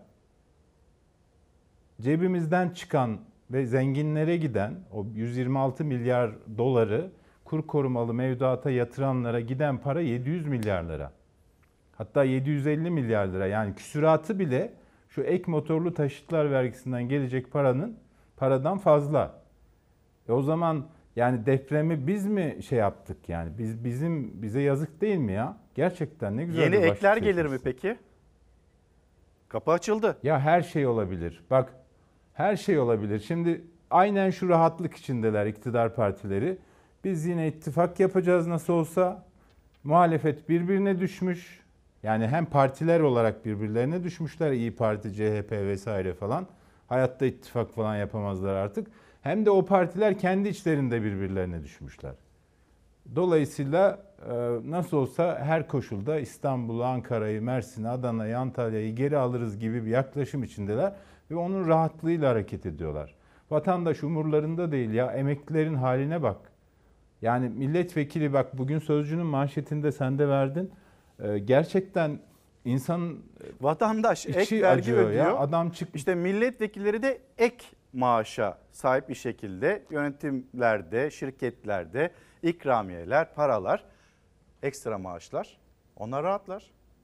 cebimizden çıkan ve zenginlere giden o 126 milyar doları kur korumalı mevduata yatıranlara giden para 700 milyar lira. Hatta 750 milyar lira, yani küsuratı bile şu ek motorlu taşıtlar vergisinden gelecek paradan fazla. O zaman yani depremi biz mi şey yaptık yani? Bize yazık değil mi ya? Gerçekten ne güzel. Yeni bir başlık ekler gelir mi seçmişsin. peki? Kapı açıldı. Ya her şey olabilir. Bak her şey olabilir. Şimdi aynen şu rahatlık içindeler iktidar partileri. Biz yine ittifak yapacağız nasıl olsa. Muhalefet birbirine düşmüş. Yani hem partiler olarak birbirlerine düşmüşler. İYİ Parti, CHP vesaire falan. Hayatta ittifak falan yapamazlar artık. Hem de o partiler kendi içlerinde birbirlerine düşmüşler. Dolayısıyla nasıl olsa her koşulda İstanbul'u, Ankara'yı, Mersin'i, Adana'yı, Antalya'yı geri alırız gibi bir yaklaşım içindeler. Ve onun rahatlığıyla hareket ediyorlar. Vatandaş umurlarında değil ya, emeklilerin haline bak. Yani milletvekili bak bugün Sözcü'nün manşetinde sen de verdin. Gerçekten insan vatandaş ek içi vergi acıyor ödüyor. ya. Adam İşte milletvekilleri de ek maaşa sahip bir şekilde yönetimlerde, şirketlerde ikramiyeler, paralar, ekstra maaşlar. Onlar rahatlar.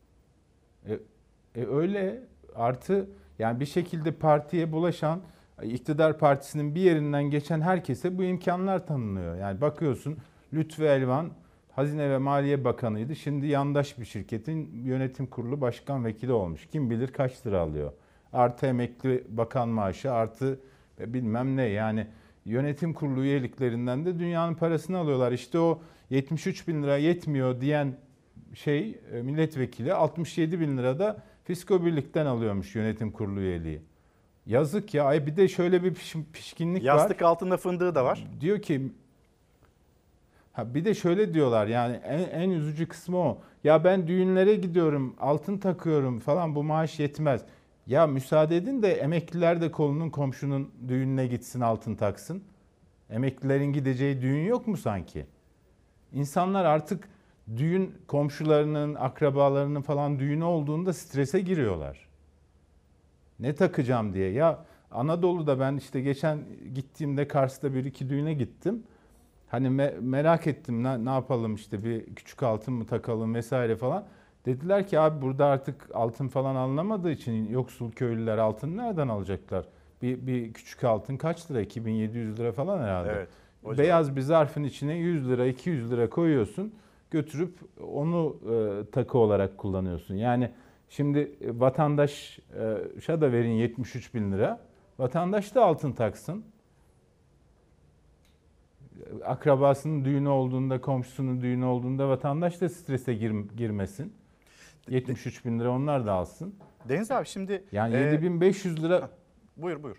Öyle artı yani bir şekilde partiye bulaşan, iktidar partisinin bir yerinden geçen herkese bu imkanlar tanınıyor. Yani bakıyorsun Lütfü Elvan Hazine ve Maliye Bakanıydı. Şimdi yandaş bir şirketin yönetim kurulu başkan vekili olmuş. Kim bilir kaç lira alıyor. Artı emekli bakan maaşı, artı bilmem ne, yani yönetim kurulu üyeliklerinden de dünyanın parasını alıyorlar. İşte o 73 bin lira yetmiyor diyen milletvekili 67 bin lira da Fisko Birlik'ten alıyormuş yönetim kurulu üyeliği. Yazık ya. Bir de şöyle bir pişkinlik var. Yastık altında fındığı da var. Diyor ki bir de şöyle diyorlar, yani en üzücü kısmı o. Ya ben düğünlere gidiyorum, altın takıyorum falan, bu maaş yetmez. Ya müsaade edin de emekliler de kolunun komşunun düğününe gitsin, altın taksın. Emeklilerin gideceği düğün yok mu sanki? İnsanlar artık düğün, komşularının, akrabalarının falan düğünü olduğunda strese giriyorlar. Ne takacağım diye. Ya Anadolu'da ben işte geçen gittiğimde Kars'ta bir iki düğüne gittim. Hani merak ettim ne yapalım, işte bir küçük altın mı takalım vesaire falan. Dediler ki abi burada artık altın falan alınamadığı için yoksul köylüler altın nereden alacaklar? Bir küçük altın kaç lira? 2700 lira falan herhalde. Evet, Beyaz bir zarfın içine 100 lira 200 lira koyuyorsun. götürüp onu takı olarak kullanıyorsun. Yani şimdi vatandaşa da verin 73 bin lira. Vatandaş da altın taksın. Akrabasının düğünü olduğunda, komşusunun düğünü olduğunda vatandaş da strese girmesin. 73 bin lira onlar da alsın. Deniz abi şimdi... Yani 7500 lira... Buyur.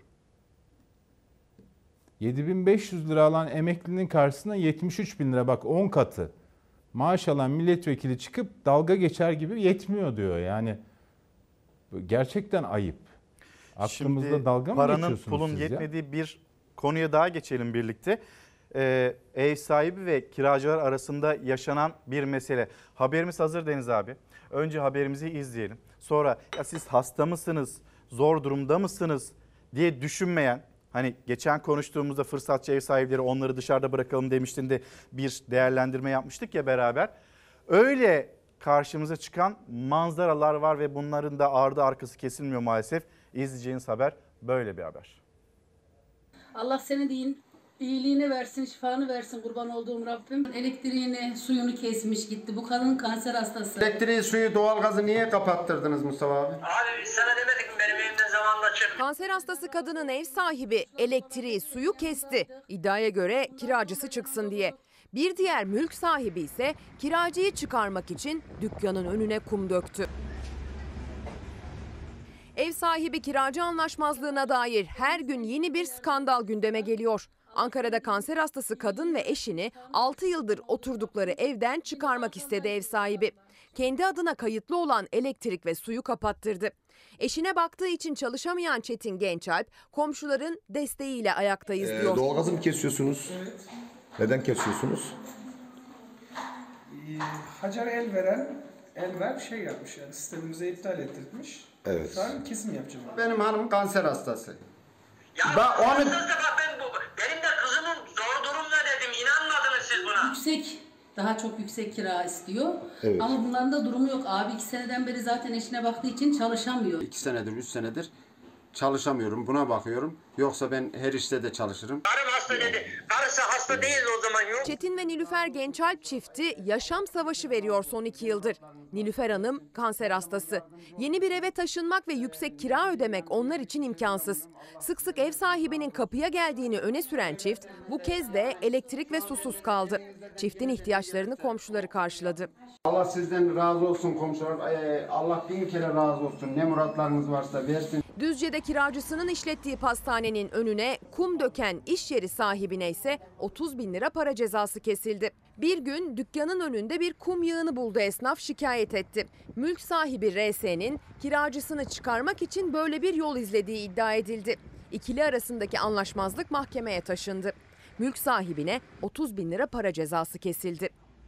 7500 lira alan emeklinin karşısına 73 bin lira, bak 10 katı maaş alan milletvekili çıkıp dalga geçer gibi yetmiyor diyor. Yani gerçekten ayıp. Aklımızda Şimdi dalga mı paranın, geçiyorsunuz pulun siz ya? yetmediği bir konuya daha geçelim birlikte. Ev sahibi ve kiracılar arasında yaşanan bir mesele. Haberimiz hazır Deniz abi. Önce haberimizi izleyelim. Sonra ya siz hasta mısınız, zor durumda mısınız diye düşünmeyen, hani geçen konuştuğumuzda fırsatçı ev sahipleri onları dışarıda bırakalım demiştin de bir değerlendirme yapmıştık ya beraber. Öyle karşımıza çıkan manzaralar var ve bunların da ardı arkası kesilmiyor maalesef. İzleyeceğiniz haber böyle bir haber. Allah seni deyin, iyiliğini versin, şifanı versin kurban olduğum Rabbim. Elektriğini, suyunu kesmiş gitti. Bu kadın kanser hastası. Elektriği, suyu, doğalgazı niye kapattırdınız Mustafa abi? Abi biz sana demedik mi benim evimde zamanla çık. Kanser hastası kadının ev sahibi elektriği, suyu kesti. İddiaya göre kiracısı çıksın diye. Bir diğer mülk sahibi ise kiracıyı çıkarmak için dükkanın önüne kum döktü. Ev sahibi kiracı anlaşmazlığına dair her gün yeni bir skandal gündeme geliyor. Ankara'da kanser hastası kadın ve eşini 6 yıldır oturdukları evden çıkarmak istedi ev sahibi. Kendi adına kayıtlı olan elektrik ve suyu kapattırdı. Eşine baktığı için çalışamayan Çetin Gençalp komşuların desteğiyle ayaktayız diyor. Doğalgazı mı kesiyorsunuz? Evet. Neden kesiyorsunuz? Hacer Elver şey yapmış, yani sistemimize iptal ettirmiş. Evet. Şu an kesim yapacağım. Benim hanım kanser hastası. Ya benim de kızımın zor durumda dedim, inanmadınız siz buna. Daha çok yüksek kira istiyor. Evet. Ama bunların da durumu yok. Abi 2 seneden beri zaten eşine baktığı için çalışamıyor. 2 senedir, 3 senedir çalışamıyorum. Buna bakıyorum. Yoksa ben her işte de çalışırım. Karım hasta dedi. Karısı hasta değil o zaman yok. Çetin ve Nilüfer Gençalp çifti yaşam savaşı veriyor son 2 yıldır. Nilüfer Hanım kanser hastası. Yeni bir eve taşınmak ve yüksek kira ödemek onlar için imkansız. Sık sık ev sahibinin kapıya geldiğini öne süren çift bu kez de elektrik ve susuz kaldı. Çiftin ihtiyaçlarını komşuları karşıladı. Allah sizden razı olsun komşular. Allah bin kere razı olsun. Ne muratlarınız varsa versin. Düzce'de kiracısının işlettiği pastanenin önüne kum döken iş yeri sahibine ise 30 bin lira para cezası kesildi. Bir gün dükkanın önünde bir kum yığını buldu, esnaf şikayet etti. Mülk sahibi RS'nin kiracısını çıkarmak için böyle bir yol izlediği iddia edildi. İkili arasındaki anlaşmazlık mahkemeye taşındı. Mülk sahibine 30 bin lira para cezası kesildi.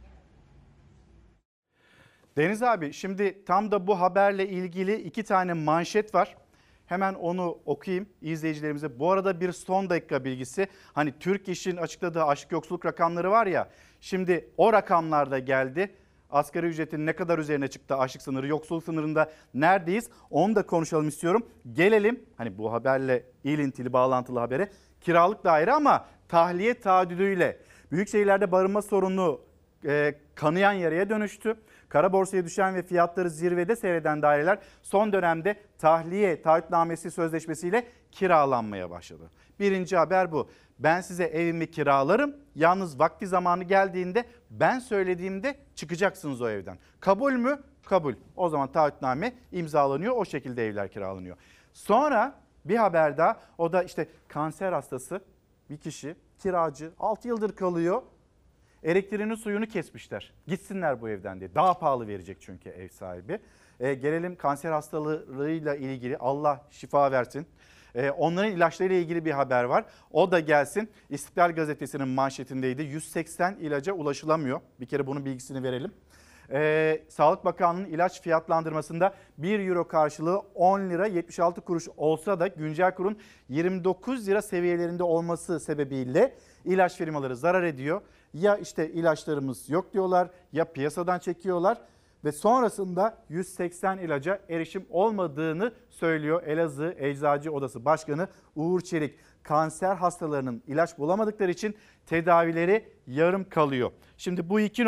Deniz abi şimdi tam da bu haberle ilgili 2 tane manşet var. Hemen onu okuyayım izleyicilerimize. Bu arada bir son dakika bilgisi. Hani Türk İş'in açıkladığı açlık yoksulluk rakamları var ya. Şimdi o rakamlar da geldi. Asgari ücretin ne kadar üzerine çıktı açlık sınırı, yoksulluk sınırında neredeyiz? Onu da konuşalım istiyorum. Gelelim hani bu haberle ilintili bağlantılı habere. Kiralık daire ama tahliye taahhüdüyle büyük şehirlerde barınma sorunu kanayan yaraya dönüştü. Kara borsaya düşen ve fiyatları zirvede seyreden daireler son dönemde tahliye taahhütnamesi sözleşmesiyle kiralanmaya başladı. Birinci haber bu. Ben size evimi kiralarım. Yalnız vakti zamanı geldiğinde ben söylediğimde çıkacaksınız o evden. Kabul mü? Kabul. O zaman taahhütname imzalanıyor. O şekilde evler kiralanıyor. Sonra bir haber daha. O da işte kanser hastası bir kişi kiracı 6 yıldır kalıyor. Elektriğini suyunu kesmişler. Gitsinler bu evden diye. Daha pahalı verecek çünkü ev sahibi. Gelelim kanser hastalığıyla ilgili, Allah şifa versin. Onların ilaçlarıyla ilgili bir haber var. O da gelsin. İstiklal Gazetesi'nin manşetindeydi. 180 ilaca ulaşılamıyor. Bir kere bunun bilgisini verelim. Sağlık Bakanlığı'nın ilaç fiyatlandırmasında 1 euro karşılığı 10 lira 76 kuruş olsa da güncel kurun 29 lira seviyelerinde olması sebebiyle ilaç firmaları zarar ediyor. Ya işte ilaçlarımız yok diyorlar, ya piyasadan çekiyorlar ve sonrasında 180 ilaca erişim olmadığını söylüyor Elazığ Eczacı Odası Başkanı Uğur Çelik. Kanser hastalarının ilaç bulamadıkları için tedavileri yarım kalıyor. Şimdi bu iki not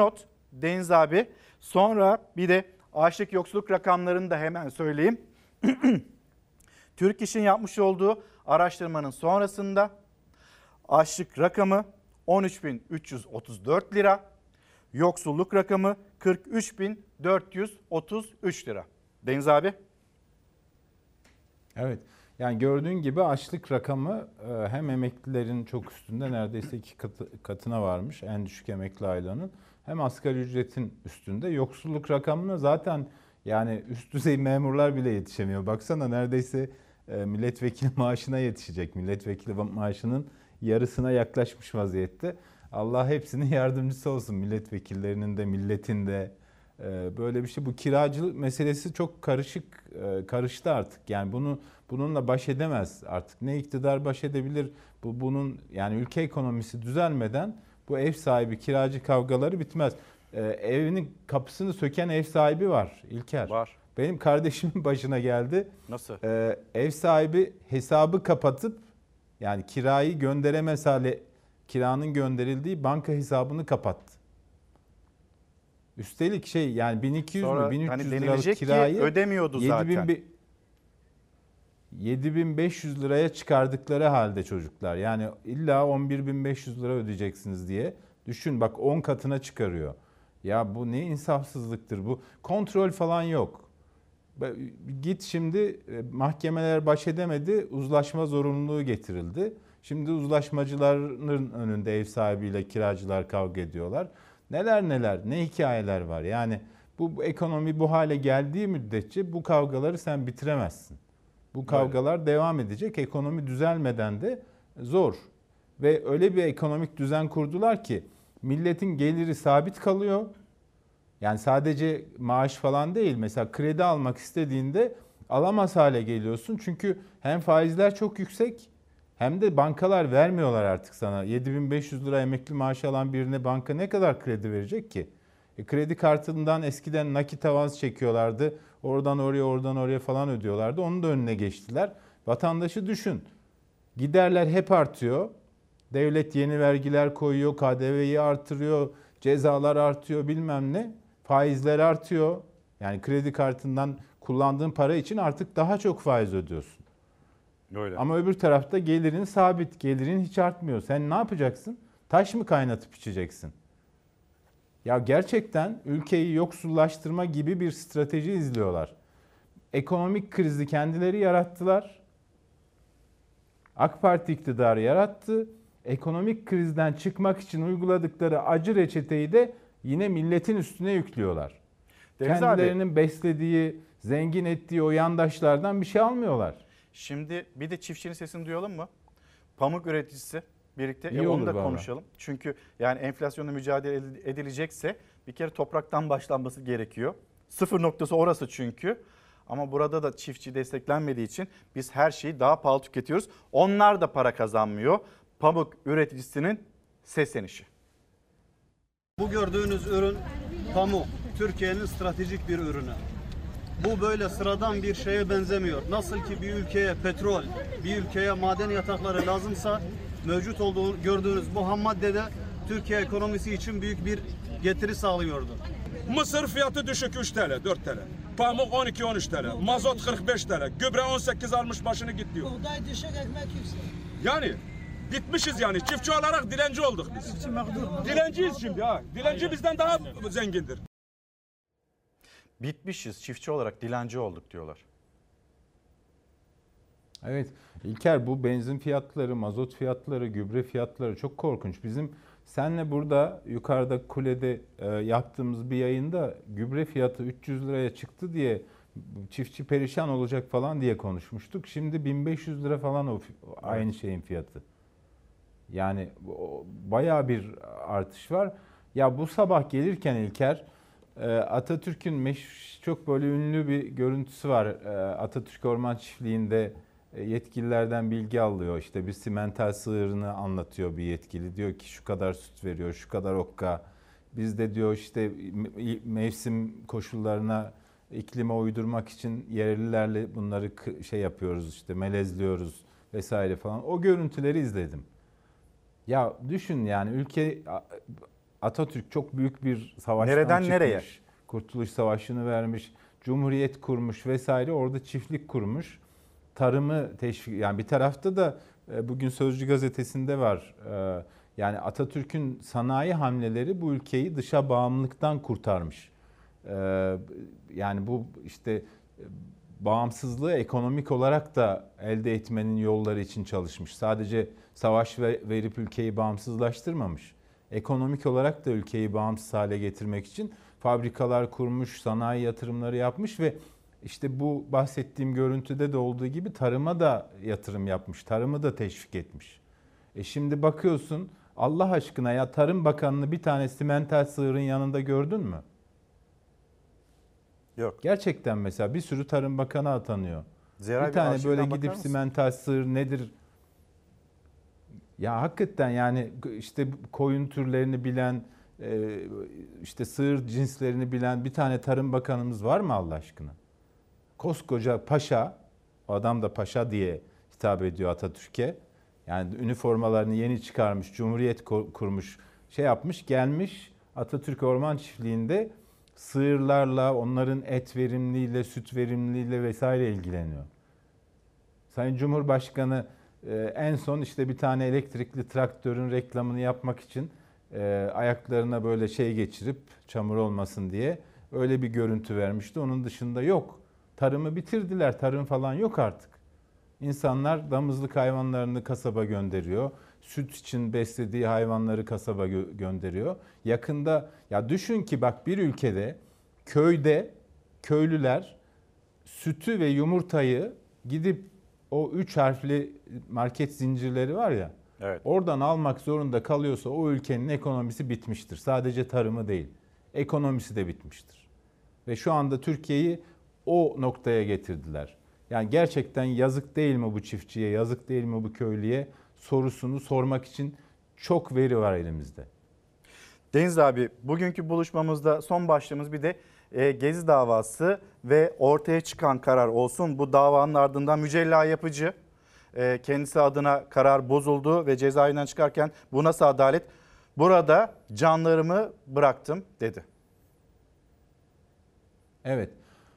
Deniz abi. Sonra bir de açlık yoksulluk rakamlarını da hemen söyleyeyim. Türk İş'in yapmış olduğu araştırmanın sonrasında açlık rakamı 13.334 lira, yoksulluk rakamı 43.433 lira. Deniz abi. Evet. Yani gördüğün gibi açlık rakamı hem emeklilerin çok üstünde, neredeyse 2 katına varmış en düşük emekli aylığının, hem asgari ücretin üstünde. Yoksulluk rakamına zaten yani üst düzey memurlar bile yetişemiyor. Baksana neredeyse milletvekili maaşına yetişecek. Milletvekili maaşının yarısına yaklaşmış vaziyette. Allah hepsinin yardımcısı olsun. Milletvekillerinin de, milletin de. Böyle bir şey. Bu kiracılık meselesi çok karıştı artık. Yani bununla baş edemez artık. Ne iktidar baş edebilir? Bunun yani ülke ekonomisi düzelmeden bu ev sahibi kiracı kavgaları bitmez. Evinin kapısını söken ev sahibi var İlker. Var. Benim kardeşimin başına geldi. Nasıl? Ev sahibi hesabı kapatıp, yani kirayı gönderemez hale, kiranın gönderildiği banka hesabını kapattı. Üstelik yani 1200 Sonra mü 1300 hani liralık denilecek kirayı ki ödemiyordu zaten. 7500 liraya çıkardıkları halde çocuklar. Yani illa 11.500 lira ödeyeceksiniz diye. Düşün bak, 10 katına çıkarıyor. Ya bu ne insafsızlıktır bu. Kontrol falan yok. Git şimdi, mahkemeler baş edemedi, uzlaşma zorunluluğu getirildi. Şimdi uzlaşmacıların önünde ev sahibiyle kiracılar kavga ediyorlar. Neler ne hikayeler var. Yani bu ekonomi bu hale geldiği müddetçe bu kavgaları sen bitiremezsin. Bu kavgalar devam edecek. Ekonomi düzelmeden de zor. Ve öyle bir ekonomik düzen kurdular ki milletin geliri sabit kalıyor. Yani sadece maaş falan değil. Mesela kredi almak istediğinde alamaz hale geliyorsun. Çünkü hem faizler çok yüksek, hem de bankalar vermiyorlar artık sana. 7.500 lira emekli maaşı alan birine banka ne kadar kredi verecek ki? Kredi kartından eskiden nakit avans çekiyorlardı. Oradan oraya falan ödüyorlardı. Onun da önüne geçtiler. Vatandaşı düşün. Giderler hep artıyor. Devlet yeni vergiler koyuyor, KDV'yi artırıyor, cezalar artıyor, bilmem ne. Faizler artıyor. Yani kredi kartından kullandığın para için artık daha çok faiz ödüyorsun. Öyle. Ama öbür tarafta gelirin sabit, gelirin hiç artmıyor. Sen ne yapacaksın? Taş mı kaynatıp içeceksin? Ya gerçekten ülkeyi yoksullaştırma gibi bir strateji izliyorlar. Ekonomik krizi kendileri yarattılar. AK Parti iktidarı yarattı. Ekonomik krizden çıkmak için uyguladıkları acı reçeteyi de yine milletin üstüne yüklüyorlar. Deniz Kendilerinin abi, beslediği, zengin ettiği o yandaşlardan bir şey almıyorlar. Şimdi bir de çiftçinin sesini duyalım mı? Pamuk üreticisi birlikte İyi onu olur da vallahi. konuşalım. Çünkü yani enflasyonla mücadele edilecekse bir kere topraktan başlanması gerekiyor. Sıfır noktası orası çünkü. Ama burada da çiftçi desteklenmediği için biz her şeyi daha pahalı tüketiyoruz. Onlar da para kazanmıyor. Pamuk üreticisinin seslenişi. Bu gördüğünüz ürün pamuk. Türkiye'nin stratejik bir ürünü. Bu böyle sıradan bir şeye benzemiyor. Nasıl ki bir ülkeye petrol, bir ülkeye maden yatakları lazımsa mevcut olduğu gördüğünüz bu ham maddede Türkiye ekonomisi için büyük bir getiri sağlıyordu. Mısır fiyatı düşük 3 TL, 4 TL. Pamuk 12-13 TL. Mazot 45 TL. Gübre 18 almış başını gidiyor. Buğday düşük, ekmek yüksek. Yani bitmişiz yani. Çiftçi olarak dilenci olduk biz. Dilenciyiz şimdi ha. Dilenci bizden daha zengindir. Bitmişiz, çiftçi olarak dilenci olduk diyorlar. Evet İlker, bu benzin fiyatları, mazot fiyatları, gübre fiyatları çok korkunç. Bizim senle burada yukarıda kulede yaptığımız bir yayında gübre fiyatı 300 liraya çıktı diye çiftçi perişan olacak falan diye konuşmuştuk. Şimdi 1500 lira falan aynı şeyin fiyatı. Yani bayağı bir artış var. Ya bu sabah gelirken İlker, Atatürk'ün çok böyle ünlü bir görüntüsü var. Atatürk Orman Çiftliği'nde yetkililerden bilgi alıyor. İşte bir simental sığırını anlatıyor bir yetkili. Diyor ki şu kadar süt veriyor, şu kadar okka. Biz de diyor işte mevsim koşullarına, iklime uydurmak için yerlilerle bunları yapıyoruz, işte melezliyoruz vesaire falan. O görüntüleri izledim. Ya düşün yani ülke Atatürk çok büyük bir savaştan Nereden çıkmış. nereye? Kurtuluş Savaşı'nı vermiş, Cumhuriyet kurmuş vesaire, orada çiftlik kurmuş. Tarımı teşvik, yani bir tarafta da bugün Sözcü gazetesinde var. Yani Atatürk'ün sanayi hamleleri bu ülkeyi dışa bağımlılıktan kurtarmış. Yani bu işte bağımsızlığı ekonomik olarak da elde etmenin yolları için çalışmış. Sadece savaş verip ülkeyi bağımsızlaştırmamış. Ekonomik olarak da ülkeyi bağımsız hale getirmek için fabrikalar kurmuş, sanayi yatırımları yapmış ve işte bu bahsettiğim görüntüde de olduğu gibi tarıma da yatırım yapmış, tarımı da teşvik etmiş. Şimdi bakıyorsun, Allah aşkına ya, Tarım Bakanı'nı bir tane simental sığırın yanında gördün mü? Yok. Gerçekten mesela bir sürü Tarım Bakanı atanıyor. Zira bir tane arşivden böyle bakar gidip mısın? simental sığır nedir? Ya hakikaten yani işte koyun türlerini bilen, işte sığır cinslerini bilen bir tane Tarım Bakanımız var mı Allah aşkına? Koskoca paşa, o adam da paşa diye hitap ediyor Atatürk'e. Yani üniformalarını yeni çıkarmış, Cumhuriyet kurmuş, şey yapmış, gelmiş Atatürk Orman Çiftliği'nde sığırlarla, onların et verimliliğiyle, süt verimliliğiyle vesaire ilgileniyor. Sayın Cumhurbaşkanı en son işte bir tane elektrikli traktörün reklamını yapmak için ayaklarına böyle şey geçirip çamur olmasın diye öyle bir görüntü vermişti. Onun dışında yok. Tarımı bitirdiler. Tarım falan yok artık. İnsanlar damızlık hayvanlarını kasaba gönderiyor. Süt için beslediği hayvanları kasaba gönderiyor. Yakında ya düşün ki bak, bir ülkede köyde köylüler sütü ve yumurtayı gidip o 3 harfli market zincirleri var ya, evet, oradan almak zorunda kalıyorsa o ülkenin ekonomisi bitmiştir. Sadece tarımı değil, ekonomisi de bitmiştir. Ve şu anda Türkiye'yi o noktaya getirdiler. Yani gerçekten yazık değil mi bu çiftçiye, yazık değil mi bu köylüye sorusunu sormak için çok veri var elimizde. Deniz abi, bugünkü buluşmamızda son başlığımız bir de Gezi davası ve ortaya çıkan karar olsun. Bu davanın ardından Mücella Yapıcı kendisi adına karar bozuldu ve cezaevinden çıkarken bu nasıl adalet? Burada canlarımı bıraktım dedi. Evet.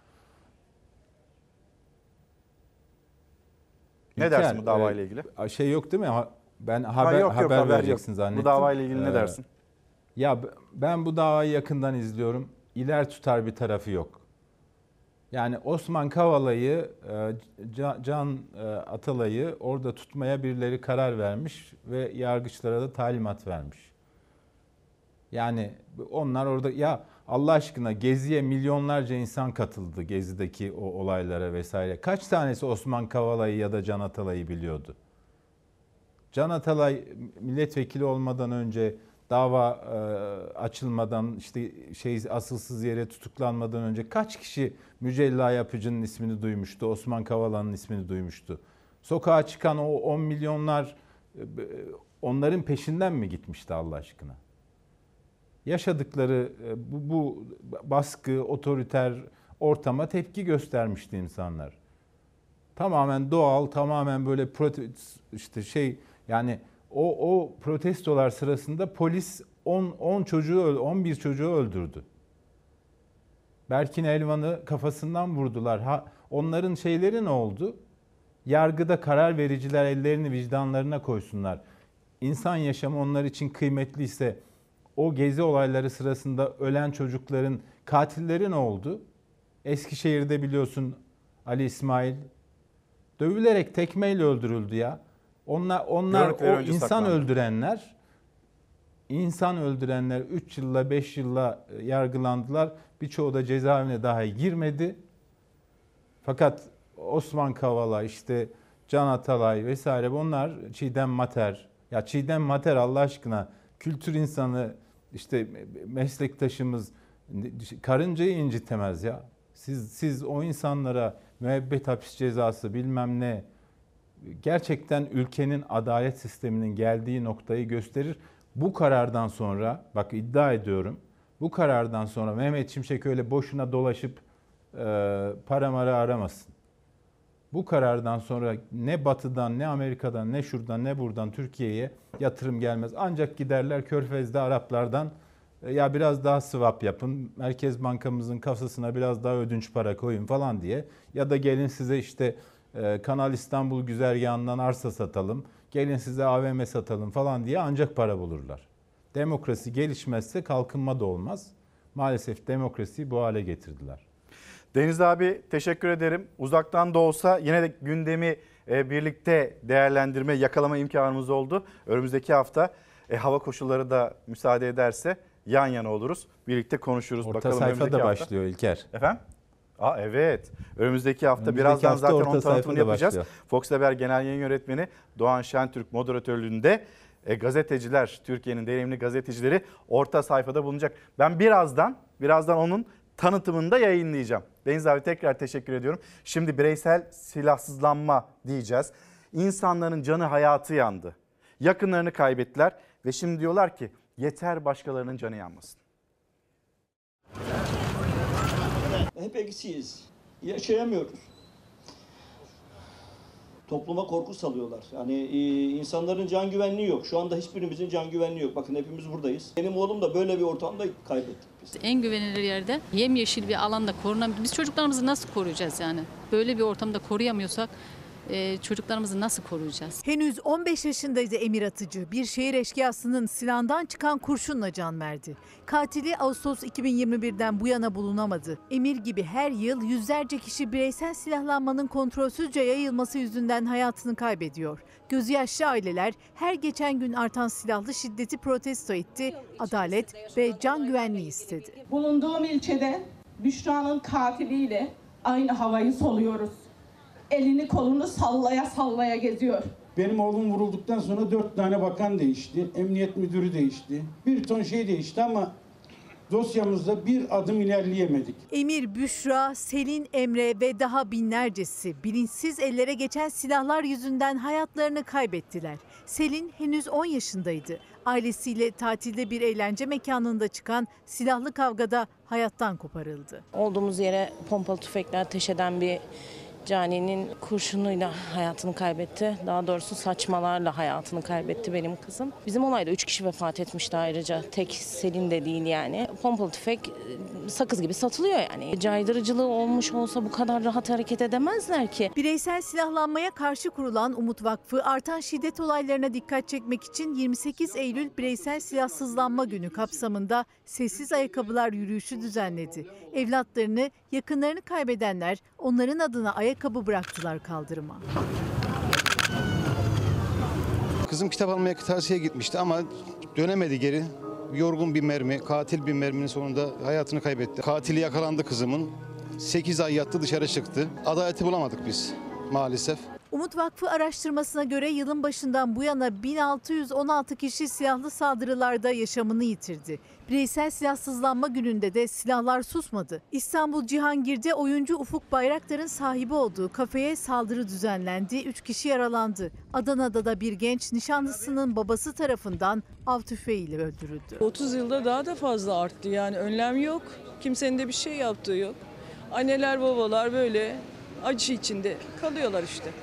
Ne dersin bu davayla ilgili? Şey yok değil mi? Ben haber vereceksin zannettim. Bu davayla ilgili ne dersin? Ya ben bu davayı yakından izliyorum. İler tutar bir tarafı yok. Yani Osman Kavala'yı, Can Atalay'ı orada tutmaya birileri karar vermiş ve yargıçlara da talimat vermiş. Yani onlar orada, ya Allah aşkına, Gezi'ye milyonlarca insan katıldı, Gezi'deki o olaylara vesaire. Kaç tanesi Osman Kavala'yı ya da Can Atalay'ı biliyordu? Can Atalay milletvekili olmadan önce, dava açılmadan, işte asılsız yere tutuklanmadan önce kaç kişi Mücella Yapıcı'nın ismini duymuştu, Osman Kavala'nın ismini duymuştu? Sokağa çıkan o 10 milyonlar onların peşinden mi gitmişti Allah aşkına? Yaşadıkları bu baskı, otoriter ortama tepki göstermişti insanlar. Tamamen doğal, tamamen böyle yani o protestolar sırasında polis 11 çocuğu öldürdü. Berkin Elvan'ı kafasından vurdular. Onların şeyleri ne oldu? Yargıda karar vericiler ellerini vicdanlarına koysunlar. İnsan yaşamı onlar için kıymetliyse o gezi olayları sırasında ölen çocukların katilleri ne oldu? Eskişehir'de biliyorsun Ali İsmail dövülerek tekmeyle öldürüldü ya. Onlar o insan öldürenler 3 yılla 5 yılla yargılandılar. Birçoğu da cezaevine dahi girmedi. Fakat Osman Kavala, işte Can Atalay vesaire, bunlar Çiğdem Mater. Ya Çiğdem Mater Allah aşkına, kültür insanı, işte meslektaşımız, karıncayı incitemez ya. Siz o insanlara müebbet hapis cezası bilmem ne, gerçekten ülkenin adalet sisteminin geldiği noktayı gösterir. Bu karardan sonra, bak iddia ediyorum, bu karardan sonra Mehmet Şimşek öyle boşuna dolaşıp para mara aramasın. Bu karardan sonra ne Batı'dan, ne Amerika'dan, ne şuradan, ne buradan Türkiye'ye yatırım gelmez. Ancak giderler Körfez'de Araplardan Ya biraz daha swap yapın, Merkez Bankamızın kasasına biraz daha ödünç para koyun falan diye. Ya da gelin size işte Kanal İstanbul güzergahından arsa satalım, gelin size AVM satalım falan diye ancak para bulurlar. Demokrasi gelişmezse kalkınma da olmaz. Maalesef demokrasiyi bu hale getirdiler. Deniz abi teşekkür ederim. Uzaktan da olsa yine de gündemi birlikte değerlendirme, yakalama imkanımız oldu. Önümüzdeki hafta hava koşulları da müsaade ederse yan yana oluruz. Birlikte konuşuruz. Orta bakalım sayfa da başlıyor İlker. Efendim? Evet. Önümüzdeki hafta birazdan zaten onun tanıtımını yapacağız. Fox Haber Genel Yayın Yönetmeni Doğan Şentürk moderatörlüğünde gazeteciler, Türkiye'nin deneyimli gazetecileri orta sayfada bulunacak. Ben birazdan onun tanıtımını da yayınlayacağım. Deniz abi tekrar teşekkür ediyorum. Şimdi bireysel silahsızlanma diyeceğiz. İnsanların canı hayatı yandı. Yakınlarını kaybettiler ve şimdi diyorlar ki yeter başkalarının canı yanmasın. Hep eksiyiz. Yaşayamıyoruz. Topluma korku salıyorlar. Yani insanların can güvenliği yok. Şu anda hiçbirimizin can güvenliği yok. Bakın hepimiz buradayız. Benim oğlum da böyle bir ortamda kaybettik biz. En güvenilir yerde yemyeşil bir alanda korunan, biz çocuklarımızı nasıl koruyacağız yani? Böyle bir ortamda koruyamıyorsak çocuklarımızı nasıl koruyacağız? Henüz 15 yaşındaydı Emir Atıcı. Bir şehir eşkıyasının silahından çıkan kurşunla can verdi. Katili Ağustos 2021'den bu yana bulunamadı. Emir gibi her yıl yüzlerce kişi bireysel silahlanmanın kontrolsüzce yayılması yüzünden hayatını kaybediyor. Gözü yaşlı aileler her geçen gün artan silahlı şiddeti protesto etti, adalet ve can güvenliği istedi. Bulunduğum ilçede Büşra'nın katiliyle aynı havayı soluyoruz. Elini kolunu sallaya sallaya geziyor. Benim oğlum vurulduktan sonra 4 tane bakan değişti. Emniyet müdürü değişti. Bir ton şey değişti ama dosyamızda bir adım ilerleyemedik. Emir, Büşra, Selin, Emre ve daha binlercesi bilinçsiz ellere geçen silahlar yüzünden hayatlarını kaybettiler. Selin henüz 10 yaşındaydı. Ailesiyle tatilde bir eğlence mekanında çıkan silahlı kavgada hayattan koparıldı. Olduğumuz yere pompalı tüfekle ateş eden bir caninin kurşunuyla hayatını kaybetti. Daha doğrusu saçmalarla hayatını kaybetti benim kızım. Bizim olayda 3 kişi vefat etmişti ayrıca. Tek Selin de değil yani. Pompalı tüfek sakız gibi satılıyor yani. Caydırıcılığı olmuş olsa bu kadar rahat hareket edemezler ki. Bireysel silahlanmaya karşı kurulan Umut Vakfı artan şiddet olaylarına dikkat çekmek için 28 Eylül Bireysel Silahsızlanma Günü kapsamında sessiz ayakkabılar yürüyüşü düzenledi. Evlatlarını, yakınlarını kaybedenler onların adına ayakkabı bıraktılar kaldırıma. Kızım kitap almaya kırtasiye gitmişti ama dönemedi geri. Yorgun bir mermi, katil bir merminin sonunda hayatını kaybetti. Katili yakalandı kızımın. 8 ay yattı, dışarı çıktı. Adaleti bulamadık biz maalesef. Umut Vakfı araştırmasına göre yılın başından bu yana 1616 kişi silahlı saldırılarda yaşamını yitirdi. Bireysel silahsızlanma gününde de silahlar susmadı. İstanbul Cihangir'de oyuncu Ufuk Bayraktar'ın sahibi olduğu kafeye saldırı düzenlendi. 3 kişi yaralandı. Adana'da da bir genç nişanlısının babası tarafından av tüfeğiyle öldürüldü. 30 yılda daha da fazla arttı yani önlem yok. Kimsenin de bir şey yaptığı yok. Anneler babalar böyle acı içinde kalıyorlar işte.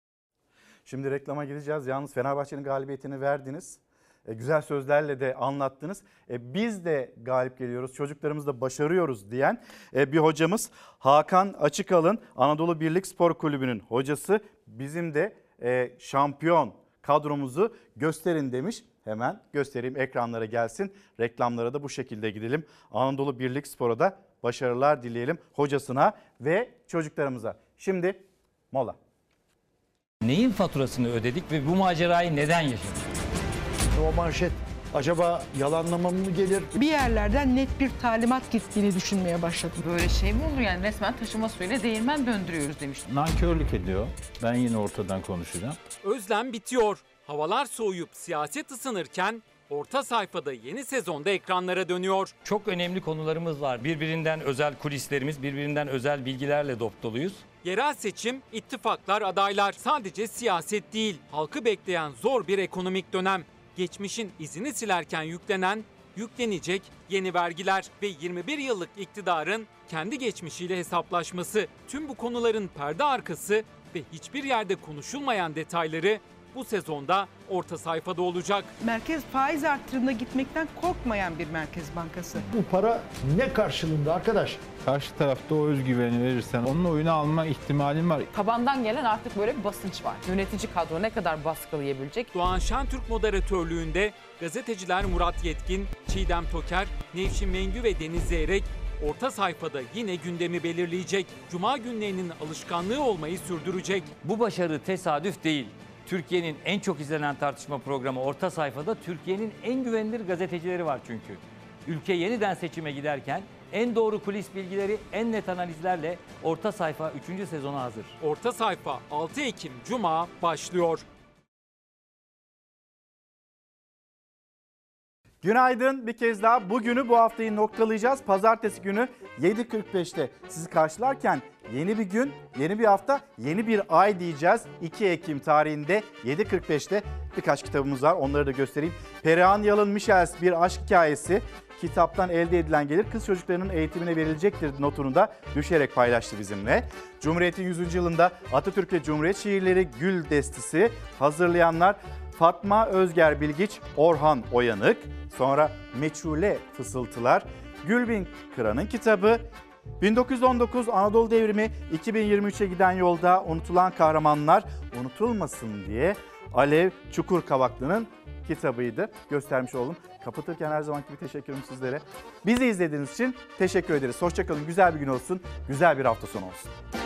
Şimdi reklama gideceğiz. Yalnız Fenerbahçe'nin galibiyetini verdiniz. Güzel sözlerle de anlattınız. Biz de galip geliyoruz, çocuklarımız da başarıyoruz diyen bir hocamız Hakan Açıkalın, Anadolu Birlik Spor Kulübü'nün hocası. Bizim de şampiyon kadromuzu gösterin demiş. Hemen göstereyim, ekranlara gelsin. Reklamlara da bu şekilde gidelim. Anadolu Birlik Spor'a da başarılar dileyelim hocasına ve çocuklarımıza. Şimdi mola. Neyin faturasını ödedik ve bu macerayı neden yaşadık? O manşet acaba yalanlama mı gelir? Bir yerlerden net bir talimat gittiğini düşünmeye başladım. Böyle şey mi olur yani, resmen taşıma suyuyla değirmen döndürüyoruz demiş. Nankörlük ediyor. Ben yine ortadan konuşacağım. Özlem bitiyor. Havalar soğuyup siyaset ısınırken orta sayfada yeni sezonda ekranlara dönüyor. Çok önemli konularımız var. Birbirinden özel kulislerimiz, birbirinden özel bilgilerle doluyuz. Yerel seçim, ittifaklar, adaylar, sadece siyaset değil, halkı bekleyen zor bir ekonomik dönem. Geçmişin izini silerken yüklenecek yeni vergiler ve 21 yıllık iktidarın kendi geçmişiyle hesaplaşması. Tüm bu konuların perde arkası ve hiçbir yerde konuşulmayan detayları bu sezonda orta sayfada olacak. Merkez faiz artırımına gitmekten korkmayan bir Merkez Bankası. Bu para ne karşılığında arkadaş? Karşı tarafta o özgüveni verirsen onun oyunu alma ihtimalin var. Tabandan gelen artık böyle bir basınç var. Yönetici kadro ne kadar baskılayabilecek? Doğan Şentürk moderatörlüğünde gazeteciler Murat Yetkin, Çiğdem Toker, Nevşin Mengü ve Deniz Zeyrek orta sayfada yine gündemi belirleyecek. Cuma günlerinin alışkanlığı olmayı sürdürecek. Bu başarı tesadüf değil. Türkiye'nin en çok izlenen tartışma programı Orta Sayfa'da Türkiye'nin en güvenilir gazetecileri var çünkü. Ülke yeniden seçime giderken en doğru kulis bilgileri, en net analizlerle Orta Sayfa 3. sezona hazır. Orta Sayfa 6 Ekim Cuma başlıyor. Günaydın bir kez daha. Bugünü bu haftayı noktalayacağız. Pazartesi günü 7.45'te sizi karşılarken yeni bir gün, yeni bir hafta, yeni bir ay diyeceğiz. 2 Ekim tarihinde 7.45'te birkaç kitabımız var. Onları da göstereyim. Perihan Yalın Michels Bir Aşk Hikayesi. Kitaptan elde edilen gelir kız çocuklarının eğitimine verilecektir notunu da düşerek paylaştı bizimle. Cumhuriyet'in 100. yılında Atatürk ve Cumhuriyet şiirleri Gül Destisi hazırlayanlar Fatma Özger Bilgiç, Orhan Oyanık. Sonra Meçhule Fısıltılar, Gülbin Kıran'ın kitabı. 1919 Anadolu Devrimi, 2023'e giden yolda unutulan kahramanlar unutulmasın diye Alev Çukurkavaklı'nın kitabıydı. Göstermiş oldum. Kapatırken her zamanki gibi teşekkürüm sizlere. Bizi izlediğiniz için teşekkür ederiz. Hoşça kalın, güzel bir gün olsun, güzel bir hafta sonu olsun.